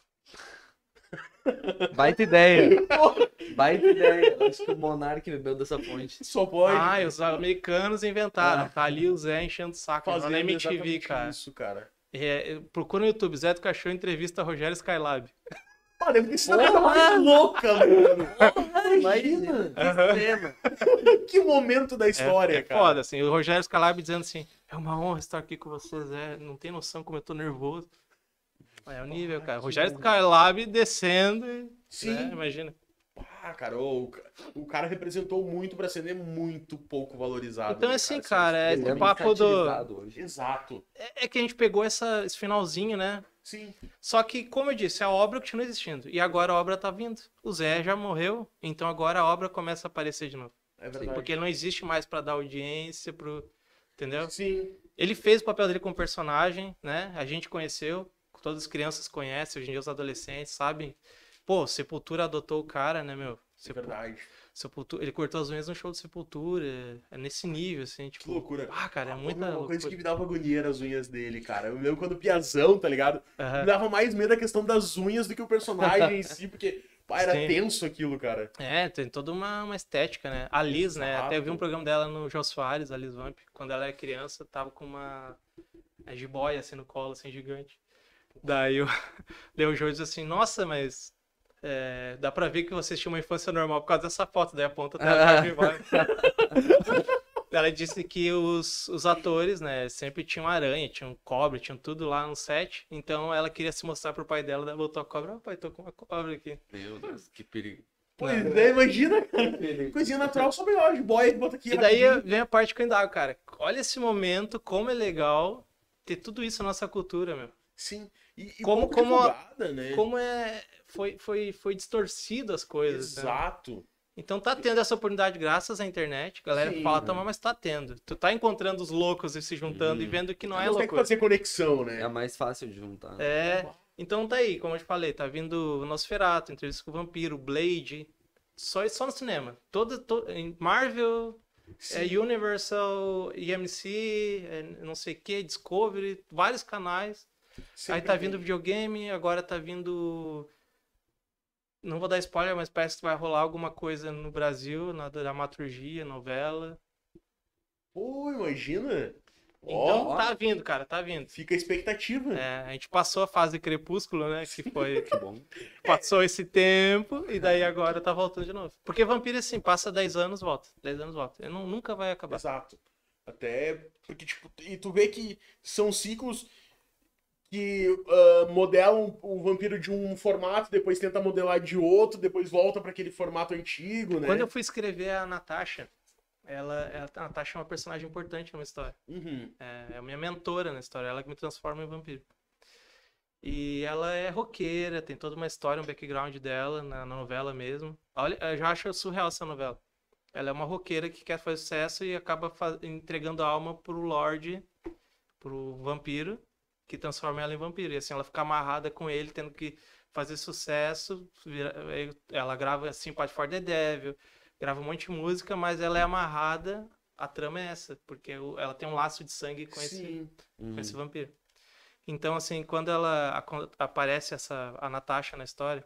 Baita ideia. Baita ideia. Acho que o Monark bebeu dessa fonte. Só pode Ah, e os americanos inventaram. Ah. Tá ali o Zé enchendo o saco. fazer Lá na M T V, exatamente cara. isso, cara. É, procura no YouTube, Zé do Cachorro entrevista Rogério Skylab. Ah, deve ter sido a coisa mais louca, mano. Imagina. Aham. Que momento da história, é, é cara. foda, assim. O Rogério Skylab dizendo assim, é uma honra estar aqui com vocês, Zé. Não tem noção como eu tô nervoso. É o nível, cara. Rogério Skylab descendo, e, Sim. né, imagina. Ah, cara, o, o cara representou muito pra cena, é muito pouco valorizado. Então, né, assim, Você cara, é extremamente o papo do... Cativado hoje. Exato. É, é que a gente pegou essa, esse finalzinho, né? Sim. Só que, como eu disse, a obra continua existindo. E agora a obra tá vindo. O Zé já morreu, então agora a obra começa a aparecer de novo. É verdade. Porque ele não existe mais pra dar audiência pro... Entendeu? Sim. Ele fez o papel dele como personagem, né? A gente conheceu, todas as crianças conhecem, hoje em dia os adolescentes sabem. Pô, Sepultura adotou o cara, né, meu? É Sepul- verdade. Sepultura, ele cortou as unhas no show do Sepultura. É nesse nível, assim, tipo. Que loucura. Ah, cara, é muita Uma loucura. coisa que me dava agonia era as unhas dele, cara. Eu lembro quando piazão, tá ligado? Aham. Me dava mais medo a questão das unhas do que o personagem em si, porque pá, era Sim. tenso aquilo, cara. É, tem toda uma, uma estética, né? A Liz, né? Exato. Até eu vi um programa dela no Jô Soares, a Liz Vamp, quando ela era criança, tava com uma a jiboia assim no colo, assim, gigante. Daí o, daí o Jô diz assim, nossa, mas é, dá pra ver que vocês tinham uma infância normal por causa dessa foto, daí aponta até a Ah. jiboia. Ela disse que os, os atores, né, sempre tinham aranha, tinham cobra, tinham tudo lá no set, então ela queria se mostrar pro pai dela, daí botou a cobra, ó, pai, tô com uma cobra aqui. Meu Deus, que perigo. Pois é, imagina, cara. Coisinha natural, só melhor de boia, bota aqui. E daí rapidinho. vem a parte que eu indago, cara. Olha esse momento, como é legal ter tudo isso na nossa cultura, meu. Sim. E, e Como- pouco como a- divulgada, né? Como é. Foi, foi, foi distorcido as coisas. né? Exato. Então tá tendo essa oportunidade graças à internet. A galera Sim, fala, né? toma, mas tá tendo. Tu tá encontrando os loucos e se juntando Hum. e vendo que não é Consegue loucura. fazer conexão, né? É a mais fácil de juntar. É. Então tá aí, como eu te falei, tá vindo o Nosferatu, Entrevista com o Vampiro, Blade. Só, só no cinema. Todo, to- em Marvel, é, Sim. Universal, E M C, é, não sei o que, Discovery, vários canais. Sempre Aí tá tem. vindo videogame, agora tá vindo. Não vou dar spoiler, mas parece que vai rolar alguma coisa no Brasil, na dramaturgia, novela. Pô, imagina. Então Ó, tá vindo, cara, tá vindo. fica a expectativa. É, a gente passou a fase Crepúsculo, né? Que foi. Que bom. Passou esse tempo e daí agora tá voltando de novo. Porque vampiro, assim, passa dez anos, volta. dez anos, volta. Ele não, nunca vai acabar. Exato. Até porque, tipo, e tu vê que são ciclos que ah, modelam o vampiro de um formato, depois tenta modelar de outro, depois volta pra aquele formato antigo, né? Quando eu fui escrever a Natasha, ela, ela- a Natasha é uma personagem importante numa história. Uhum. É, é a minha mentora na história, ela que me transforma em vampiro. E ela é roqueira, tem toda uma história, um background dela na, na novela mesmo. Olha, eu já acho surreal essa novela. Ela é uma roqueira que quer fazer sucesso e acaba fa- entregando a alma pro Lorde, pro vampiro, que transforma ela em vampiro. E assim, ela fica amarrada com ele, tendo que fazer sucesso, vira- ela grava Sympathy for the Devil, grava um monte de música, mas ela é amarrada, a trama é essa, porque o- ela tem um laço de sangue com esse, Sim. com esse vampiro. Então, assim, quando ela a- quando aparece essa, a Natasha na história,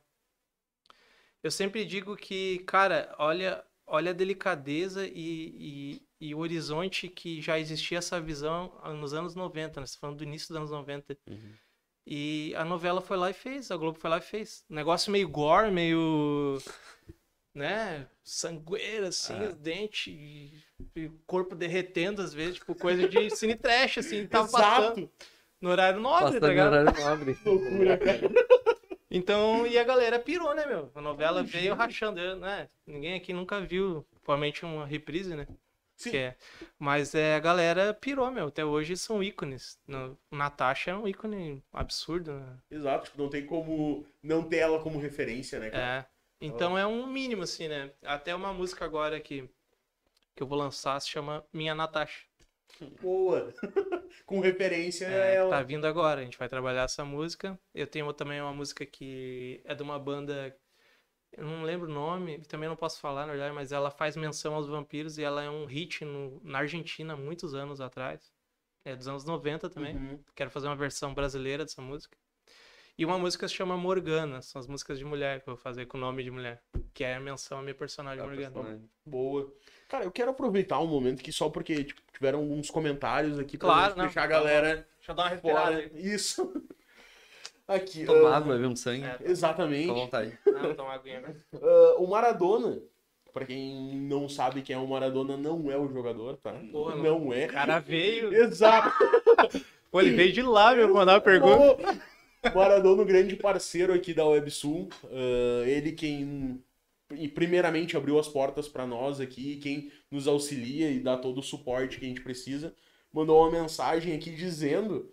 eu sempre digo que, cara, olha, olha a delicadeza e, e, e o horizonte que já existia essa visão nos anos noventa, né? Você tá falando do início dos anos noventa. Uhum. E a novela foi lá e fez, a Globo foi lá e fez. Negócio meio gore, meio, né, sangueira, assim, É. os dentes e, e o corpo derretendo às vezes, tipo, coisa de cine trash, assim, tava passando Exato. no horário nobre, Passando tá no ligado? horário nobre. Loucura, cara. Então, e a galera pirou, né, meu? A novela veio rachando, eu, né? Ninguém aqui nunca viu, provavelmente uma reprise, né? Sim. Que é. Mas é, a galera pirou, meu. Até hoje são ícones. No, Natasha é um ícone absurdo, né? Exato, tipo, não tem como não ter ela como referência, né, cara? É. Então é um mínimo, assim, né? Até uma música agora que, que eu vou lançar se chama Minha Natasha. Boa. Com referência a É, que ela. tá vindo agora. A gente vai trabalhar essa música. Eu tenho também uma música que é de uma banda. Eu não lembro o nome, também não posso falar, na verdade, mas ela faz menção aos vampiros e ela é um hit no, na Argentina há muitos anos atrás. É dos anos noventa também. Uhum. Quero fazer uma versão brasileira dessa música. E uma música se chama Morgana, são as músicas de mulher que eu vou fazer com o nome de mulher. Que é a menção à minha personagem Morgana. Boa. Cara, eu quero aproveitar um momento que só porque tipo, tiveram alguns comentários aqui pra Claro, gente não. deixar a galera Deixa eu dar uma respirada fora. aí. Isso. Aqui. Tomar ah, água, beber um sangue. É, Exatamente. Com vontade. não, toma uma aguinha agora. Ah, o Maradona, pra quem não sabe quem é o Maradona, não é o jogador, tá? Porra, não é. O cara veio. Exato. Pô, ele veio de lá, meu, mandar uma pergunta. O Maradona, um grande parceiro aqui da WebSul. ah, ele quem, e primeiramente, abriu as portas pra nós aqui, quem nos auxilia e dá todo o suporte que a gente precisa. Mandou uma mensagem aqui dizendo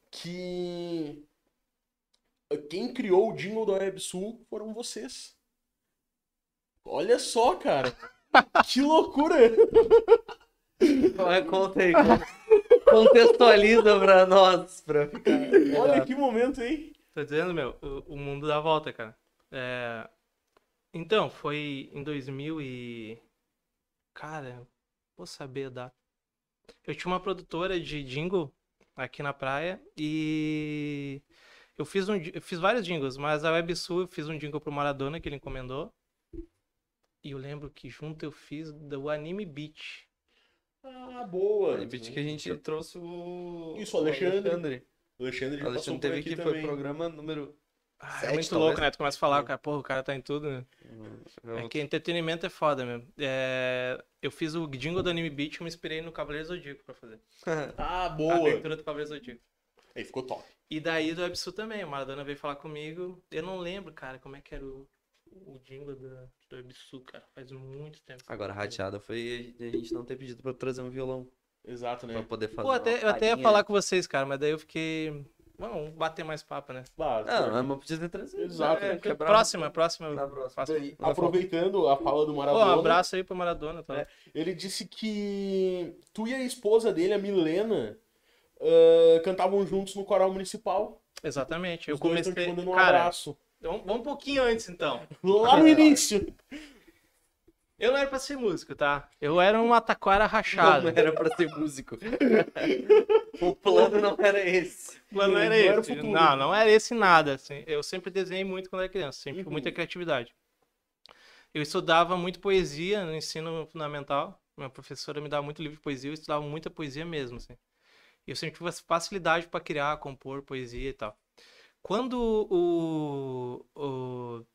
que quem criou o jingle da WebSul foram vocês. Olha só, cara. Que loucura. Vai, conta aí. conta. Contextualiza pra nós. Pra ficar... Olha que momento, hein? Tô dizendo, meu, o, o mundo dá volta, cara. É, então, foi em dois mil e... Cara, vou saber a data. Eu tinha uma produtora de jingle aqui na praia e eu fiz, um, eu fiz vários jingles, mas a WebSul eu fiz um jingle pro Maradona que ele encomendou. E eu lembro que junto eu fiz do Anime Beat. Ah, boa. O beat que a gente trouxe o. Isso, o Alexandre. Alexandre. O Alexandre já O passou Alexandre por teve aqui aqui, foi também. o programa número. Ah, Sete, é muito talvez. louco, né? Tu começa a falar, cara, porra, o cara tá em tudo, né? Eu- É que entretenimento é foda mesmo. É, eu fiz o jingle do Anime Beat e eu me inspirei no Cavaleiro Zodíaco pra fazer. Ah, A boa. abertura do Cavaleiro Zodíaco. Aí ficou top. E daí do WebSul também, o Maradona veio falar comigo. Eu não lembro, cara, como é que era o, o jingle do, do WebSul, cara. Faz muito tempo. Agora, a rateada foi a gente não ter pedido pra eu trazer um violão. Exato, né? Pra poder fazer. Pô, até, uma eu até ia palhinha. falar com vocês, cara, mas daí eu fiquei... Vamos bater mais papo, né? Bah, Não, mas podia ter trazido. Exato. né? É, Quebrar- próxima, próxima. Na próxima. faço- Daí, faço- aproveitando a fala do Pô, Maradona, um abraço aí pro Maradona. Tá? É. ele disse que tu e a esposa dele, a Milena, ah, cantavam juntos no coral municipal. Exatamente. Eu Os dois estão comecei... te mandando um Cara, abraço. vamos, vamos um pouquinho antes, então. Lá no início. Eu não era pra ser músico, tá? Eu era uma taquara rachada. Não era pra ser músico. O plano não era esse. O plano não era Não era o esse. futuro. Não, não era esse nada. Assim. Eu sempre desenhei muito quando era criança, sempre com Uhum. muita criatividade. Eu estudava muito poesia no ensino fundamental. Minha professora me dava muito livro de poesia, eu estudava muita poesia mesmo, assim. E eu sempre tive facilidade para criar, compor poesia e tal. Quando o, o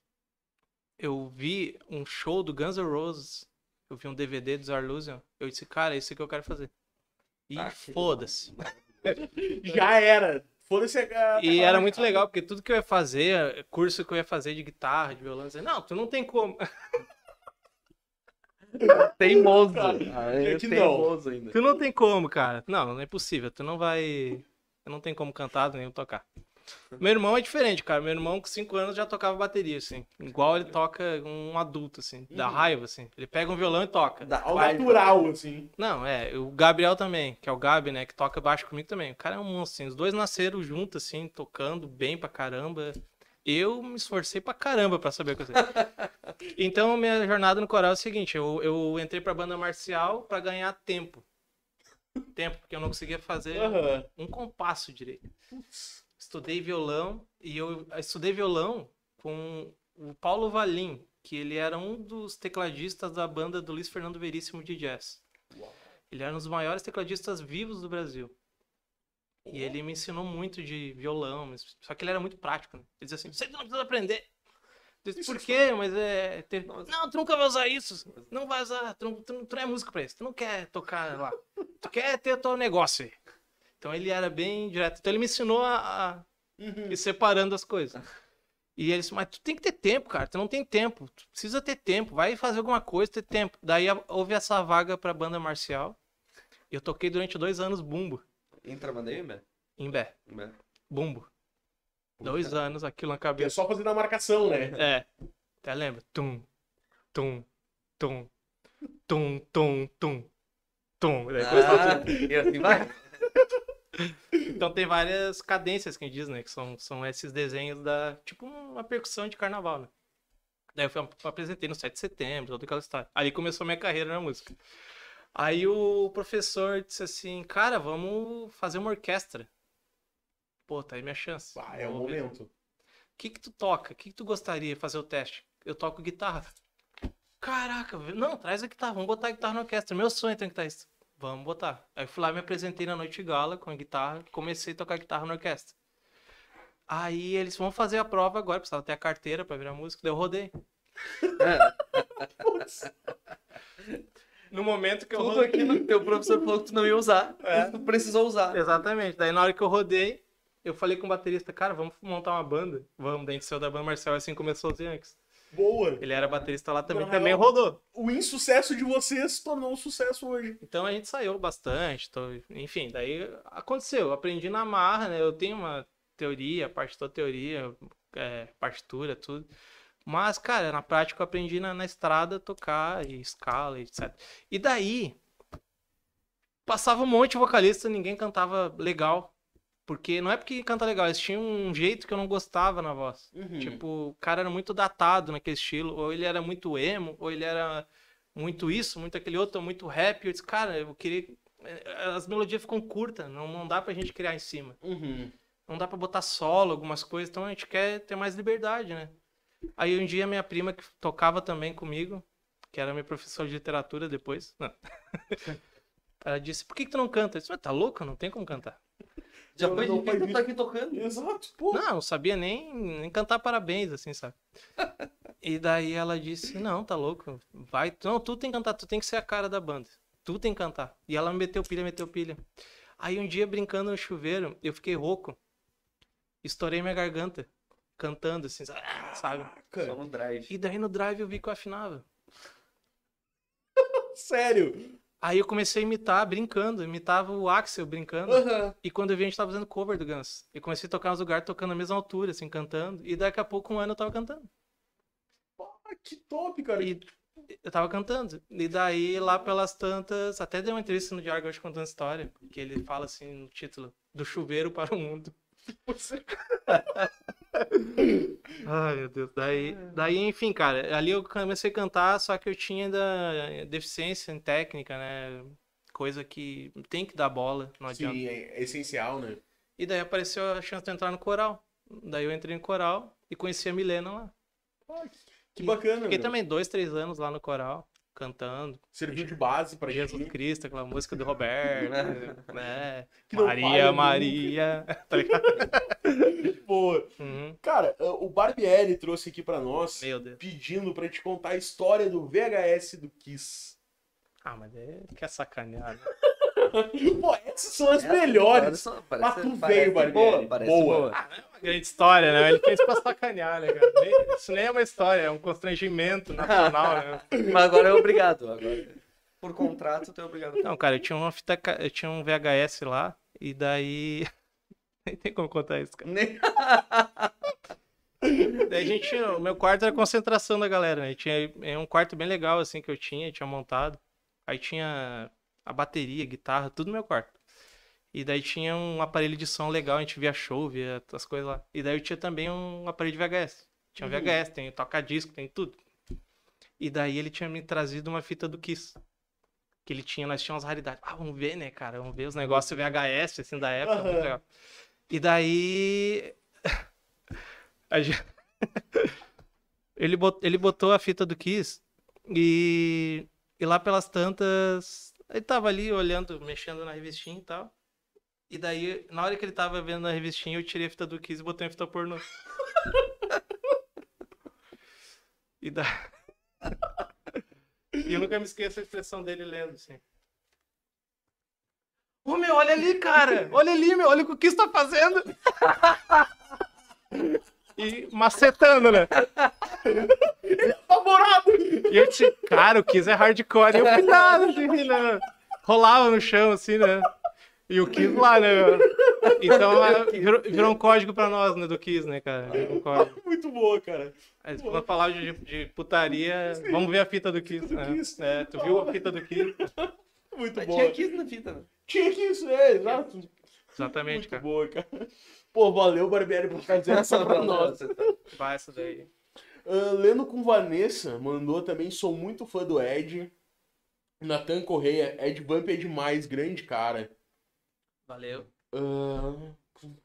eu vi um show do Guns N' Roses, eu vi um D V D do Zarlusion, eu disse, cara, é isso que eu quero fazer. E Ah, que foda-se. Já era. Foda-se a... E era muito legal, porque tudo que eu ia fazer, curso que eu ia fazer de guitarra, de violão, eu dizia, não, tu não tem como. Teimoso. Cara, Ah, é é que teimoso ainda. Tu não tem como, cara. Não, não é possível. Tu não vai... Eu não tem como cantar nem tocar. Meu irmão é diferente, cara. Meu irmão com cinco anos já tocava bateria, assim. Igual ele toca um adulto, assim. Dá raiva, assim. Ele pega um violão e toca. Da- Ao vai- natural, assim. Não, é. O Gabriel também, que é o Gabi, né? Que toca baixo comigo também. O cara é um monstro, assim. Os dois nasceram juntos, assim, tocando bem pra caramba. Eu me esforcei pra caramba pra saber o que eu sei. Então, minha jornada no coral é o seguinte, eu, eu entrei pra banda marcial pra ganhar tempo. Tempo, porque eu não conseguia fazer Aham. um compasso direito. Estudei violão e eu estudei violão com o Paulo Valim, que ele era um dos tecladistas da banda do Luiz Fernando Veríssimo de jazz. Uau. Ele era um dos maiores tecladistas vivos do Brasil. E ele me ensinou muito de violão, mas- só que ele era muito prático, né? Ele dizia assim, você não precisa aprender. Eu disse, por quê? Mas é... ter- Não, tu nunca vai usar isso. Não vai usar, tu não, tu não, tu não é músico pra isso. Tu não quer tocar lá. Tu quer ter o teu negócio aí. Então ele era bem direto. Então ele me ensinou a, a Uhum. ir separando as coisas. E ele disse, mas tu tem que ter tempo, cara. Tu não tem tempo. Tu precisa ter tempo. Vai fazer alguma coisa, ter tempo. Daí a- houve essa vaga pra banda marcial. Eu toquei durante dois anos bumbo, Em Tramandaí, Bé? em Bé. Bé. Bumbo. Dois anos, aquilo na Que é cabeça. só fazer na marcação, né? É. Até lembra? Tum, tum, tum, tum, tum, tum, tum. Daí começava tudo. Ah, e assim vai. Então tem várias cadências que a gente diz, né? Que são, são esses desenhos da... Tipo uma percussão de carnaval, né? Daí eu fui, apresentei no sete de setembro, toda aquela história. Ali começou a minha carreira na música. Aí o professor disse assim, cara, vamos fazer uma orquestra. Pô, tá aí minha chance. Ah, é o Vou ver. momento. O que que tu toca? O que que tu gostaria de fazer o teste? Eu toco guitarra. Caraca, velho. Não, traz a guitarra, vamos botar a guitarra na orquestra. Meu sonho é ter guitarrista. Vamos botar. Aí fui lá, me apresentei na noite de gala com a guitarra, comecei a tocar guitarra na orquestra. Aí eles vão fazer a prova agora, precisava ter a carteira pra virar músico, daí eu rodei. No momento que eu Tudo rodei. aqui no teu professor falou que tu não ia usar. É. E tu precisou usar. Exatamente. Daí na hora que eu rodei, eu falei com o baterista, cara, vamos montar uma banda? Vamos, daí a gente saiu da banda marcial, assim começou os Yankees. Boa. Ele era baterista lá também, Na também real- rodou. O insucesso de vocês se tornou um sucesso hoje. Então a gente saiu bastante, tô- enfim, daí aconteceu, eu aprendi na marra, né? Eu tenho uma teoria, partitura, teoria, é, partitura, tudo. Mas, cara, na prática eu aprendi na, na estrada a tocar e escala, e etcétera. E daí, passava um monte de vocalista, ninguém cantava legal. Porque não é porque canta legal, eles tinham um jeito que eu não gostava na voz. Uhum. Tipo, o cara era muito datado naquele estilo, ou ele era muito emo, ou ele era muito isso, muito aquele outro, ou muito rap. Eu disse, cara, eu queria. As melodias ficam curtas, não, não dá pra gente criar em cima. Uhum. Não dá pra botar solo, algumas coisas, então a gente quer ter mais liberdade, né? Aí um dia minha prima, que tocava também comigo, que era minha professora de literatura depois, não. Ela disse, por que, que tu não canta? Eu disse, tá louco? Não tem como cantar. Já Não, foi não difícil faz tu tá aqui tocando. Exato, pô. Não, não sabia nem, nem cantar parabéns, assim, sabe? E daí ela disse, não, tá louco, vai, não, tu tem que cantar, tu tem que ser a cara da banda, tu tem que cantar. E ela me meteu pilha, meteu pilha. Aí um dia, brincando no chuveiro, eu fiquei rouco, estourei minha garganta, cantando, assim, sabe? Só Cara, no drive. E daí no drive eu vi que eu afinava. sério. Aí eu comecei a imitar, brincando, imitava o Axel brincando. Aham. E quando eu vi, a gente tava fazendo cover do Guns. Eu comecei a tocar nos lugares, tocando na mesma altura, assim, cantando. E daqui a pouco, um ano, eu tava cantando. Ah, que top, cara. E eu tava cantando. E daí, lá pelas tantas, até deu uma entrevista no Diário hoje contando história, que ele fala assim no título, do chuveiro para o mundo. Ai, meu Deus. Daí, daí, enfim, cara, ali eu comecei a cantar, só que eu tinha ainda deficiência em técnica, né? Coisa que tem que dar bola, não adianta. Sim, é é essencial, né? E daí apareceu a chance de entrar no coral. Daí eu entrei no coral e conheci a Milena lá. Que E bacana, Fiquei meu. também dois, três anos lá no coral, cantando. Serviu de base pra Jesus ti. Cristo, aquela música do Roberto, né? Que não Maria, falha Maria. Tá ligado? Boa. Uhum. Cara, o Barbieri trouxe aqui pra nós, Meu Deus. pedindo pra te contar a história do V H S do Kiss. Ah, mas é que é sacaneado. Pô, essas são as É, melhores. parece- Mas tu parece veio, Barbieri. boa, parece Boa. boa. Ah, não é uma grande história, né? Ele fez pra sacanear, né, cara? Nem- Isso nem é uma história, é um constrangimento nacional, né? Mas agora é obrigado. Agora, por contrato, tu é obrigado. Não, cara, eu tinha uma fita, ca- eu tinha um V H S lá, e daí. Nem tem como contar isso, cara. Nem- Daí a gente tinha. O meu quarto era a concentração da galera, né? Tinha é um quarto bem legal, assim, que eu tinha, tinha montado. Aí tinha a bateria, guitarra, tudo no meu quarto. E daí tinha um aparelho de som legal, a gente via show, via as coisas lá. E daí eu tinha também um aparelho de V H S. Tinha um Uhum. V H S, tem toca-disco, tem tudo. E daí ele tinha me trazido uma fita do Kiss. Que ele tinha, nós tínhamos raridades. Ah, vamos ver, né, cara? Vamos ver os negócios V H S, assim, da época. Aham. Muito legal. E daí... a gente- ele, bot... ele botou a fita do Kiss e... e lá pelas tantas... Ele tava ali olhando, mexendo na revistinha e tal. E daí, na hora que ele tava vendo na revistinha, eu tirei a fita do Kiss e botei a fita pornô. E daí... E eu nunca me esqueço a expressão dele lendo, assim. Ô, meu, olha ali, cara! Olha ali, meu, olha o que o Kiss tá fazendo! E macetando, né? Apavorado! E eu disse, cara, o Kiss é hardcore. E eu fui nada, assim, né? Rolava no chão, assim, né? E o Kiss lá, né? Então é, virou, virou um código pra nós, né? Do Kiss, né, cara? Virou um código. Muito boa, cara. Aí, quando falava de, de putaria, vamos ver a fita do Kiss. Do né? Kiss. É, tu viu a fita do Kiss? Muito Mas boa. tinha Kiss na fita, né? Tinha que isso, é, exato. Exatamente, Muito cara. boa, cara. Pô, valeu, Barbieri, por trazer essa pra nós. Vai essa daí. Uh, lendo com Vanessa, mandou também, sou muito fã do Ed. Natan Correia, Ed Vamp é demais, grande cara. Valeu. Uh,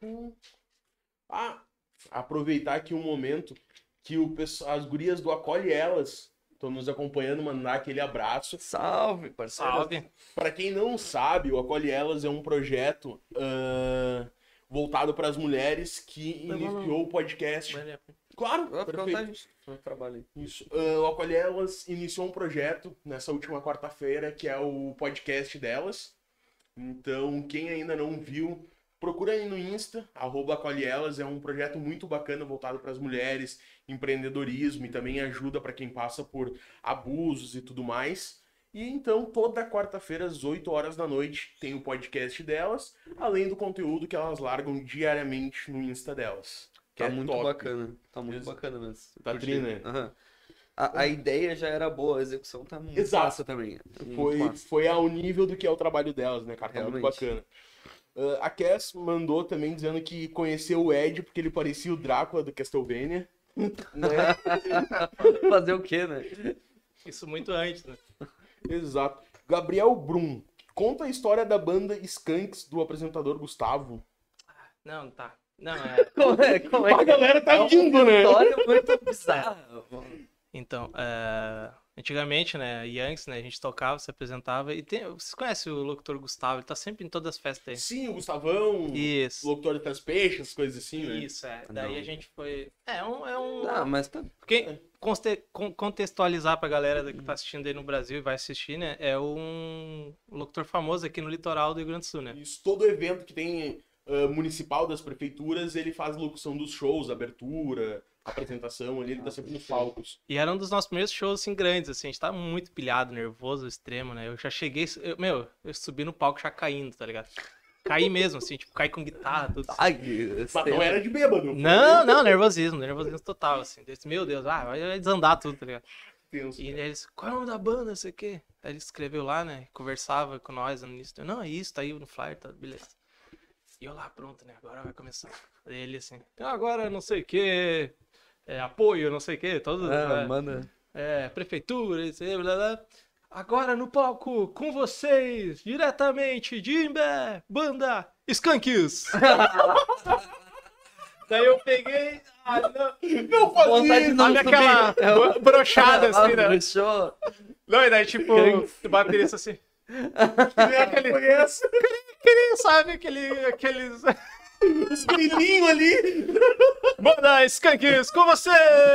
Ah, aproveitar aqui um momento que o pessoal, as gurias do Acolhe Elas estão nos acompanhando, mandar aquele abraço. Salve, parceiro. Salve. Pra quem não sabe, o Acolhe Elas é um projeto uh, voltado para as mulheres que Não, não, não. iniciou o podcast. Valeu. Claro, Vai ficar perfeito. vontade no trabalho aí. Isso. Uh, o Acolhe Elas iniciou um projeto nessa última quarta-feira, que é o podcast delas. Então, quem ainda não viu, procura aí no Insta, arroba Acolhe Elas. É um projeto muito bacana, voltado para as mulheres, empreendedorismo e também ajuda para quem passa por abusos e tudo mais. E então, toda quarta-feira, às oito horas da noite, tem o podcast delas, além do conteúdo que elas largam diariamente no Insta delas. Que Tá é muito top. bacana. Tá muito Exato. bacana mesmo. Tá Curti. tri, né? Aham. A, a ideia já era boa, a execução tá muito Exato. massa também. Muito Foi, massa. foi ao nível do que é o trabalho delas, né, cara? Tá muito Realmente. bacana. Uh, a Cass mandou também dizendo que conheceu o Ed porque ele parecia o Drácula do Castlevania. Né? Fazer o quê, né? Isso muito antes, né? Exato. Gabriel Brum, conta a história da banda Skanks do apresentador Gustavo. Não, tá. Não, é... Como é, como é A que galera tá é uma vindo, né? história muito bizarra. Então, é, antigamente, né, Yankees, né, a gente tocava, se apresentava, e tem, vocês conhecem o locutor Gustavo, ele tá sempre em todas as festas aí. Sim, o Gustavão, Isso. o locutor de Trans Peixes, coisas assim, né? Isso, é. Daí Não. a gente foi... É um... É um Ah, mas tá... Porque conte- con- contextualizar pra galera que tá assistindo aí no Brasil e vai assistir, né, é um locutor famoso aqui no litoral do Rio Grande do Sul, né? Isso, todo evento que tem uh, municipal das prefeituras, ele faz locução dos shows, abertura, apresentação ali, ele tá sempre nos palcos. E era um dos nossos primeiros shows, assim, grandes, assim, a gente tava muito pilhado, nervoso, extremo, né? Eu já cheguei, eu- meu, eu subi no palco já caindo, tá ligado? Caí mesmo, assim, tipo, caí com guitarra, tudo. Ai, Mas não era de bêbado. Não, não, nervosismo, nervosismo total, assim. Desse, meu Deus, ah, vai desandar tudo, tá ligado? Tenso. E eles, qual é o nome da banda, não sei o quê? Aí ele escreveu lá, né, conversava com nós no início. Eu, não, é isso, tá aí no flyer, tá, beleza. E eu lá, pronto, né, agora vai começar. Aí ele assim, "Ah, agora não sei o quê, é, apoio, não sei o quê, todos, Ah, né, manda. é, prefeitura, isso aí, blá, blá. Agora no palco, com vocês, diretamente de Imbé, banda Skanks. Daí eu peguei, ah, não, Não fazia Vontade de isso. não sabe aquela subir. É o- bro- brochada assim, né? Fechou. Não, e daí tipo, o baterista assim, Nem aquele conhece. queria, sabe, aquele, aqueles... Os grilinhos ali. Banda Skanks, com vocês!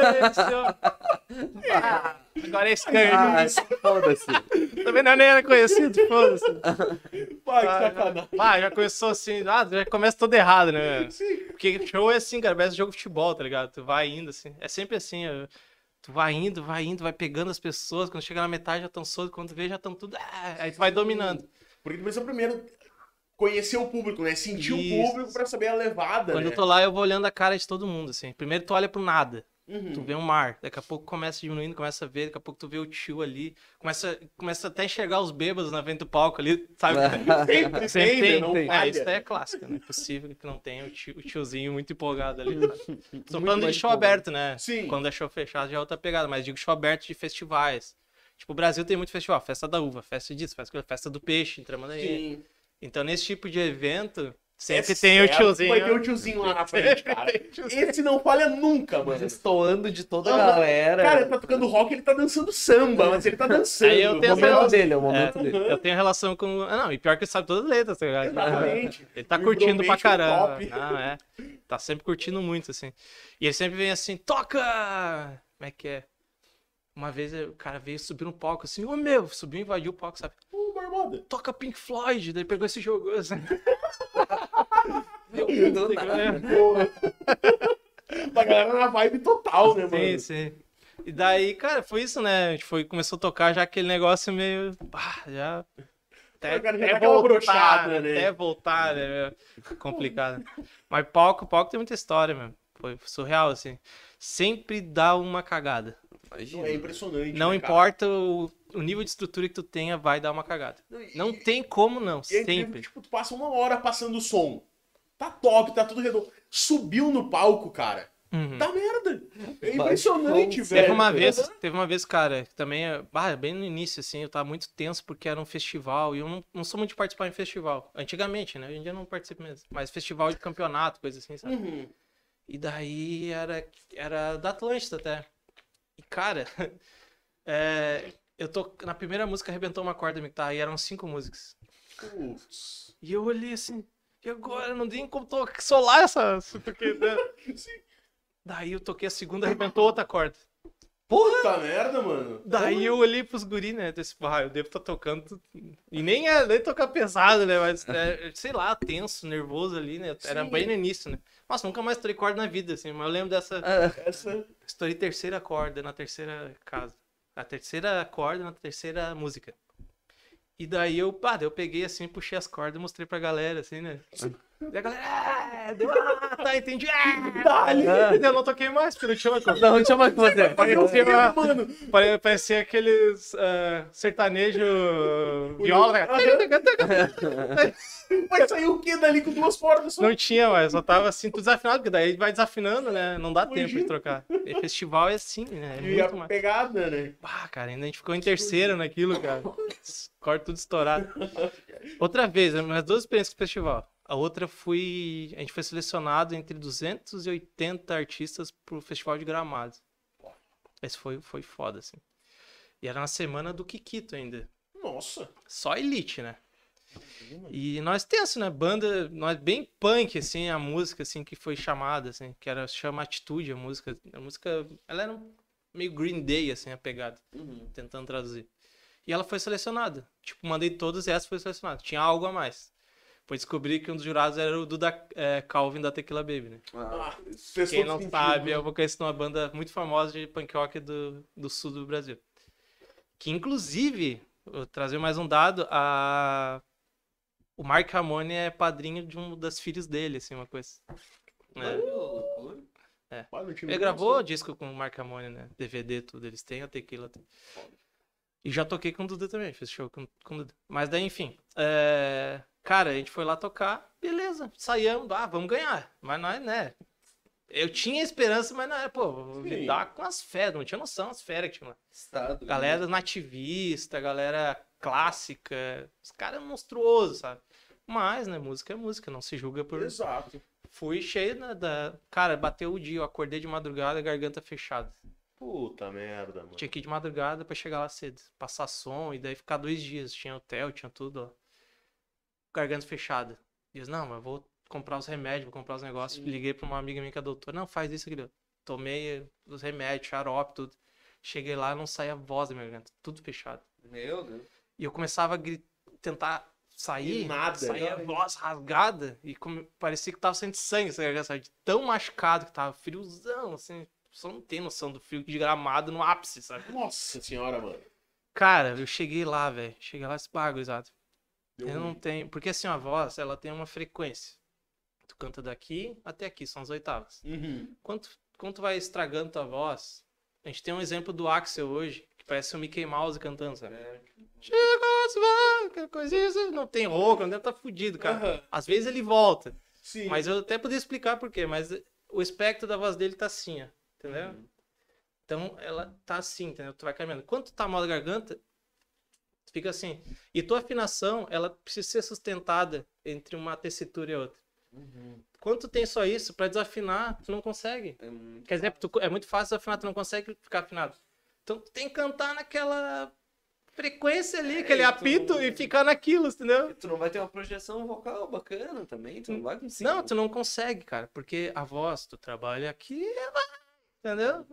Ah, agora é Ah, Skanks. foda-se. Também não nem era conhecido, foda-se. Pai, que Ah, sacanagem. Ah, já começou assim, ah, já começa todo errado, né? Sim. Porque show é assim, cara, parece jogo de futebol, tá ligado? Tu vai indo assim, é sempre assim, ó, tu vai indo, vai indo, vai pegando as pessoas, quando chega na metade já estão soltos, quando tu vê já estão tudo, ah, aí tu vai dominando. Porque tu precisa primeiro conhecer o público, né? Sentir Isso. o público pra saber a levada, Quando né? eu tô lá, eu vou olhando a cara de todo mundo, assim. Primeiro tu olha pro nada, Uhum. Tu vê um mar, daqui a pouco começa diminuindo, começa a ver, daqui a pouco tu vê o tio ali, começa, começa até a enxergar os bêbados na frente do palco ali, sabe? Sempre, Sempre tem, né? tem, Não tem. É, falha. isso daí é clássico, não é possível que não tenha o, tio, o tiozinho muito empolgado ali. Sabe? Tô Muito falando de mais show empolgado. aberto, né? Sim. Quando é show fechado já é outra pegada, mas digo show aberto de festivais. Tipo, o Brasil tem muito festival, festa da uva, festa disso, festa, festa do peixe, em Tramandaí. Sim. Então, nesse tipo de evento, sempre É tem o certo, tiozinho. Vai ter o tiozinho lá na frente, cara. Esse não falha nunca, mano. Destoando de toda a Aham. galera. Cara, ele tá tocando rock, ele tá dançando samba, mas ele tá dançando. Aí eu O tenho momento essa- dele, é o momento É, dele. eu tenho relação com. Ah, não, e pior que ele sabe todas as letras, tá ligado? Exatamente. Ele tá E o curtindo pra bromance é caramba. top. Não, é. Tá sempre curtindo muito, assim. E ele sempre vem assim, toca! Como é que é? Uma vez o cara veio subir no palco assim, ô meu, subiu e invadiu o palco, sabe? Ô, Barbada. Toca Pink Floyd, daí pegou esse jogo assim. Deu do nada. A galera na vibe total, né, Sim, mano? sim. E daí, cara, foi isso, né? A gente foi, começou a tocar já aquele negócio meio. Ah, já. Até, O cara já até dá aquela voltar, brochada, né? Até voltar, né? Complicado. Mas palco, palco tem muita história, mesmo. Foi surreal, assim. Sempre dá uma cagada. Imagina. É impressionante. Não né, cara? importa o, o nível de estrutura que tu tenha, vai dar uma cagada. Não E- tem como não, E é incrível sempre. que, tipo, tu passa uma hora passando o som. Tá top, tá tudo redondo. Subiu no palco, cara. Uhum. Tá merda. É Vai, impressionante, como velho. Teve uma vez, Aham. teve uma vez, cara, que também, é- ah, bem no início, assim, eu tava muito tenso porque era um festival e eu não, não sou muito de participar em festival. Antigamente, né? Hoje em dia eu não participo mesmo. Mas festival de campeonato, coisa assim, sabe? Uhum. E daí era, era da Atlântida até. E, cara, é, eu tô. Na primeira música arrebentou uma corda, me tá? E eram cinco músicas. Putz. E eu olhei assim, e agora? Não tem como to- solar essa. Porque, né? Daí eu toquei a segunda, arrebentou outra corda. Puta merda, mano. Daí eu olhei pros guri, né? Desse, ah, eu devo estar tocando. E nem é nem tocar pesado, né? Mas, é, sei lá, tenso, nervoso ali, né? Era Sim. bem no início, né? Nossa, nunca mais estourei corda na vida, assim. Mas eu lembro dessa. Ah, Essa. Estourei terceira corda na terceira casa. A terceira corda na terceira música. E daí eu, pá, daí eu peguei assim, puxei as cordas e mostrei pra galera, assim, né? E a galera, ah, deu, ah, tá, entendi. Ah, Dali. eu não toquei mais, porque não tinha mais como. não, chama que você. Parecia, uma- Mano. pare- parecia aqueles ah, sertanejo viola. né? Vai sair o que dali com duas cordas só? Não tinha, mas só tava assim, tudo desafinado, porque daí vai desafinando, né? Não dá tempo de Imagina. trocar. E festival é assim, né? É E a muito mais. pegada, né? Ah, cara, ainda a gente ficou em terceiro naquilo, cara. Corte tudo estourado. Outra vez, as duas experiências com o festival. A outra fui. A gente foi selecionado entre duzentos e oitenta artistas pro Festival de Gramado. Esse foi, foi foda, assim. E era na semana do Kikito ainda. Nossa. Só elite, né? E nós tenso, né? Banda, nós bem punk, assim, a música, assim, que foi chamada, assim, que era, chama Atitude, a música. A música, ela era um- meio Green Day, assim, a pegada, tentando traduzir. E ela foi selecionada. Tipo, mandei todas e essa foi selecionada. Tinha algo a mais. Depois descobri que um dos jurados era o Duda é, Calvin da Tequila Baby, né? Ah, fez Quem todo não sentido, sabe, né? é o vocalista de uma banda muito famosa de punk rock do, do sul do Brasil. Que, inclusive, vou trazer mais um dado, a... o Mark Ramone é padrinho de um das filhas dele, assim, uma coisa. É. Ah, não tinha Ele nem gravou noção. disco com o Mark Ramone, né? D V D, tudo. Eles têm a Tequila. E já toquei com o Duda também, fiz show com, com o Duda. Mas daí, enfim. é, Cara, a gente foi lá tocar, beleza, saímos, ah, vamos ganhar. Mas não é, né? Eu tinha esperança, mas não é, pô, vou Sim. lidar com as feras, não tinha noção as feras que tinha lá. Estado. Galera nativista, galera clássica, os caras monstruosos, sabe? Mas, né, música é música, não se julga por... Exato. Fui cheio, né, da... Cara, bateu o dia, eu acordei de madrugada, garganta fechada. Puta merda, mano. Tinha que ir de madrugada pra chegar lá cedo, passar som e daí ficar dois dias. Tinha hotel, tinha tudo, ó. Garganta fechada. Diz, não, mas vou comprar os remédios, vou comprar os negócios. Liguei pra uma amiga minha que é doutora. Não, faz isso, aquilo. Tomei os remédios, xarope, tudo. Cheguei lá, não saía voz da minha garganta, tudo fechado. Meu Deus. E eu começava a gri- tentar sair, E nada. saía a voz rasgada e come- parecia que tava saindo sangue, essa garganta, sabe? De tão machucado que tava, friozão, assim. Só não tem noção do frio de Gramado no ápice, sabe? Nossa senhora, mano. Cara, eu cheguei lá, velho. Cheguei lá esse bagulho, exato. Deu Eu não ruim. tenho. Porque assim, a voz, ela tem uma frequência. Tu canta daqui até aqui, são as oitavas. Uhum. Quando tu quando tu vai estragando tua voz, a gente tem um exemplo do Axel hoje, que parece o Mickey Mouse cantando, sabe? É. Chega, coisa, não tem rouco, não deve estar fudido, cara. Uhum. Às vezes ele volta. Sim. Mas eu até poderia explicar por quê, mas o espectro da voz dele tá assim, ó, entendeu? Uhum. Então ela tá assim, entendeu? Tu vai caminhando. Quando tu tá mal da garganta, tu fica assim. E tua afinação, ela precisa ser sustentada entre uma tessitura e outra. Uhum. Quando tu tem só isso, pra desafinar, tu não consegue. É muito Quer dizer, tu, é muito fácil desafinar, tu não consegue ficar afinado. Então tu tem que cantar naquela frequência ali, é, aquele apito tu... e ficar naquilo, entendeu? E tu não vai ter uma projeção vocal bacana também, tu não vai conseguir. Não, tu não consegue, cara, porque a voz, tu trabalha aqui, entendeu?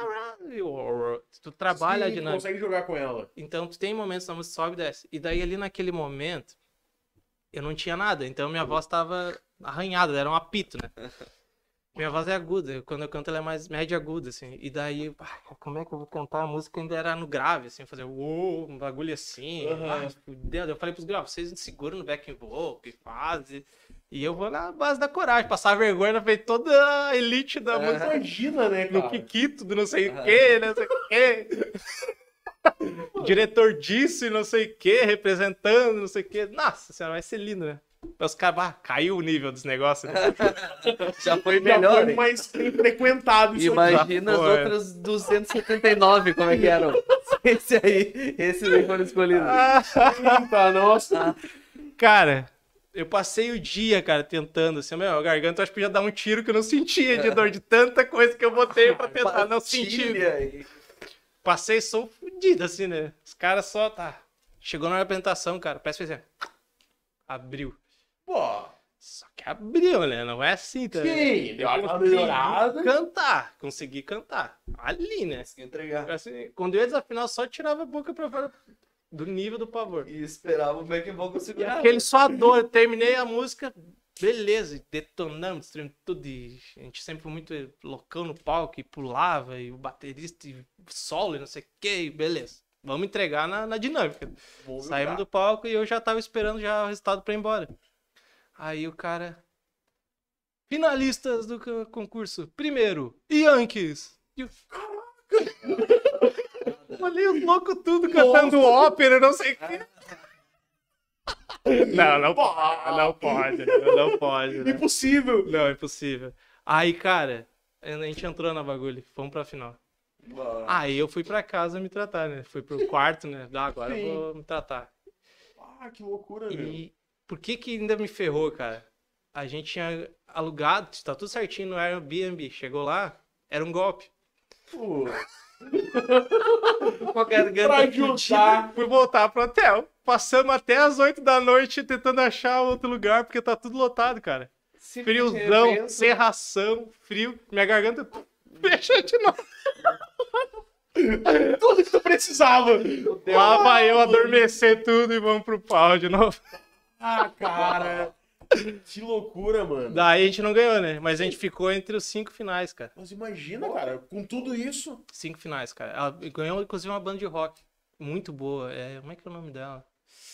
Tu trabalha Sim, a dinâmica. Tu consegue jogar com ela. Então tu tem momentos na música sobe e desce. E daí ali naquele momento, eu não tinha nada, então minha voz tava arranhada, era um apito, né? Minha voz é aguda, quando eu canto ela é mais média aguda, assim. E daí, como é que eu vou cantar? A música ainda era no grave, assim, fazer uou, um bagulho assim. Uhum. Ah, fudeu. Eu falei pros graves, vocês seguram no back and vocal e fazem. E eu vou na base da coragem, passar vergonha na frente toda a elite da uhum. música. Imagina, né, cara? No Kikito, do não sei o uhum. que, não sei o que. Diretor disso e não sei o que, representando, não sei o que. Nossa senhora, vai ser lindo, né? Os caras, ah, caiu o nível dos negócios. Né? Já foi melhor. Já foi mais frequentado. Imagina as outras duzentos e setenta e nove, como é que eram. Esse aí, esse aí foram escolhidos. Eita, nossa. Cara, eu passei o dia, cara, tentando, assim, meu, a garganta eu acho que podia dar um tiro que eu não sentia de dor, de tanta coisa que eu botei pra tentar não sentir. Aí. Passei som fudido, assim, né? Os caras só, tá. Chegou na apresentação, cara, parece que fez assim. Abriu. Pô. Só que abriu, né? Não é assim, tá? Sim, deu uma melhorada. Cantar. Consegui cantar. Ali, né? Consegui entregar. Assim, quando eu ia desafinar, eu só tirava a boca pra fora do nível do pavor. E esperava o back and vocal segurar. Aquele só dor. Eu terminei a música, beleza. Detonamos, destruímos tudo. E a gente sempre foi muito loucão no palco e pulava. E o baterista e solo e não sei o que. Beleza. Vamos entregar na, na dinâmica. Vou Saímos jogar. do palco e eu já tava esperando já o resultado pra ir embora. Aí o cara... Finalistas do concurso. Primeiro, Yankees. E eu... Olhei os loucos tudo cantando Nossa. ópera, não sei o quê. Não, não pode, não pode, não pode. Né? Impossível. Não, impossível. Aí, cara, a gente entrou na bagulho, fomos pra final. Boa. Aí eu fui pra casa me tratar, né? Fui pro quarto, né? Ah, agora Sim. eu vou me tratar. Ah, que loucura, e... meu. Por que que ainda me ferrou, cara? A gente tinha alugado, tá tudo certinho no Airbnb. Chegou lá, era um golpe. Pô. Com a garganta fudida, fui voltar pro hotel. Passamos até as oito da noite tentando achar outro lugar, porque tá tudo lotado, cara. Se Friozão, serração, frio. Minha garganta fechou de novo. Tudo que tu precisava. Lá vai eu adormecer tudo e vamos pro pau de novo. Ah, cara. Que loucura, mano. Daí a gente não ganhou, né? Mas a gente ficou entre os cinco finais, cara. Mas imagina, cara, com tudo isso. Cinco finais, cara. Ela ganhou, inclusive, uma banda de rock. Muito boa. É... Como é que é o nome dela?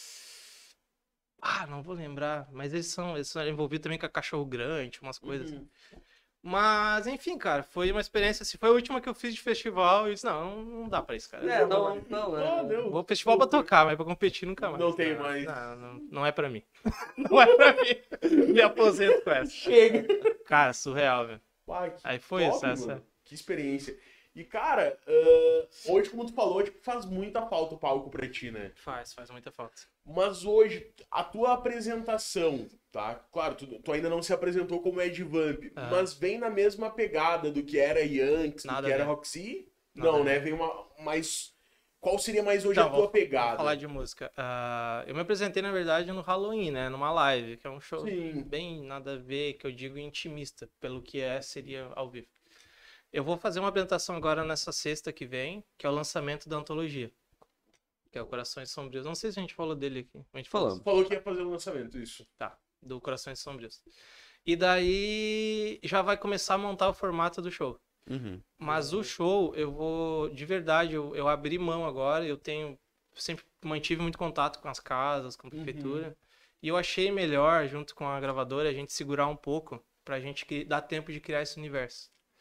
Ah, não vou lembrar. Mas eles são, eles são envolvidos também com a Cachorro Grande, umas coisas uhum. assim. Mas, enfim, cara, foi uma experiência, assim, foi a última que eu fiz de festival e eu disse, não, não dá pra isso, cara. É, não, não, não, é. não. Vou festival pra tocar, mas pra competir nunca mais. Não tem mais. Não, não, não é pra mim. Não é pra mim. Me aposento com essa. Chega. Cara, surreal, velho. Ai, Aí foi top, isso, essa. Mano. Que experiência. E, cara, uh, hoje, como tu falou, tipo, faz muita falta o palco pra ti, né? Faz, faz muita falta. Mas hoje, a tua apresentação, tá? Claro, tu, tu ainda não se apresentou como Ed Vamp, ah. mas vem na mesma pegada do que era Yankees, do que era Roxy? Nada não, né? Vem uma mais... Qual seria mais hoje então, a tua vou, pegada? Vou falar de música. Uh, eu me apresentei, na verdade, no Halloween, né? Numa live, que é um show Sim. bem nada a ver, que eu digo intimista, pelo que é, seria ao vivo. Eu vou fazer uma apresentação agora nessa sexta que vem, que é o lançamento da antologia. Que é o Corações Sombrios. Não sei se a gente falou dele aqui. A gente falou. Falou que ia fazer o lançamento, isso. Tá, do Corações Sombrios. E daí já vai começar a montar o formato do show. Uhum. Mas o show, eu vou... De verdade, eu, eu abri mão agora. Eu tenho... Sempre mantive muito contato com as casas, com a prefeitura. Uhum. E eu achei melhor, junto com a gravadora, a gente segurar um pouco pra gente dar tempo de criar esse universo.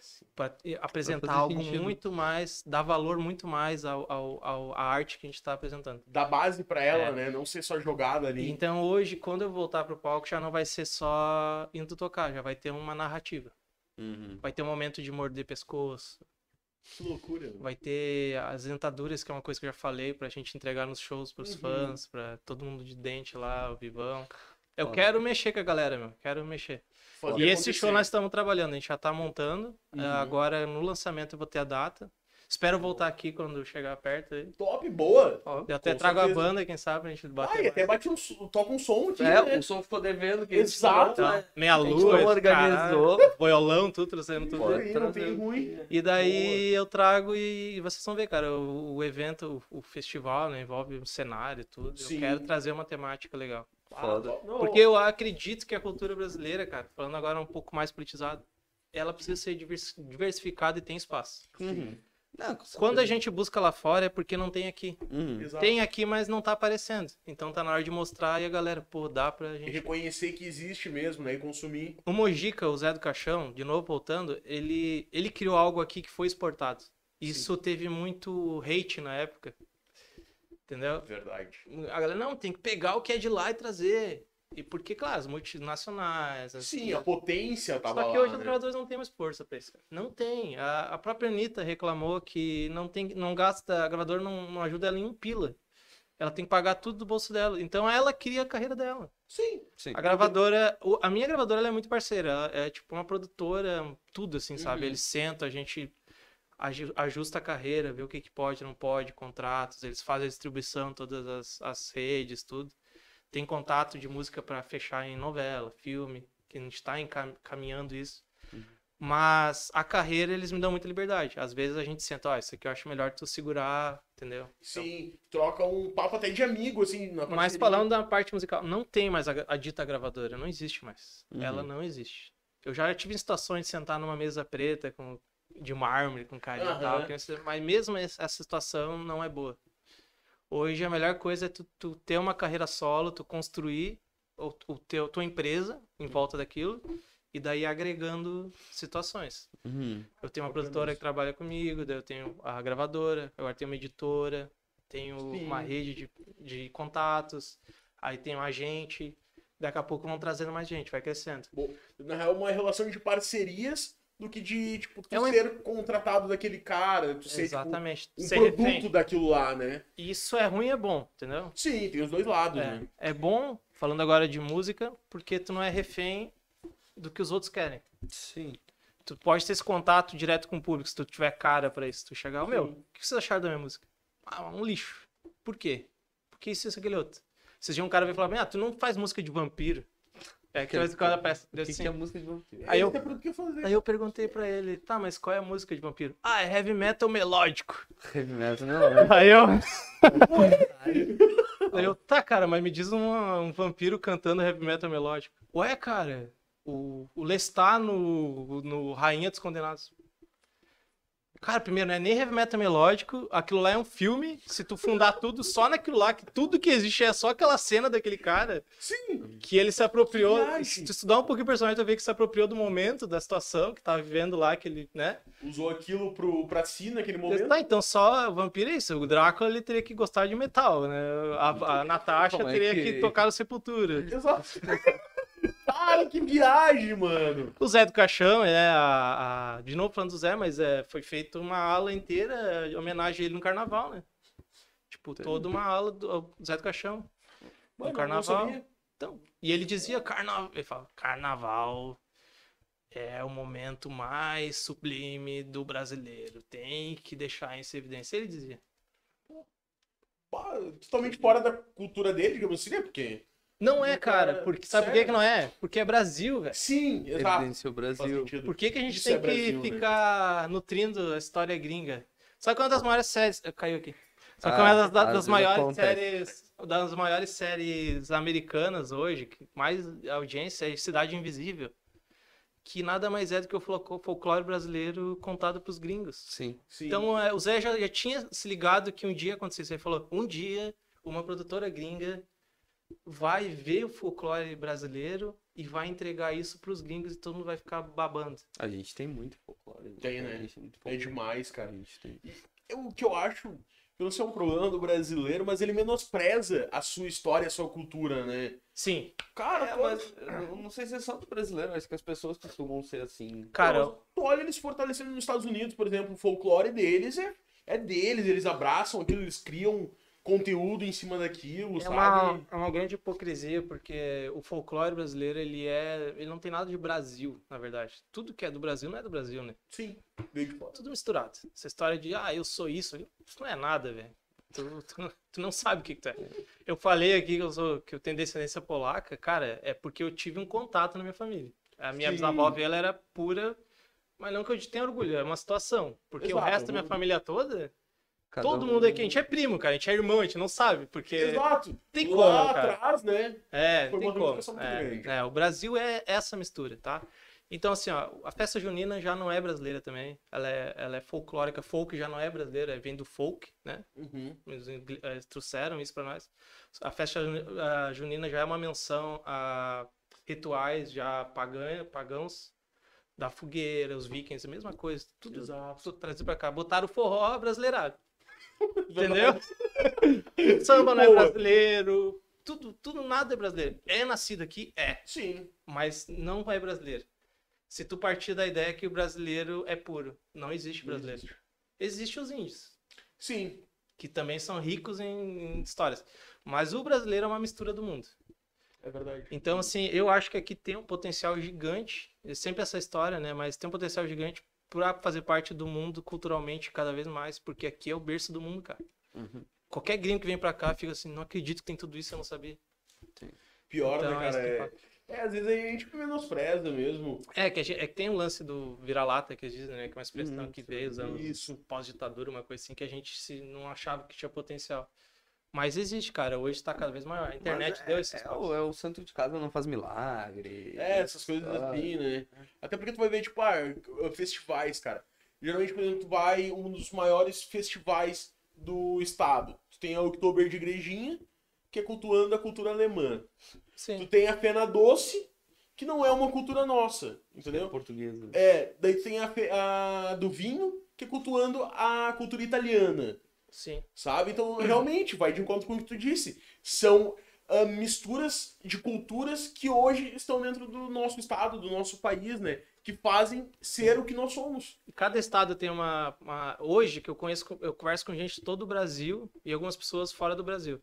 Pra eh, apresentar fazer algo sentido. muito mais, dar valor muito mais ao, ao, ao- à arte que a gente tá apresentando. Dar base pra ela, É. né? Não ser só jogada ali. Então hoje, quando eu voltar pro palco, já não vai ser só indo tocar, já vai ter uma narrativa. Uhum. Vai ter um momento de morder pescoço, Que loucura. mano. vai ter as dentaduras, que é uma coisa que eu já falei, pra gente entregar nos shows pros Uhum. fãs, pra todo mundo de dente lá, o vivão. Eu Foda. quero mexer com a galera, meu, quero mexer. Fazer E esse acontecer. show nós estamos trabalhando, a gente já tá montando. Uhum. eh, Agora no lançamento eu vou ter a data. Espero voltar aqui quando chegar perto aí. Top, boa. Eu até Com trago certeza. a banda, quem sabe, pra gente bater. Ah, e mais. até bate um, som- toca um som aqui, É, né? o som ficou devendo. Que Exato. a gente Então, meia não- a gente lua, não esse organizou. caralho, violão, tudo, trazendo tudo. Não tem, não trazer- tem ruim. E daí eu trago e vocês vão ver, cara, o, o evento, o, o festival, né, envolve um cenário e tudo. Sim. Eu quero trazer uma temática legal. Foda. Ah, não, Porque eu acredito que a cultura brasileira, cara, falando agora um pouco mais politizada, ela precisa ser divers- diversificada e tem espaço. Uhum. Não, com Quando a certeza. gente busca lá fora é porque não tem aqui. Uhum. Exato. Tem aqui, mas não tá aparecendo. Então tá na hora de mostrar e a galera, pô, dá pra E gente. reconhecer que existe mesmo, né? E consumir. O Mojica, o Zé do Caixão, de novo voltando, ele, ele criou algo aqui que foi exportado. Isso teve muito hate na época. Entendeu? Verdade. A galera, não, tem que pegar o que é de lá e trazer. E porque, claro, as multinacionais. As... Sim, a potência tava Só que lá, hoje né? os gravadores não têm mais força pra isso, cara. Não tem. A, a própria Anitta reclamou que não tem, não gasta, a gravadora não, não ajuda ela em um pila. Ela tem que pagar tudo do bolso dela. Então ela cria a carreira dela. Sim. Sim. A gravadora, o- a minha gravadora ela é muito parceira. Ela é tipo uma produtora, tudo assim, sabe? Uhum. Eles sentam, a gente aju- ajusta a carreira, vê o que, que pode, não pode, contratos. Eles fazem a distribuição em todas as, as redes, tudo. Tem contato de música pra fechar em novela, filme, que a gente tá encam- caminhando isso. Mas a carreira eles me dão muita liberdade. Às vezes a gente senta, ó, isso aqui eu acho melhor tu segurar, entendeu? Sim. Troca um papo até de amigo, assim, na Mas parceria. falando da parte musical, não tem mais a, a dita gravadora, não existe mais. Uhum. Ela não existe. Eu já tive em situações de sentar numa mesa preta com, de mármore, com carinho e tal, Aham. que essa- mas mesmo essa essa situação não é boa. Hoje a melhor coisa é tu, tu ter uma carreira solo, tu construir o, o teu, tua empresa em volta daquilo e daí agregando situações. Uhum. Eu tenho uma Bacana produtora isso. que trabalha comigo, daí eu tenho a gravadora, agora tenho uma editora, tenho Sim. uma rede de, de contatos, aí tenho um agente, daqui a pouco vão trazendo mais gente, vai crescendo. Bom, na real, uma relação de parcerias do que de, tipo, tu É uma- ser contratado daquele cara, tu ser, Exatamente. tipo, um Ser produto refém. daquilo lá, né? Isso é ruim e é bom, entendeu? Sim, tem os dois lados, É, né? é bom, falando agora de música, porque tu não é refém do que os outros querem. Sim. Tu pode ter esse contato direto com o público, se tu tiver cara pra isso. Tu chegar, "Ô, meu, Sim. o que vocês acharam da minha música? Ah, um lixo. Por quê? Porque isso, isso, aquele outro. Esses dias um cara veio falar, ah, tu não faz música de vampiro. É que o cara peça. O que, que é música de vampiro? Aí eu- Esse é produto que eu fazer. Aí eu perguntei pra ele, tá, mas qual é a música de vampiro? Ah, é heavy metal melódico. Heavy metal, não. Aí eu. Aí eu, tá, cara, mas me diz uma- um vampiro cantando heavy metal melódico. Ué, cara, o, o Lestat no, no Rainha dos Condenados. Cara, primeiro, não é nem heavy metal melódico, aquilo lá é um filme, se tu fundar tudo só naquilo lá, que tudo que existe é só aquela cena daquele cara, Sim. que ele se apropriou, Que viagem. se tu estudar um pouquinho o personagem, tu vai ver que se apropriou do momento, da situação que tava vivendo lá, que ele, né? Usou aquilo pro, pra si naquele momento. Tá, então só o vampiro é isso. O Drácula ele teria que gostar de metal, né? A, a Natasha Como é teria que- que... tocar no Sepultura. Exato. Cara, que viagem, mano. O Zé do Caixão, é a, a- de novo falando do Zé, mas é, foi feita uma ala inteira em homenagem a ele no carnaval, né? Tipo, toda uma ala do ao Zé do Caixão. Mano, No eu não carnaval. sabia. Então, e ele dizia carnaval. Ele fala, carnaval é o momento mais sublime do brasileiro. Tem que deixar isso em evidência. Ele dizia. Pá, totalmente fora da cultura dele, digamos assim, né? Porque. Não é, Do cara- cara. Porque, sabe por que sério? que não é? Porque é Brasil, velho. Sim, exato. Evidenciou o Faz Brasil. sentido. Por que, que a gente Isso tem é Brasil, que né? ficar nutrindo a história gringa? Sabe qual é uma das maiores séries. Caiu aqui. Sabe Ah, qual é uma das, das às vezes maiores acontece. séries. Das maiores séries americanas hoje, que mais audiência é Cidade Invisível. Que nada mais é do que o folclore folclore brasileiro contado pros gringos. Sim. Sim. Então é, o Zé já, já tinha se ligado que um dia acontecesse. Ele falou: um dia uma produtora gringa vai ver o folclore brasileiro e vai entregar isso pros gringos e todo mundo vai ficar babando. A gente tem muito folclore. Tem, né? A gente tem muito É folclore. demais, A cara. gente tem. Eu- O que eu acho, eu não sei, é um problema do brasileiro, mas ele menospreza a sua história, a sua cultura, né? Sim, Cara, É, tu- mas eu não sei se é só do brasileiro, acho que as pessoas costumam ser assim. cara, tu olha eles fortalecendo nos Estados Unidos, por exemplo, o folclore deles é, é deles, eles abraçam aquilo, eles criam conteúdo em cima daquilo, é sabe? uma, é uma grande hipocrisia, porque o folclore brasileiro, ele é. Ele não tem nada de Brasil, na verdade. Tudo que é do Brasil não é do Brasil, né? Sim, veio de fora. Tudo misturado. Essa história de, ah, eu sou isso, isso não é nada, velho. Tu, tu, tu não sabe o que, que tu é. Eu falei aqui que eu, sou, que eu tenho descendência polaca, cara, é porque eu tive um contato na minha família. A minha Sim. bisavó, ela era pura, mas não que eu tenha orgulho, é uma situação. Porque Exato, o resto da minha eu- família toda, Cada todo um- mundo aqui, a gente é primo, cara, a gente é irmão, a gente não sabe, porque... Exato. tem Lá como, cara. atrás, né? É, Foi tem uma como. ramificação muito É, grande. é, o Brasil é essa mistura, tá? Então, assim, ó, a festa junina já não é brasileira também. Ela é, ela é folclórica. Folk já não é brasileira, vem do folk, né? Uhum. Eles, ingl- eh, trouxeram isso pra nós. A festa juni- a junina já é uma menção a rituais já pagã, pagãos da fogueira, os vikings, a mesma coisa. Tudo, Exato. tudo trazido pra cá. Botaram o forró brasileirado. Entendeu? Samba não é Boa. brasileiro. Tudo, tudo, nada é brasileiro. É nascido aqui? É. Sim. Mas não é brasileiro. Se tu partir da ideia que o brasileiro é puro, não existe Não brasileiro. existe. Existem os índios, Sim. que também são ricos em, em histórias. Mas o brasileiro é uma mistura do mundo. É verdade. Então, assim, eu acho que aqui tem um potencial gigante. É sempre essa história, né? Mas tem um potencial gigante para fazer parte do mundo culturalmente cada vez mais, porque aqui é o berço do mundo, cara. Uhum. Qualquer gringo que vem pra cá fica assim, não acredito que tem tudo isso, eu não sabia. Pior, Então, né, é isso cara? que É, fala. é, às vezes a gente menospreza mesmo. É que, a gente- é que tem um lance do vira-lata que eles dizem, né? Que é uma expressão Uhum, que veio os anos isso. pós-ditadura, uma coisa assim, que a gente se, não achava que tinha potencial. Mas existe, cara. Hoje tá cada vez maior. A internet Mas deu é, esse é, espaço. o, é o santo de casa não faz milagre. É, essas coisas Ah, assim, né? Até porque tu vai ver, tipo, ah, festivais, cara. Geralmente, por exemplo, tu vai um dos maiores festivais do estado. Tu tem a Oktober de Igrejinha, que é cultuando a cultura alemã. Tu Sim. tem a Fena Doce, que não é uma cultura nossa, entendeu? Portuguesa. É, daí tu tem a, fe- a do vinho, que é cultuando a cultura italiana. Sim. Sabe? Então, realmente, vai de encontro com o que tu disse. São ah, misturas de culturas que hoje estão dentro do nosso estado, do nosso país, né? Que fazem ser o que nós somos. E cada estado tem uma, uma- Hoje, que eu conheço, eu converso com gente de todo o Brasil e algumas pessoas fora do Brasil.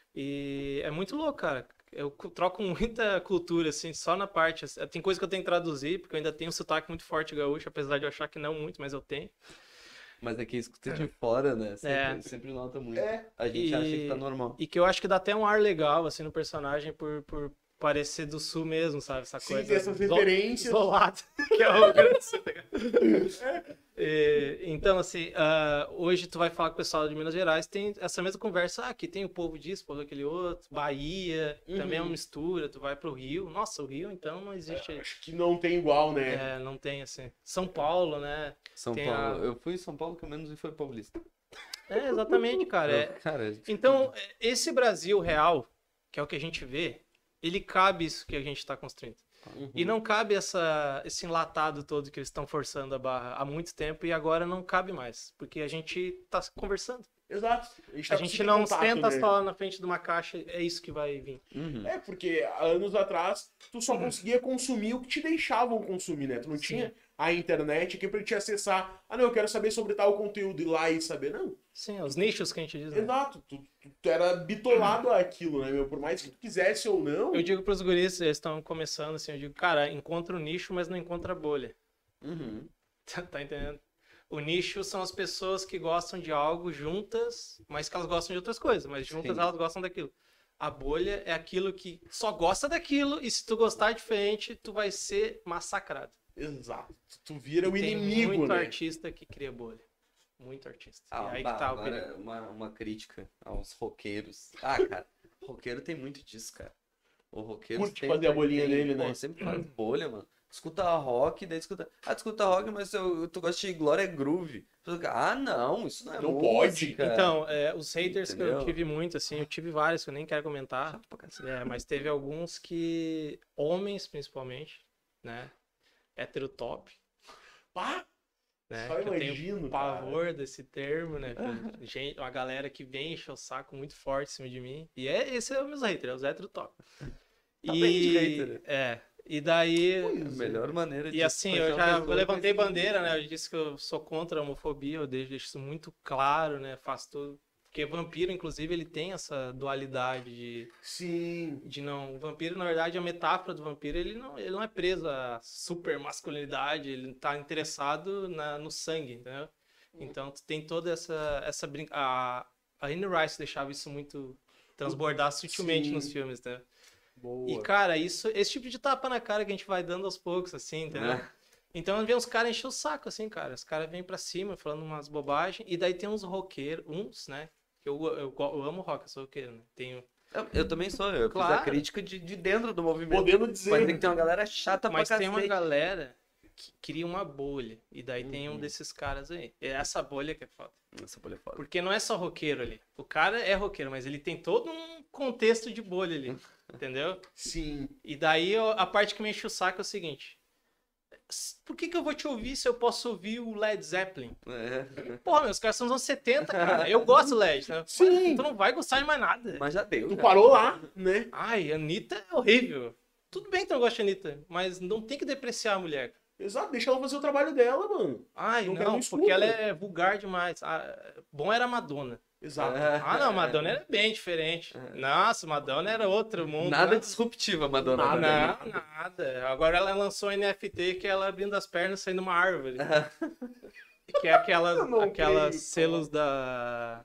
E é muito louco, cara. Eu cu- troco muita cultura, assim, só na parte. assim, Tem coisa que eu tenho que traduzir, porque eu ainda tenho um sotaque muito forte gaúcho, apesar de eu achar que não muito, mas eu tenho. Mas é que escuta de fora, né? Sempre, É. sempre nota muito. É. A gente E- acha que tá normal. E que eu acho que dá até um ar legal, assim, no personagem por, por parecer do sul mesmo, sabe? Essa Sim, coisa tem essas iso- referências. isolada, que é o grande sul. E, então, assim, ah, hoje tu vai falar com o pessoal de Minas Gerais, tem essa mesma conversa, ah, aqui tem o povo disso, o povo daquele outro, Bahia, também é uma Uhum. mistura, tu vai pro Rio, nossa, o Rio, então, não existe, Acho que não tem igual, né? é, não tem, assim. São Paulo, né? São tem Paulo. a- Eu fui em São Paulo que eu menos vi foi paulista. É, exatamente, cara, é, Eu- cara, então, esse Brasil real, que é o que a gente vê, ele cabe isso que a gente está construindo. Uhum. E não cabe essa, esse enlatado todo que eles estão forçando a barra há muito tempo e agora não cabe mais. Porque a gente tá conversando. Exato. A gente, tá A com gente esse não contato, senta né? só na frente de uma caixa, é isso que vai vir. Uhum. É, porque há anos atrás tu só conseguia consumir o que te deixavam consumir, né? Tu não Sim. tinha a internet que pra te acessar. Ah, não, eu quero saber sobre tal conteúdo, ir lá e saber. Não. Sim, os nichos que a gente diz. Né? Exato. Tu, tu- tu era bitolado àquilo, né, meu? Por mais que tu quisesse ou não. Eu digo pros guris, eles estão começando assim, eu digo, cara, encontra o nicho, mas não encontra a bolha. Uhum. Tá, tá entendendo? O nicho são as pessoas que gostam de algo juntas, mas que elas gostam de outras coisas, mas juntas Sim. elas gostam daquilo. A bolha é aquilo que só gosta daquilo, e se tu gostar diferente, tu vai ser massacrado. Exato. Tu vira o Tem inimigo, muito né? artista que cria bolha. Muito artista. Ah, e aí bah, que tá o agora perigo. uma, uma crítica aos roqueiros. Ah, cara, roqueiro tem muito disso, cara. O roqueiro Curte sempre fazer a bolinha tem- dele, pô, né? sempre faz bolha, mano. Escuta rock, daí escuta. Ah, tu escuta rock, mas eu, tu gosta de Glória Groove. Tu fica, ah, não, isso não é Não pode. música. Então, é, os haters que eu Entendeu? tive muito, assim, eu tive vários que eu nem quero comentar. Chato pra cacete. É, mas teve alguns que, homens principalmente, né? Hétero top, Pá, né? Só que eu imagino, tenho pavor desse termo, né? Gente, uma galera que vem encher o saco muito forte em cima de mim. E é, esse é o meus haters, é os hétero top. Tá bem de hater. É, e daí... É a melhor maneira de E assim, conhecer eu uma já pessoa levantei é conhecer- bandeira, né? Eu disse que eu sou contra a homofobia, eu deixo isso muito claro, né? Faço tudo. Porque vampiro, inclusive, ele tem essa dualidade de, sim. de não. O vampiro, na verdade, a metáfora do vampiro, ele não, ele não é preso à super masculinidade, ele tá interessado na, no sangue, entendeu? Então tu tem toda essa. essa brin... a, a Anne Rice deixava isso muito transbordar sutilmente Sim. nos filmes, né? Boa. E, cara, isso, esse tipo de tapa na cara que a gente vai dando aos poucos, assim, entendeu? É. Então vem uns caras encher o saco, assim, cara. Os caras vêm pra cima falando umas bobagens. E daí tem uns roqueiros, uns, né? Que eu, eu, eu amo rock, eu sou roqueiro, né? Tenho... Eu, eu também sou, eu fiz Claro. a crítica de, de dentro do movimento. Podendo dizer. Mas tem que ter uma galera chata Mas pra tem uma cacete. galera que cria uma bolha. E daí tem um Uhum. desses caras aí. É essa bolha que é foda. Essa bolha é foda. Porque não é só roqueiro ali. O cara é roqueiro, mas ele tem todo um contexto de bolha ali. Entendeu? Sim. E daí eu- a parte que me enche o saco é o seguinte. Por que, que eu vou te ouvir se eu posso ouvir o Led Zeppelin? É. Porra, meus caras são dos anos setenta, cara. Eu gosto do Led, né? Sim. Tu não vai gostar de mais nada. Mas já deu, Tu cara. parou lá, né? Ai, Anitta é horrível. Tudo bem que tu não gosta de Anitta, mas não tem que depreciar a mulher. Exato, deixa ela fazer o trabalho dela, mano. Ai, Não não, quero um porque escuta. ela é vulgar demais. Ah, bom era a Madonna. Exato. Ah, não, Madonna era bem diferente. Nossa, Madonna era outro mundo. Nada né? disruptiva, Madonna. Nada. né? Não, nada. Agora ela lançou um N F T que é ela abrindo as pernas saindo uma árvore. Que é aquelas, Eu não aquelas creio, selos da.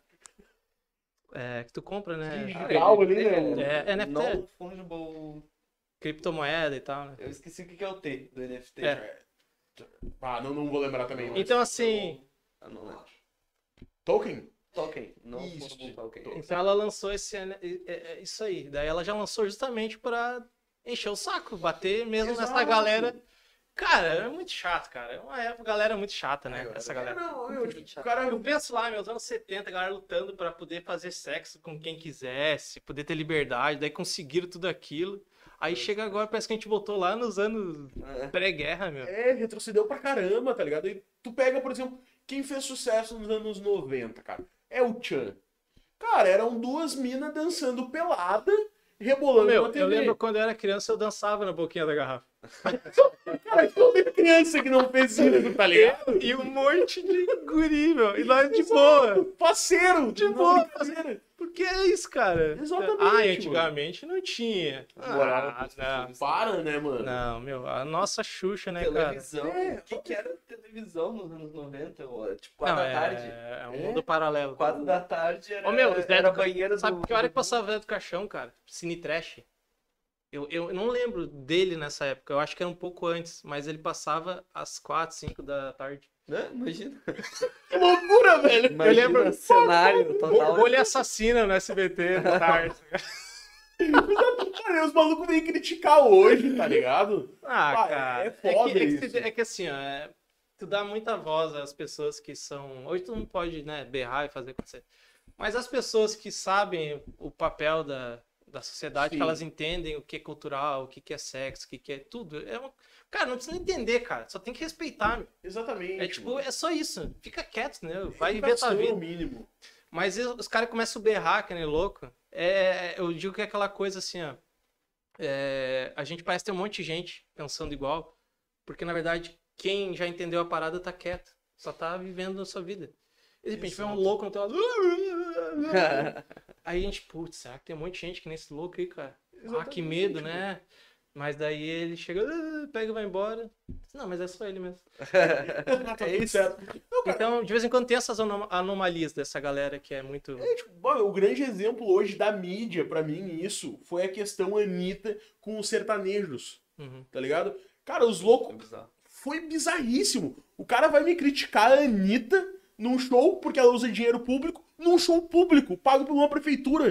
É, que tu compra, né? Digital. Legal ali, né? É, N F T. Não fungible. Criptomoeda e tal, né? Eu esqueci o que que é o T do N F T. É. Ah, não, não vou lembrar também. mas- Então, assim. Ah, não lembro. Token? Token. Não Isso. fungible token. Então ela lançou esse, é, é, isso aí. Daí ela já lançou justamente pra encher o saco, bater mesmo nessa Exato. galera. Cara, é muito chato, cara. É uma época- galera muito chata, né? É, Essa É, galera. não, eu, Muito o chato. cara... Eu penso lá, meus anos setenta, a galera lutando pra poder fazer sexo com quem quisesse, poder ter liberdade, daí conseguiram tudo aquilo. Aí chega agora, parece que a gente voltou lá nos anos É. pré-guerra, meu. É, retrocedeu pra caramba, tá ligado? E tu pega, por exemplo, quem fez sucesso nos anos noventa, cara. É o Chan. Cara, eram duas minas dançando pelada, rebolando Meu, na T V. eu lembro quando eu era criança, eu dançava na boquinha da garrafa. Cara, que não tem criança que não fez isso, tá ligado? E um monte de guri, meu. E nós de boa. Parceiro! De não, boa. brincadeira. Porque é isso, cara. Exatamente, Ah, e antigamente não tinha. Moral, Ah, não. Para, né, mano? Não, meu, a nossa Xuxa, né, cara? Televisão. É. O que, que era televisão nos anos noventa? Ó, Tipo, Não, quatro da é, tarde. é um É? mundo paralelo. Quatro da tarde era, Ô, meu, Zé era do- banheiro Sabe do... que hora que passava Zé do Caixão, cara? Cine Trash. Eu, eu não lembro dele nessa época, eu acho que era um pouco antes, mas ele passava às quatro, cinco da tarde. Né? Imagina. Que loucura, velho! Imagina Eu lembro- cenário total. Bolha Assassina no S B T da tarde. Cara, os malucos vêm criticar hoje, tá ligado? Ah, Ah, cara. é É, foda que, é, isso. que, é que assim, ó, é, tu dá muita voz às pessoas que são. Hoje tu não pode, né, berrar e fazer acontecer. Mas as pessoas que sabem o papel da, da sociedade, Sim. que elas entendem o que é cultural, o que que é sexo, o que que é tudo. É uma... Cara, não precisa entender, cara. Só tem que respeitar. Meu. Exatamente. É tipo, mano. é só isso. Fica quieto, né? Vai viver Educação tua é o vida. mínimo. Mas eu- os caras começam a berrar, que nem louco. É, eu digo que é aquela coisa assim, ó. É, a gente parece ter um monte de gente pensando igual. Porque, na verdade, quem já entendeu a parada tá quieto. Só tá vivendo a sua vida. E, de repente, vem um Exato. louco no teu lado. Aí a gente, putz, será que tem um monte de gente que nem esse louco aí, cara? Ah, que Exatamente, medo, né? Mas daí ele chega, "Ah", pega e vai embora. Não, mas é só ele mesmo. Tá É tudo isso. certo. Não, cara, Então, de vez em quando tem essas anom- anomalias dessa galera que é muito. é, tipo, bom, o grande exemplo hoje da mídia, pra mim, isso, foi a questão Anitta com os sertanejos, Uhum. tá ligado? Cara, os loucos, É bizarro. foi bizarríssimo. O cara vai me criticar a Anitta num show porque ela usa dinheiro público, num show público, pago por uma prefeitura.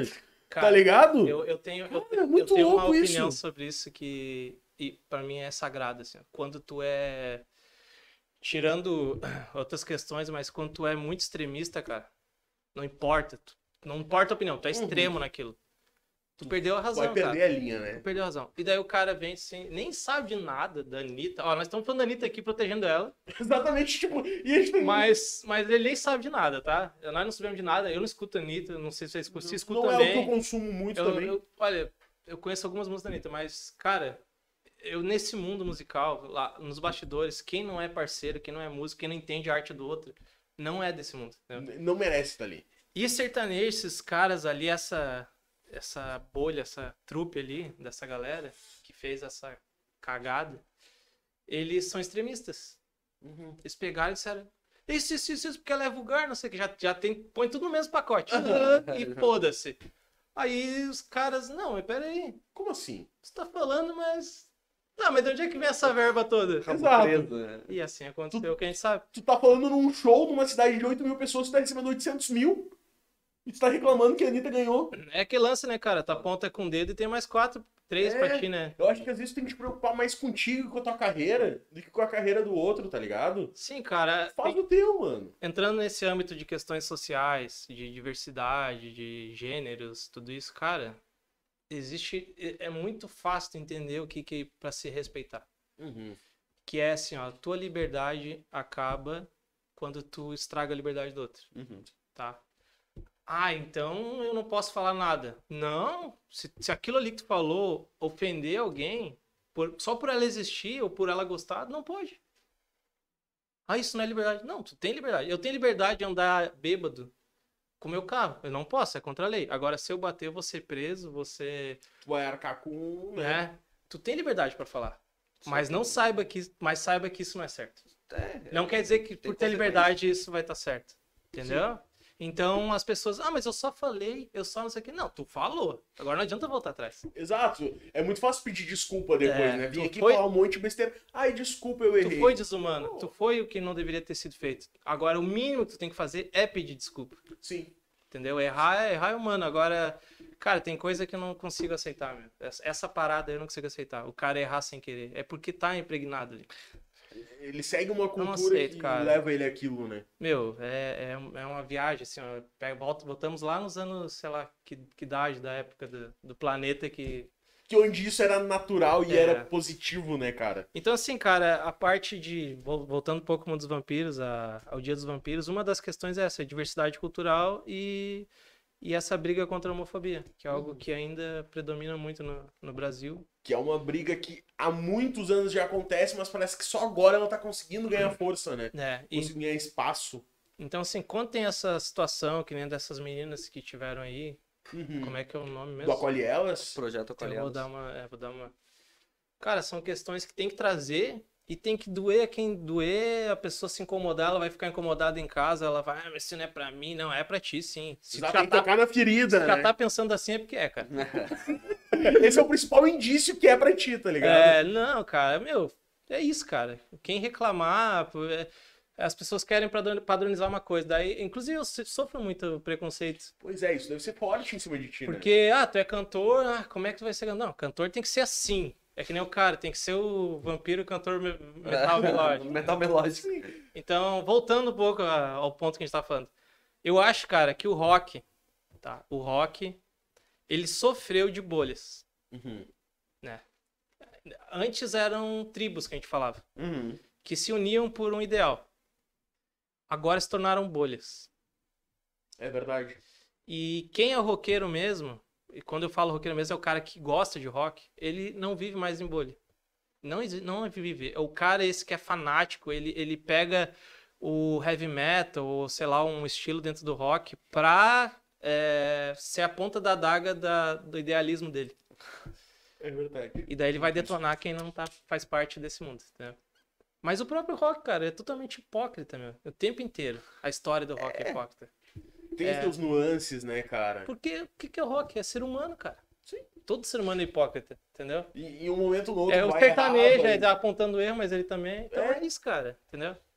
Cara, tá ligado? Eu, eu tenho, eu, Cara, é eu muito tenho uma louco opinião isso. sobre isso que e pra mim é sagrada, assim. Ó. Quando tu é... Tirando outras questões, mas quando tu é muito extremista, cara, não importa. Tu, não importa a opinião, tu é extremo naquilo. Tu perdeu a razão, Vai perder cara. a linha, Tu né? perdeu a razão. E daí o cara vem assim, nem sabe de nada da Anitta. Ó, nós estamos falando da Anitta aqui, protegendo ela. Exatamente, tipo, e a gente tem... Mas, mas ele nem sabe de nada, tá? Nós não sabemos de nada. Eu não escuto a Anitta, não sei se você escuta. Se escuta Não é também. o que eu consumo muito Eu- também. eu- olha, eu conheço algumas músicas da Anitta, mas, cara, eu nesse mundo musical, lá nos bastidores, quem não é parceiro, quem não é músico, quem não entende a arte do outro, não é desse mundo. Entendeu? Não merece estar ali. E sertanejo, esses caras ali, essa, essa bolha, essa trupe ali, dessa galera que fez essa cagada, eles são extremistas. Eles pegaram e disseram, isso, isso, isso, isso, porque ela é vulgar, não sei o que, já, já tem, põe tudo no mesmo pacote. E foda-se. Aí os caras, não, mas peraí, Como assim? você tá falando, mas... Tá, mas de onde é que vem essa verba toda? Rabo Exato. preso, né? E assim aconteceu o que a gente sabe. Tu tá falando num show numa cidade de oito mil pessoas, tu tá recebendo oitocentos mil e tu tá reclamando que a Anitta ganhou. É que lance, né, cara? Tu aponta com o dedo e tem mais quatro, três É. pra ti, né? Eu acho que às vezes tu tem que te preocupar mais contigo e com a tua carreira do que com a carreira do outro, tá ligado? Sim, cara. Faz tem- o teu, mano. Entrando nesse âmbito de questões sociais, de diversidade, de gêneros, tudo isso, cara, existe. É é muito fácil tu entender o que que é pra se respeitar. Que é assim, ó, tua liberdade acaba quando tu estraga a liberdade do outro, Uhum. tá? Ah, então eu não posso falar nada. Não, se, se aquilo ali que tu falou ofender alguém, por- só por ela existir ou por ela gostar, não pode. Ah, isso não é liberdade. Não, tu tem liberdade. Eu tenho liberdade de andar bêbado com o meu carro. Eu não posso, é contra a lei. Agora, se eu bater, eu vou ser preso, você... Tu vai arcar com... né? Né? Tu tem liberdade pra falar. Mas não saiba que, mas saiba que isso não é certo. É, Não quer dizer que por ter consequência. liberdade isso vai estar certo. Entendeu? Então as pessoas, ah, mas eu só falei, eu só não sei o que. Não, tu falou. Agora não adianta voltar atrás. Exato. É muito fácil pedir desculpa depois, É, né? Vim tu aqui foi- falar um monte de besteira. Ai, desculpa, eu errei. Tu foi desumano, tu foi o que não deveria ter sido feito. Agora o mínimo que tu tem que fazer é pedir desculpa. Sim. Entendeu? Errar é, errar é humano. Agora, cara, tem coisa que eu não consigo aceitar, meu. Essa, essa parada eu não consigo aceitar. O cara errar sem querer. É porque tá impregnado ali. Ele segue uma cultura aceito, que cara. leva ele àquilo, né? Meu, é, é, um- é uma viagem, assim, ó. Pega, volta, voltamos lá nos anos, sei lá, que, que idade da época do, do planeta que... Que onde isso era natural e É. era positivo, né, cara? Então, assim, cara, a parte de... vol- Voltando um pouco ao mundo dos vampiros, a- ao Dia dos Vampiros, uma das questões é essa, a diversidade cultural e, e essa briga contra a homofobia, que é algo que ainda predomina muito no, no Brasil. Que é uma briga que há muitos anos já acontece, mas parece que só agora ela tá conseguindo ganhar força, né? É, e, Conseguindo ganhar espaço. então, assim, quando tem essa situação, que nem dessas meninas que tiveram aí, Uhum. como é que é o nome Do mesmo? Acolhe Elas. Projeto Então, eu Acolhidos. vou dar uma, é, vou dar uma. Cara, são questões que tem que trazer e tem que doer a quem doer, a pessoa se incomodar, ela vai ficar incomodada em casa, ela vai, ah, mas isso não é pra mim, não, é pra ti sim. Se tu Já já tem que tá, tocar na ferida, já né? tá pensando assim é porque é, cara. Esse é o principal indício que é pra ti, tá ligado? É, não, cara, meu, é isso, cara. Quem reclamar, pô, é- as pessoas querem padron- padronizar uma coisa, daí, inclusive eu so- sofro muito preconceito. Pois é, isso deve ser forte em cima de ti, né? Porque, ah, tu é cantor, ah, como é que tu vai ser cantor? Não, cantor tem que ser assim. É que nem o cara, tem que ser o vampiro cantor me- metal melódico. Metal melódico. Então, voltando um pouco a- ao ponto que a gente tá falando. Eu acho, cara, que o rock, tá? O rock, ele sofreu de bolhas, Uhum. né? Antes eram tribos que a gente falava, Uhum. que se uniam por um ideal. Agora se tornaram bolhas. É verdade. E quem é o roqueiro mesmo, e quando eu falo roqueiro mesmo, é o cara que gosta de rock, ele não vive mais em bolha. Não, exi- não vive. É o cara esse que é fanático, ele, ele pega o heavy metal, ou sei lá, um estilo dentro do rock, pra é, ser a ponta da adaga da- do idealismo dele. É verdade. E daí ele vai detonar quem não tá, faz parte desse mundo, entendeu? Mas o próprio rock, cara, é totalmente hipócrita, meu. O tempo inteiro. A história do rock é, hipócrita. Tem os teus nuances, né, cara? Porque o que, que é rock? É ser humano, cara. Sim. Todo ser humano é hipócrita, entendeu? E em um momento ou no outro É o vai sertanejo, errar, ele vai- tá apontando erro, mas ele também. Então é, É. isso, cara, entendeu?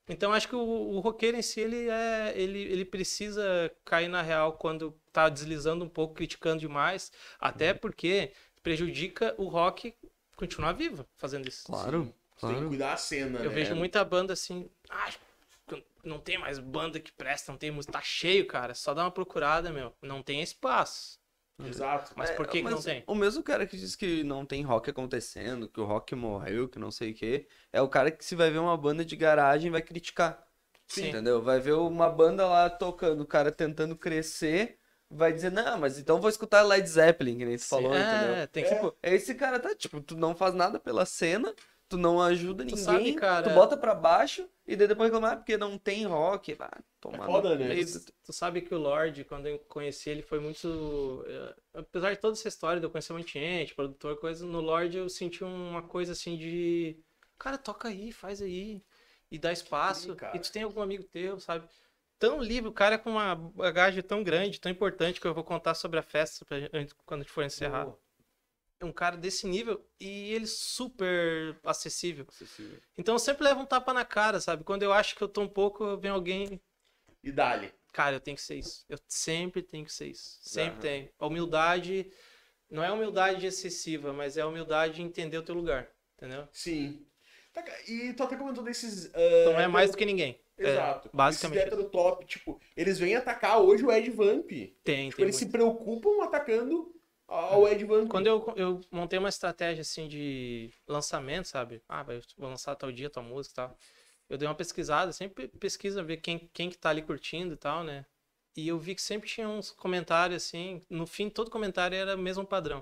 Então acho que o, o roqueiro em si, ele, é, ele, ele precisa cair na real quando tá deslizando um pouco, criticando demais, até porque prejudica o rock continuar vivo fazendo isso. Claro, Você tem que claro. cuidar a cena, Eu né? vejo muita banda assim, ah, não tem mais banda que presta, não tem música, tá cheio, cara, só dá uma procurada, meu, não tem espaço. Exato. Mas É, por que, que mas não tem? O mesmo cara que diz que não tem rock acontecendo, que o rock morreu, que não sei o quê, é o cara que se vai ver uma banda de garagem vai criticar. Sim. Entendeu? Vai ver uma banda lá tocando, o cara tentando crescer, vai dizer, não, mas então vou escutar Led Zeppelin, que nem tu falou, é, entendeu? tem que, É. tipo, Esse cara tá, tipo, tu não faz nada pela cena, tu não ajuda ninguém, sabe, cara, tu bota pra baixo e daí depois reclamar porque não tem rock. Ah, toma É foda, no né? meio do- Tu sabe que o Lorde, quando eu conheci ele, foi muito. eh, Apesar de toda essa história de eu conhecer muita gente, produtor, coisa, no Lorde eu senti uma coisa assim de. Cara, toca aí, faz aí. E dá espaço. Sim, cara. E tu tem algum amigo teu, sabe? Tão livre, o cara é com uma bagagem tão grande, tão importante, que eu vou contar sobre a festa pra gente- quando a gente for encerrar. Boa. É um cara desse nível e ele super acessível. Então eu sempre levo um tapa na cara, sabe? Quando eu acho que eu tô um pouco, vem alguém. E dali. Cara, eu tenho que ser isso. Eu sempre tenho que ser isso. Sempre Aham. tenho. A humildade não é humildade excessiva, mas é a humildade de entender o teu lugar. Entendeu? Sim. Tá, ca- e tu até comentou desses. Tu não é mais do que ninguém. Exato. É, basicamente. Esses hétero top, tipo, eles vêm atacar hoje o Ed Vamp. Tem, Tipo, tem eles se muito. preocupam atacando ao Ed Vamp. Quando eu, eu montei uma estratégia assim de lançamento, sabe? Ah, vai, vou lançar tal dia tua música e tal. Eu dei uma pesquisada, sempre pesquisa ver quem, quem que tá ali curtindo e tal, né? E eu vi que sempre tinha uns comentários assim. No fim, todo comentário era o mesmo padrão.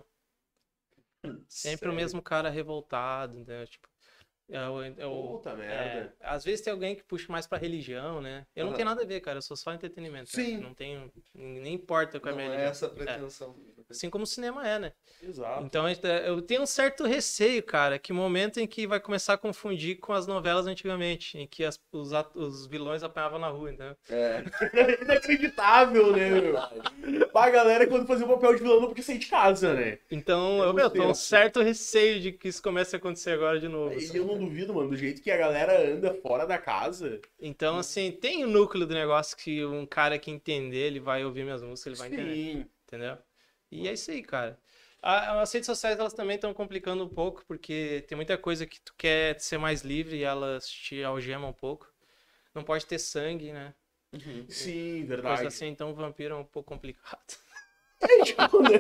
Sempre o Sério? mesmo cara revoltado, né? Tipo, é o, é o- Puta é, merda. às vezes tem alguém que puxa mais pra religião, né? Eu não Aham. tenho nada a ver, cara. Eu sou só entretenimento. né? Sim. Não tenho. Nem importa com a Não minha é religião. essa a pretensão. Assim como o cinema é, né? Exato. Então eu tenho um certo receio, cara, que momento em que vai começar a confundir com as novelas antigamente, em que as- os, at- os vilões apanhavam na rua, entendeu? É. Inacreditável, né, meu? A galera quando fazia o papel de vilão não podia sair de casa, né? Então Eu eu, meu, gostei, tô um assim. certo receio de que isso comece a acontecer agora de novo. E sabe? eu não duvido, mano, do jeito que a galera anda fora da casa. Então, assim, tem o núcleo do negócio que um cara que entender, ele vai ouvir minhas músicas, ele vai entender, Sim. entendeu? E é isso aí, cara. A- As redes sociais, elas também estão complicando um pouco, porque tem muita coisa que tu quer ser mais livre e elas te algemam um pouco. Não pode ter sangue, né? Uhum. Sim, Coisa verdade. assim, então o vampiro é um pouco complicado. Tipo, né?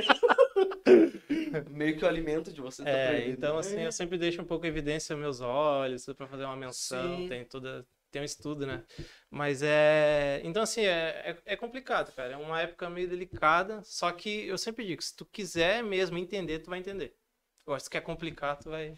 Meio que o alimento de você tá É, proibido. então assim, É. eu sempre deixo um pouco em evidência meus olhos, pra fazer uma menção, Sim. tem toda, tem um estudo, né? Mas é, então assim, é, é, é complicado, cara, é uma época meio delicada, só que eu sempre digo, se tu quiser mesmo entender, tu vai entender. Agora, se tu quer complicar, tu vai...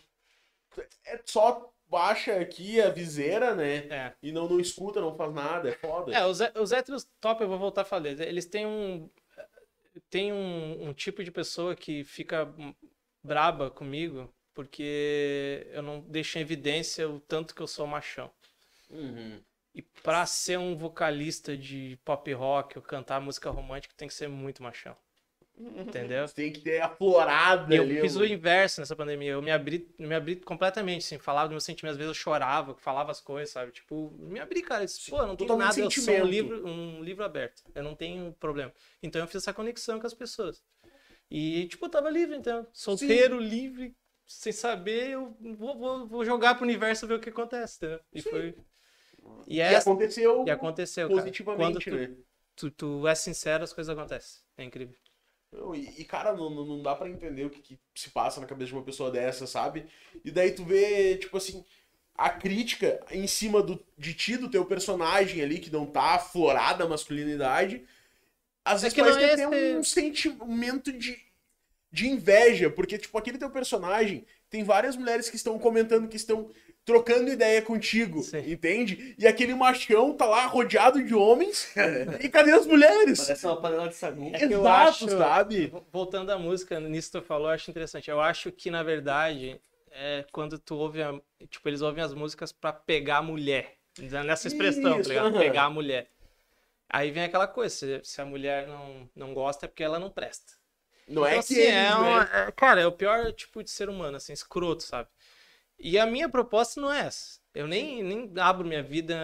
É só baixa aqui a viseira, né? É, E não, não escuta, não faz nada, é foda. é os, hé- os héteros top, eu vou voltar a falar, eles têm um, tem um, um tipo de pessoa que fica braba comigo, porque eu não deixo em evidência o tanto que eu sou machão. Uhum. E pra ser um vocalista de pop rock ou cantar música romântica, tem que ser muito machão. Entendeu? Você tem que ter a florada E eu ali. fiz o mano. inverso nessa pandemia. Eu me abri, me abri completamente, assim. Falava dos meus sentimentos. Às vezes eu chorava, falava as coisas, sabe? Tipo, me abri, cara. Eu disse, pô, eu não tenho Totalmente nada. Eu sou um sentimento. livro, um livro aberto. Eu não tenho problema. Então eu fiz essa conexão com as pessoas. E, tipo, eu tava livre, então. Solteiro, livre, sem saber. Eu vou, vou, vou jogar pro universo ver o que acontece, entendeu? E Sim. foi... E, E é, aconteceu e aconteceu, cara. Quando positivamente, tu, né? tu, tu é sincero, as coisas acontecem. É incrível. Não, E, e, cara, não, não não dá pra entender o que, que se passa na cabeça de uma pessoa dessa, sabe? E daí tu vê, tipo assim, a crítica em cima do, de ti, do teu personagem ali, que não tá aflorada a masculinidade, às É vezes que parece não que é tem esse- um sentimento de, de inveja, porque, tipo, aquele teu personagem, tem várias mulheres que estão comentando, que estão trocando ideia contigo, Sim. entende? E aquele machão tá lá rodeado de homens, e cadê as mulheres? Parece uma panela de sagu. É que eu Exato, acho- sabe? Voltando à música, nisso que tu falou, eu acho interessante. Eu acho que, na verdade, é quando tu ouve, a, tipo, eles ouvem as músicas pra pegar a mulher. Nessa expressão, tá Isso, ligado? aham. Pegar a mulher. Aí vem aquela coisa, se, se a mulher não, não gosta é porque ela não presta. Não é Então, que assim, eles, é né? uma- é- cara, é o pior tipo de ser humano, assim, escroto, sabe? E a minha proposta não é essa. Eu nem, nem abro minha vida,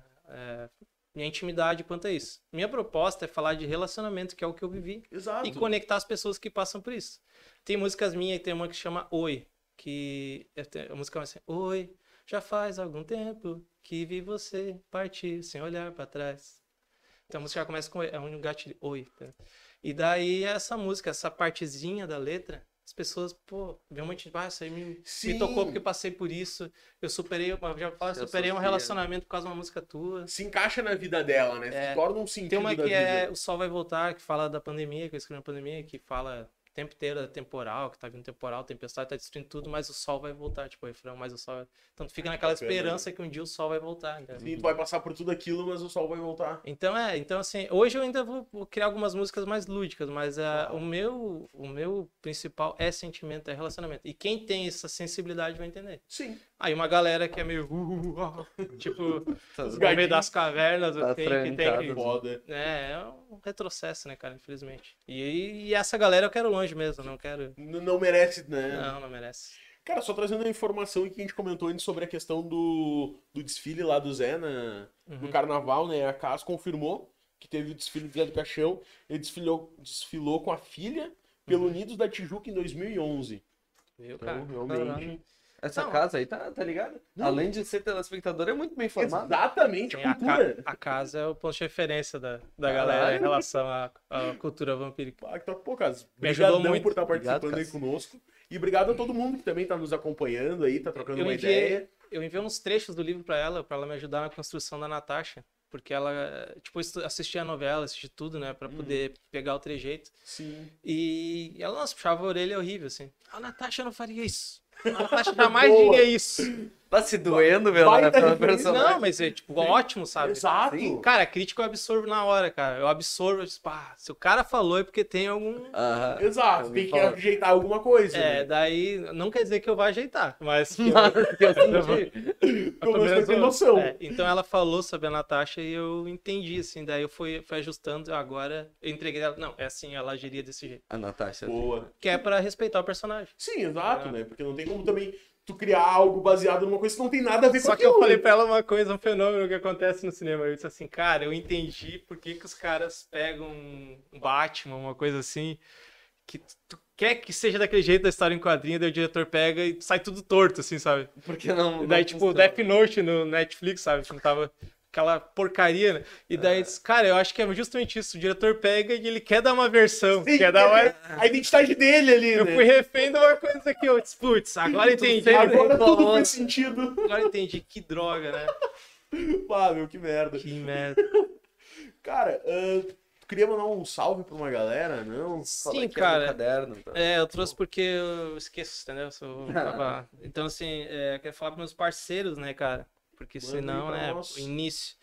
é, minha intimidade quanto a isso. Minha proposta é falar de relacionamento, que é o que eu vivi. Exato. E conectar as pessoas que passam por isso. Tem músicas minhas, tem uma que chama Oi, que a música é assim, Oi, já faz algum tempo que vi você partir sem olhar pra trás. Então a música já começa com Oi, é um gatilho, Oi. Tá? E daí essa música, essa partezinha da letra, as pessoas, pô, vê um monte de, ah, isso aí me, me tocou porque passei por isso, eu superei, eu já falo, eu superei um relacionamento por causa de uma música tua. Se encaixa na vida dela, né? É, torna um sentido tem uma da que vida. é O Sol Vai Voltar, que fala da pandemia, que eu escrevi na pandemia, que fala o tempo inteiro da temporal, que tá vindo temporal, tempestade, tá destruindo tudo, mas o sol vai voltar, tipo, o refrão, mas o sol vai... Então tu fica naquela Bacana, esperança que um dia o sol vai voltar. Né? Sim, tu vai passar por tudo aquilo, mas o sol vai voltar. Então, é, então assim, hoje eu ainda vou, vou criar algumas músicas mais lúdicas, mas uh, Claro. o, meu, o meu principal é sentimento, é relacionamento. E quem tem essa sensibilidade vai entender. Sim. Aí uma galera que é meio... Uh, uh, uh, tipo, Os no meio das cavernas, Tá tem, que tem que... Foda. É, é um retrocesso, né, cara, infelizmente. E, e essa galera eu quero longe mesmo, não quero... N- Não merece, né? Não, não merece. Cara, só trazendo a informação que a gente comentou antes sobre a questão do, do desfile lá do Zé na, no carnaval, né? A Cas confirmou que teve o desfile do Zé do Caixão. Ele desfilou, desfilou com a filha pelo Unidos da Tijuca em dois mil e onze. Viu, Então, cara? realmente... Caralho. Essa Não. casa aí tá, tá ligado? Não. Além de ser telespectador, é muito bem formado. Exatamente, Sim, a, cultura. ca- a casa é o ponto de referência da, da Caralho. galera em relação à, à cultura vampírica. Ah, que tá, pô, Cas, Me ajudou brigadão muito. por estar Obrigado, participando aí Cas. conosco. E obrigado a todo mundo que também tá nos acompanhando aí, tá trocando Eu uma enviei, ideia. eu enviei uns trechos do livro pra ela, pra ela me ajudar na construção da Natasha. Porque ela, tipo, estu- assistia a novela, assistia tudo, né? Pra poder pegar o trejeito. Sim. E ela, nossa, puxava a orelha horrível, assim. A Natasha não faria isso. A Natasha jamais Boa. diria isso. Tá se doendo, meu, Baita pela referência. personagem. Não, mas é, tipo, ótimo, sabe? Exato. Sim. Cara, a crítica eu absorvo na hora, cara. Eu absorvo, eu tipo, ah, se o cara falou é porque tem algum... Aham. Exato, Eu tem me que falo. ajeitar alguma coisa. É, né? daí não quer dizer que eu vá ajeitar, mas... que eu- Que eu senti. Pelo menos pra ter noção. É, então ela falou sobre a Natasha e eu entendi, assim, daí eu fui, fui ajustando, agora eu entreguei ela, não, é assim, ela agiria desse jeito. A Natasha. Boa. Que é pra respeitar o personagem. Sim, exato, É. né? Porque não tem como também tu criar algo baseado numa coisa que não tem nada a ver com Só que aquilo. eu falei né? pra ela uma coisa, um fenômeno que acontece no cinema. Eu disse assim, cara, eu entendi por que, que os caras pegam um Batman, uma coisa assim, que tu quer que seja daquele jeito da história em quadrinho, daí o diretor pega e sai tudo torto, assim, sabe? Porque não. E daí, não tipo, funciona. Death Note no Netflix, sabe? Não tava aquela porcaria, né? E daí, disse, cara, eu acho que é justamente isso. O diretor pega e ele quer dar uma versão. Sim, quer dar uma... A identidade dele ali, Eu né? fui refém de uma coisa que eu disse, putz, agora entendi. sempre Agora tudo reclamando. faz sentido. Agora entendi. Que droga, né? Ah, meu, que merda. Que merda. Cara, ah, tu queria mandar um salve pra uma galera, não? Fala Sim, aqui no cara. caderno, tá? É, eu trouxe porque eu esqueço, entendeu? Eu sou- tava- Então, assim, é, eu quero falar pros meus parceiros, né, cara? Porque Manda aí senão, pra né, nós. o início.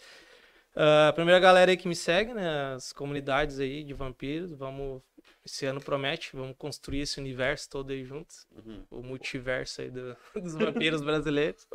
Ah, a primeira galera aí que me segue, né, as comunidades aí de vampiros, vamos, esse ano promete, vamos construir esse universo todo aí juntos, Uhum. o multiverso aí do- dos vampiros brasileiros.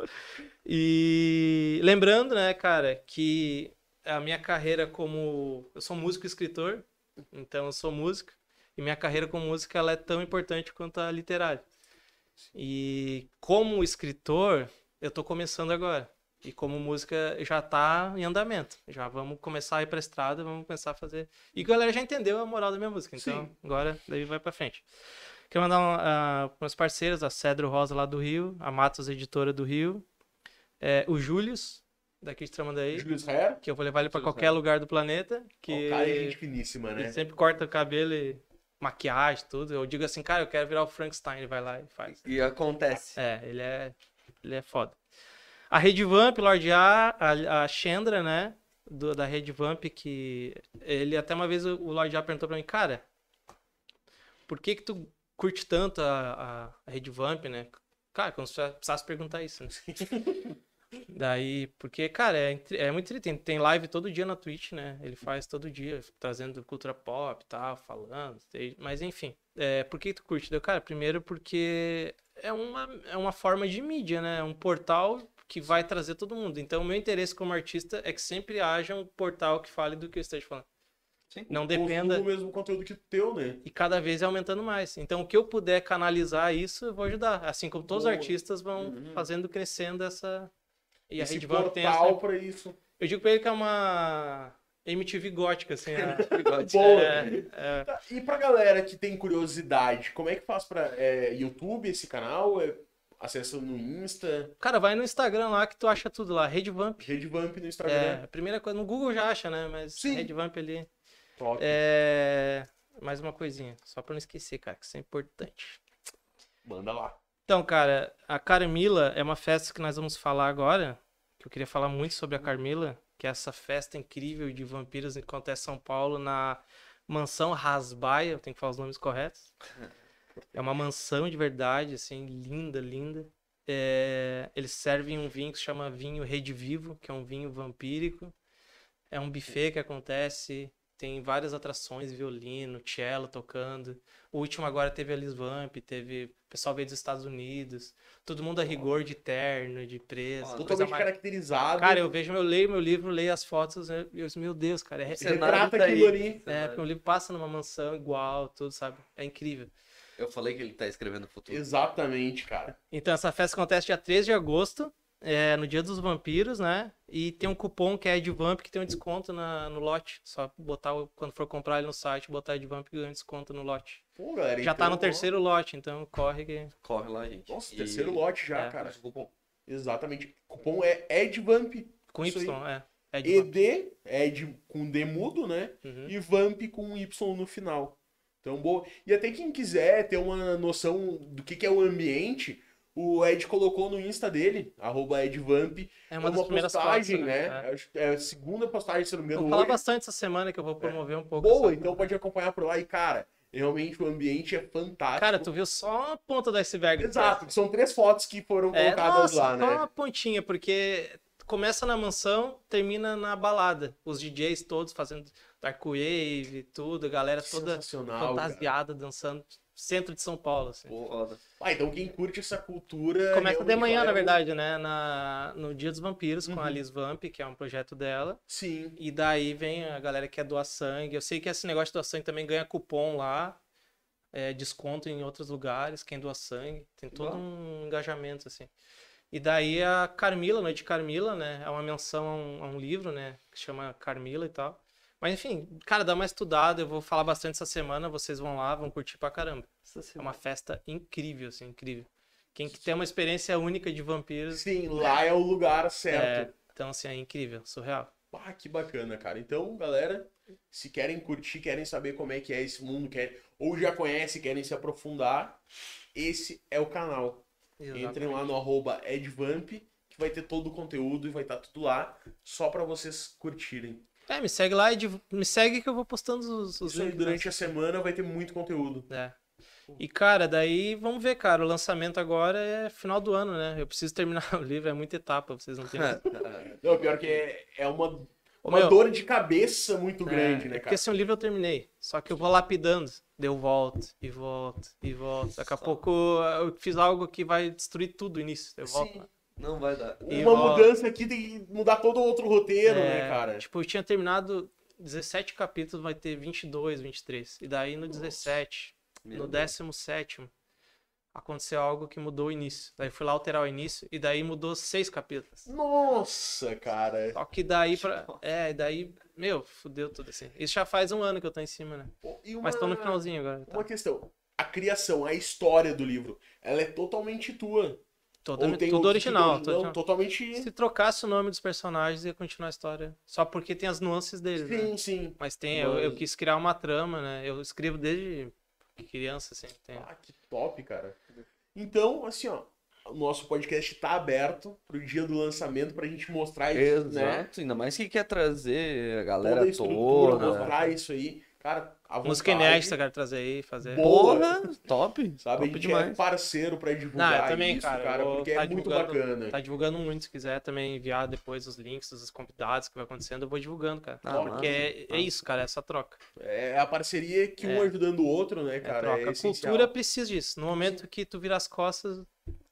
E lembrando, né, cara, que a minha carreira como... Eu sou músico e escritor, então eu sou músico, e minha carreira como músico ela é tão importante quanto a literária. E como escritor, eu tô começando agora. E como música já tá em andamento. Já vamos começar a ir pra estrada, vamos começar a fazer. E a galera já entendeu a moral da minha música, então Sim. agora daí vai pra frente. Quero mandar um, uh, para meus parceiros, a Cedro Rosa lá do Rio, a Matos Editora do Rio, é, o Július, daqui de Tramandaí, Júlio Israel? que eu vou levar ele pra Július qualquer Herr. lugar do planeta, que O cara é gente finíssima, né? ele sempre corta o cabelo e maquiagem, tudo. Eu digo assim, cara, eu quero virar o Frankenstein, ele vai lá e faz. E acontece. É, ele é, ele é foda. A Rede Vamp, Lorde A, a, a Chandra, né, do, da Rede Vamp, que ele até uma vez o, o Lorde A perguntou pra mim, cara, por que que tu curte tanto a, a Rede Vamp, né? Cara, como se precisasse perguntar isso, né? Daí, porque, cara, é, intri- é muito triste. Tem, tem live todo dia na Twitch, né? Ele faz todo dia, trazendo cultura pop e tal, falando. tem- Mas, enfim, é, por que tu curte? Deu, cara, primeiro porque é uma, é uma forma de mídia, né? É um portal que vai trazer todo mundo. Então, o meu interesse como artista é que sempre haja um portal que fale do que eu esteja falando. Sim. Não dependa... O mesmo conteúdo que o teu, né? E cada vez é aumentando mais. Então, o que eu puder canalizar isso, eu vou ajudar. Assim como todos os Boa. artistas vão Uhum. fazendo, crescendo essa... E a esse Red Vamp tem portal essa... pra isso. Eu digo pra ele que é uma M T V gótica, assim. a- Bigode. Boa. É, é. Tá, e pra galera que tem curiosidade, como é que faz pra... É, YouTube, esse canal? É, acessa no Insta? Cara, vai no Instagram lá que tu acha tudo lá. Red Vamp. Red Vamp no Instagram? É, a primeira coisa, no Google já acha, né? Mas Sim. Red Vamp ali. Top. É... Mais uma coisinha, só pra não esquecer, cara, que isso é importante. Manda lá. Então, cara, a Carmila é uma festa que nós vamos falar agora, que eu queria falar muito sobre a Carmila, que é essa festa incrível de vampiros que acontece em São Paulo na Mansão Rasbaia, eu tenho que falar os nomes corretos. É uma mansão de verdade, assim, linda, linda. É... Eles servem um vinho que se chama vinho Rede Vivo, que é um vinho vampírico. É um buffet que acontece... Tem várias atrações, violino, cello tocando. O último agora teve a Liz Vamp, teve... O pessoal veio dos Estados Unidos. Todo mundo a rigor de terno, de preso. coisa Totalmente mais- caracterizado. Cara, eu vejo, eu leio meu livro, leio as fotos, eu, eu, meu Deus, cara. É, Cenário Retrata tá aquilo aí. ali. é, porque o livro passa numa mansão igual, tudo, sabe? É incrível. Eu falei que ele tá escrevendo o futuro. Exatamente, cara. Então, essa festa acontece dia treze de agosto, é, no Dia dos Vampiros, né? E tem um cupom que é EdVamp que tem um desconto na, no lote. Só botar, o- quando for comprar ele no site, botar EdVamp que ganha um desconto no lote. Pô, galera, Já tá então, no ó, terceiro lote, então corre que... Corre lá, gente. Nossa, E- terceiro lote já, é, cara. Usa o cupom. Exatamente. O cupom é EdVamp. Com Isso Y, aí. é. EdVamp. E D, Ed com D mudo, né? Uhum. E Vamp com Y no final. Então, boa. E até quem quiser ter uma noção do que, que é o ambiente, o Ed colocou no Insta dele, arroba EdVamp, É uma das primeiras postagem, fotos, né? né? É. Acho que É a segunda postagem, se eu não me Vou engano, falar hoje. bastante essa semana que eu vou promover um pouco. Boa, essa- então pode acompanhar por lá. E, cara, realmente o ambiente é fantástico. Cara, tu viu só a ponta do iceberg. Exato, são três fotos que foram É, colocadas nossa, lá, só né? uma pontinha, porque começa na mansão, termina na balada. Os D Js todos fazendo dark wave, tudo, a galera toda Sensacional, fantasiada, dançando. Centro de São Paulo, assim. Pô, foda. Ah, então quem curte essa cultura... Começa de realmente manhã, vai na ao- verdade, né? Na, no Dia dos Vampiros, com a Uhum. Liz Vamp, que é um projeto dela. Sim. E daí vem a galera que quer doar sangue. Eu sei que esse negócio de doar sangue também ganha cupom lá. É, desconto em outros lugares, quem doa sangue. Tem todo Legal. um engajamento, assim. E daí a Carmila, Noite Carmila, né? É uma menção a um, a um livro, né? Que chama Carmila e tal. Mas enfim, cara, dá uma estudada. Eu vou falar bastante essa semana. Vocês vão lá, vão curtir pra caramba. É uma festa incrível, assim, incrível. Quem que tem uma experiência única de vampiros. Sim, lá é o lugar É, certo. então, assim, é incrível, surreal. Ah, que bacana, cara. Então, galera, se querem curtir, querem saber como é que é esse mundo, querem, ou já conhecem, querem se aprofundar, esse é o canal. Entrem lá no arroba EdVamp, que vai ter todo o conteúdo e vai estar tudo lá, só pra vocês curtirem. É, me segue lá e div- me segue que eu vou postando os, os Isso aí, links. durante né? a semana vai ter muito conteúdo. É. E, cara, daí vamos ver, cara. O lançamento agora é final do ano, né? Eu preciso terminar o livro, é muita etapa, vocês não têm. Não, pior que é, é uma, Ô, uma meu, dor de cabeça muito grande, é, né, Porque cara? esse um livro eu terminei. Só que eu vou lapidando. Deu volta, e volta, e volta. Daqui a Só. pouco eu fiz algo que vai destruir tudo o início. Eu volto. Sim. Não vai dar. E Uma volta. mudança aqui tem que mudar todo outro roteiro, É, né, cara? Tipo, eu tinha terminado dezessete capítulos, vai ter vinte e dois, vinte e três. E daí no dezessete, Meu no Deus. décimo sétimo, aconteceu algo que mudou o início. Daí eu fui lá alterar o início e daí mudou seis capítulos. Nossa, cara. Só que daí pra. É, daí, meu, fudeu tudo assim. Isso já faz um ano que eu tô em cima, né? Pô, e uma, Mas tô no finalzinho agora. Tá? uma questão. A criação, a história do livro, ela é totalmente tua. Toda, Ou tem tudo outro original. tipo de- tudo não, original. totalmente... Se trocasse o nome dos personagens, ia continuar a história. Só porque tem as nuances deles, né? Sim, sim. Mas tem, eu, eu Mas- quis criar uma trama, né? Eu escrevo desde criança, assim. Tem... Ah, que top, cara. Então, assim, ó, o nosso podcast tá aberto pro dia do lançamento pra gente mostrar isso, né? Exato, ainda mais que quer trazer a Toda galera a estrutura, toda. mostrar isso aí. Cara, a Música vontade, inédita, quero trazer aí, fazer. Boa. Porra, top. sabe? A top gente demais. é parceiro pra divulgar Não, eu também, isso, cara, cara, eu vou porque tá é muito divulgando- bacana. Tá divulgando muito, se quiser também enviar depois os links dos convidados que vai acontecendo, eu vou divulgando, cara. Ah, Porque massa, é, é massa. isso, cara, é essa troca. É a parceria que um É. ajudando o outro, né, É cara? troca. É A essencial. cultura precisa disso. No momento que tu vira as costas,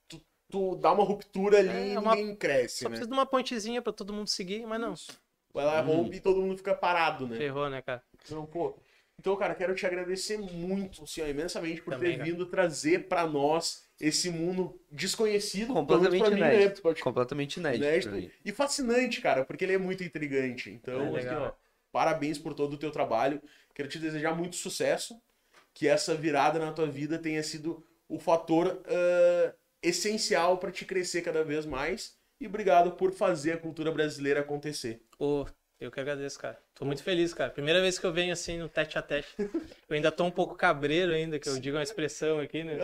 Tu dá uma ruptura ali É e uma- ninguém cresce, só né? precisa de uma pontezinha pra todo mundo seguir, mas não. Vai lá, Hum. rompe e todo mundo fica parado, né? Ferrou, né, cara? Então, pô, Então, cara, quero te agradecer muito, assim, ó, imensamente por Também, ter cara. vindo trazer pra nós esse mundo desconhecido. Completamente pelo menos pra mim, inédito. né? Pode- Completamente inédito. inédito pra mim. e fascinante, cara, porque ele é muito intrigante. Então, É assim, legal, ó, né? parabéns por todo o teu trabalho. Quero te desejar muito sucesso, que essa virada na tua vida tenha sido o fator ah, essencial pra te crescer cada vez mais. E obrigado por fazer a cultura brasileira acontecer. Pô, eu que agradeço, cara. Tô muito feliz, cara. Primeira vez que eu venho assim no tete a tete. Eu ainda tô um pouco cabreiro ainda, que eu digo uma expressão aqui, né?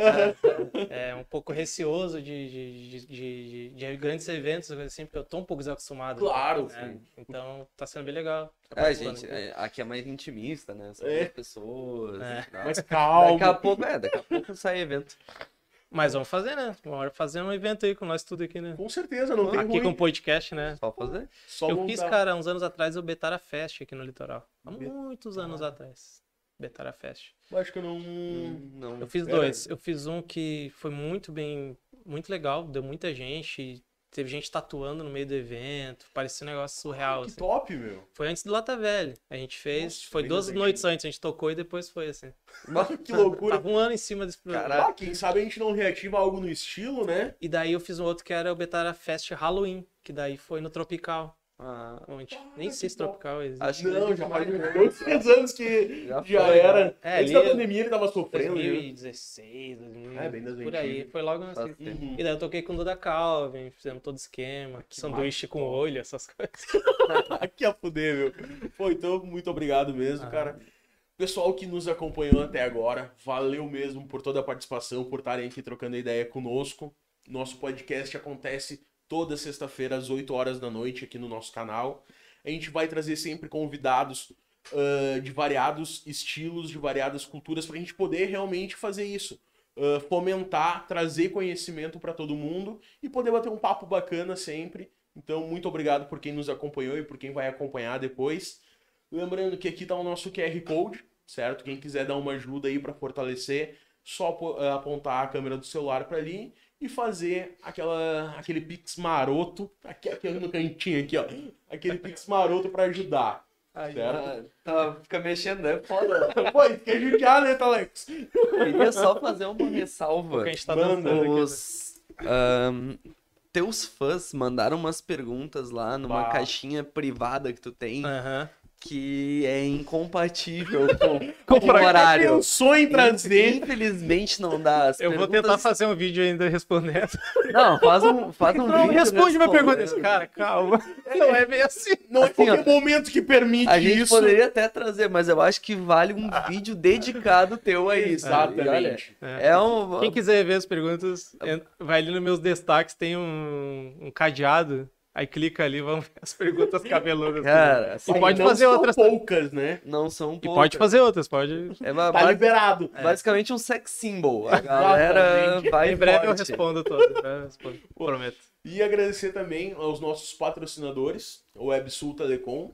É um pouco receoso de, de, de, de, de grandes eventos, assim, porque eu tô um pouco desacostumado. Claro, né? sim. Então tá sendo bem legal. tá É, participando gente, aqui. é, aqui é mais intimista, né? São É. duas pessoas. É. e tal. Mas calma. Daqui a pouco, é, daqui a pouco sai evento. Mas vamos fazer, né? Uma hora fazer um evento aí com nós tudo aqui, né? Com certeza, não tem Aqui ruim. com o podcast, né? Só fazer. Só eu montar. fiz, cara, uns anos atrás o Betara Fest aqui no litoral. Há Be- muitos anos Ah. atrás. Betara Fest. Eu acho que eu não... Hum, não. Eu fiz Pera dois. Eu fiz um que foi muito bem, muito legal, deu muita gente. Teve gente tatuando no meio do evento. Parecia um negócio surreal, Que assim. top, meu. Foi antes do Lata Velha. A gente fez. Nossa, foi bem duas das noites antigas. antes. A gente tocou e depois foi, assim. Que loucura. Tava um ano em cima desse programa. Caraca. Ah, quem sabe a gente não reativa algo no estilo, né? E daí eu fiz um outro que era o Betara Fest Halloween. Que daí foi no Tropical. Ah, Onde? Ah, Nem que sei se top. Tropical existe. acho que Não, já faz mais, né? uns dois, três anos que Já já, foi, era. É, Antes ali- da pandemia ele tava sofrendo. dois mil né? e dezesseis, dois mil, É, bem das por aí. antigas. Foi logo Faz assim. tempo. Uhum. E daí eu toquei com o Duda Calvin, fizemos todo esquema, Que sanduíche massa, com top. olho, essas coisas. Aqui a fuder, meu. Pô, então, muito obrigado mesmo, Ah. cara. Pessoal que nos acompanhou até agora, valeu mesmo por toda a participação, por estarem aqui trocando ideia conosco. Nosso podcast acontece toda sexta-feira às oito horas da noite aqui no nosso canal. A gente vai trazer sempre convidados ah, de variados estilos, de variadas culturas, para a gente poder realmente fazer isso. Ah, fomentar, trazer conhecimento para todo mundo e poder bater um papo bacana sempre. Então, muito obrigado por quem nos acompanhou e por quem vai acompanhar depois. Lembrando que aqui tá o nosso Q R Code, certo? Quem quiser dar uma ajuda aí para fortalecer, só po- eh, apontar a câmera do celular para ali e fazer aquela, aquele pix maroto, aqui, aqui no cantinho aqui, ó. Aquele pix maroto para ajudar. Ai, Certo? tá, fica mexendo, né? Foda. Pô, isso quer judiar, né, Talex? Queria só fazer uma Porque ressalva. a gente tá Manda dançando aqui. Os ahn, teus fãs mandaram umas perguntas lá numa Bah. caixinha privada que tu tem, Aham. que é incompatível com, Com com o horário. Pensou em trazer. Infelizmente não dá. As Eu vou perguntas- tentar fazer um vídeo ainda respondendo. Não, faz um, faz um Não, vídeo responde minha respondendo. pergunta. Cara, calma. Não é bem assim. Não é Assim, qualquer momento que permite A gente isso. poderia até trazer, mas eu acho que vale um vídeo dedicado teu aí, sabe? E olha, Exatamente. é um... Quem quiser ver as perguntas, entra- vai ali nos meus destaques, tem um, um cadeado. Aí clica ali, vamos ver as perguntas cabeludas. Cara, assim, E pode não fazer são outras. poucas, né? não são E poucas. pode fazer outras, pode. É uma, Tá ba- liberado. basicamente um sex symbol. A galera Exatamente. vai Em breve eu forte. respondo todas. em breve eu respondo. Prometo. E agradecer também aos nossos patrocinadores, o WebSul Telecom,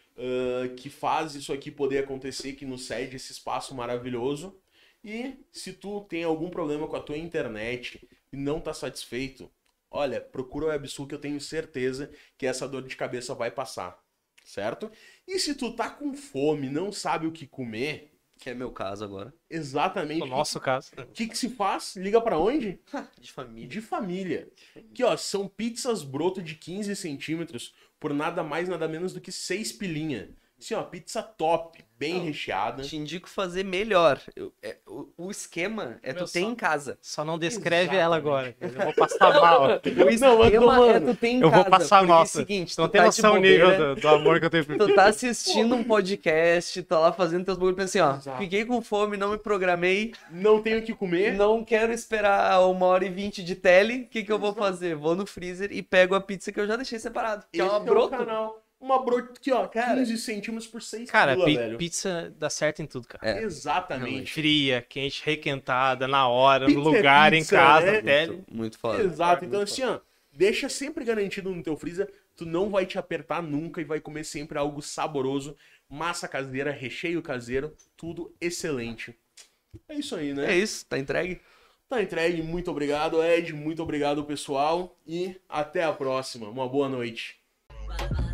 ah, que faz isso aqui poder acontecer, que nos cede esse espaço maravilhoso. E se tu tem algum problema com a tua internet e não tá satisfeito, olha, procura o WebSul que eu tenho certeza que essa dor de cabeça vai passar, certo? E se tu tá com fome, não sabe o que comer, Que é meu caso agora. exatamente No nosso caso. o que, que se faz? Liga pra onde? De família. De família. Aqui, ó, são pizzas broto de quinze centímetros por nada mais, nada menos do que seis pilinha. Assim, ó, pizza top, bem Não, recheada. Te indico fazer melhor. Eu- é- o, o esquema é Meu tu ter só- em casa. Só não descreve Exatamente. ela agora. Eu vou passar mal. O Não, esquema mas, é mano, tu ter em Eu casa. vou passar porque mal. é o seguinte, Tu não tu tem tá de noção o nível bobeira, do, do amor que eu tenho por Tu ti. tá assistindo um podcast, tá lá fazendo teus bagulhos, pensa assim, ó, Exato. fiquei com fome, não me programei, não tenho o que comer. não quero esperar uma hora e vinte de tele, o que que eu vou fazer? Vou no freezer e pego a pizza que eu já deixei separado, que é Esse uma é o broto. canal. Uma broto aqui, ó, Cara. quinze centímetros por seis Cara, pila, pi- velho. pizza dá certo em tudo, cara. É. Exatamente. Fria, quente, requentada, na hora, Pizza no é lugar, pizza, em casa, né? até. Muito, muito foda. Exato. Então, Muito assim, ó, deixa sempre garantido no teu freezer. Tu não vai te apertar nunca e vai comer sempre algo saboroso. Massa caseira, recheio caseiro, tudo excelente. É isso aí, né? É isso, tá entregue? Tá entregue. Muito obrigado, Ed. Muito obrigado, pessoal. E até a próxima. Uma boa noite. Bye.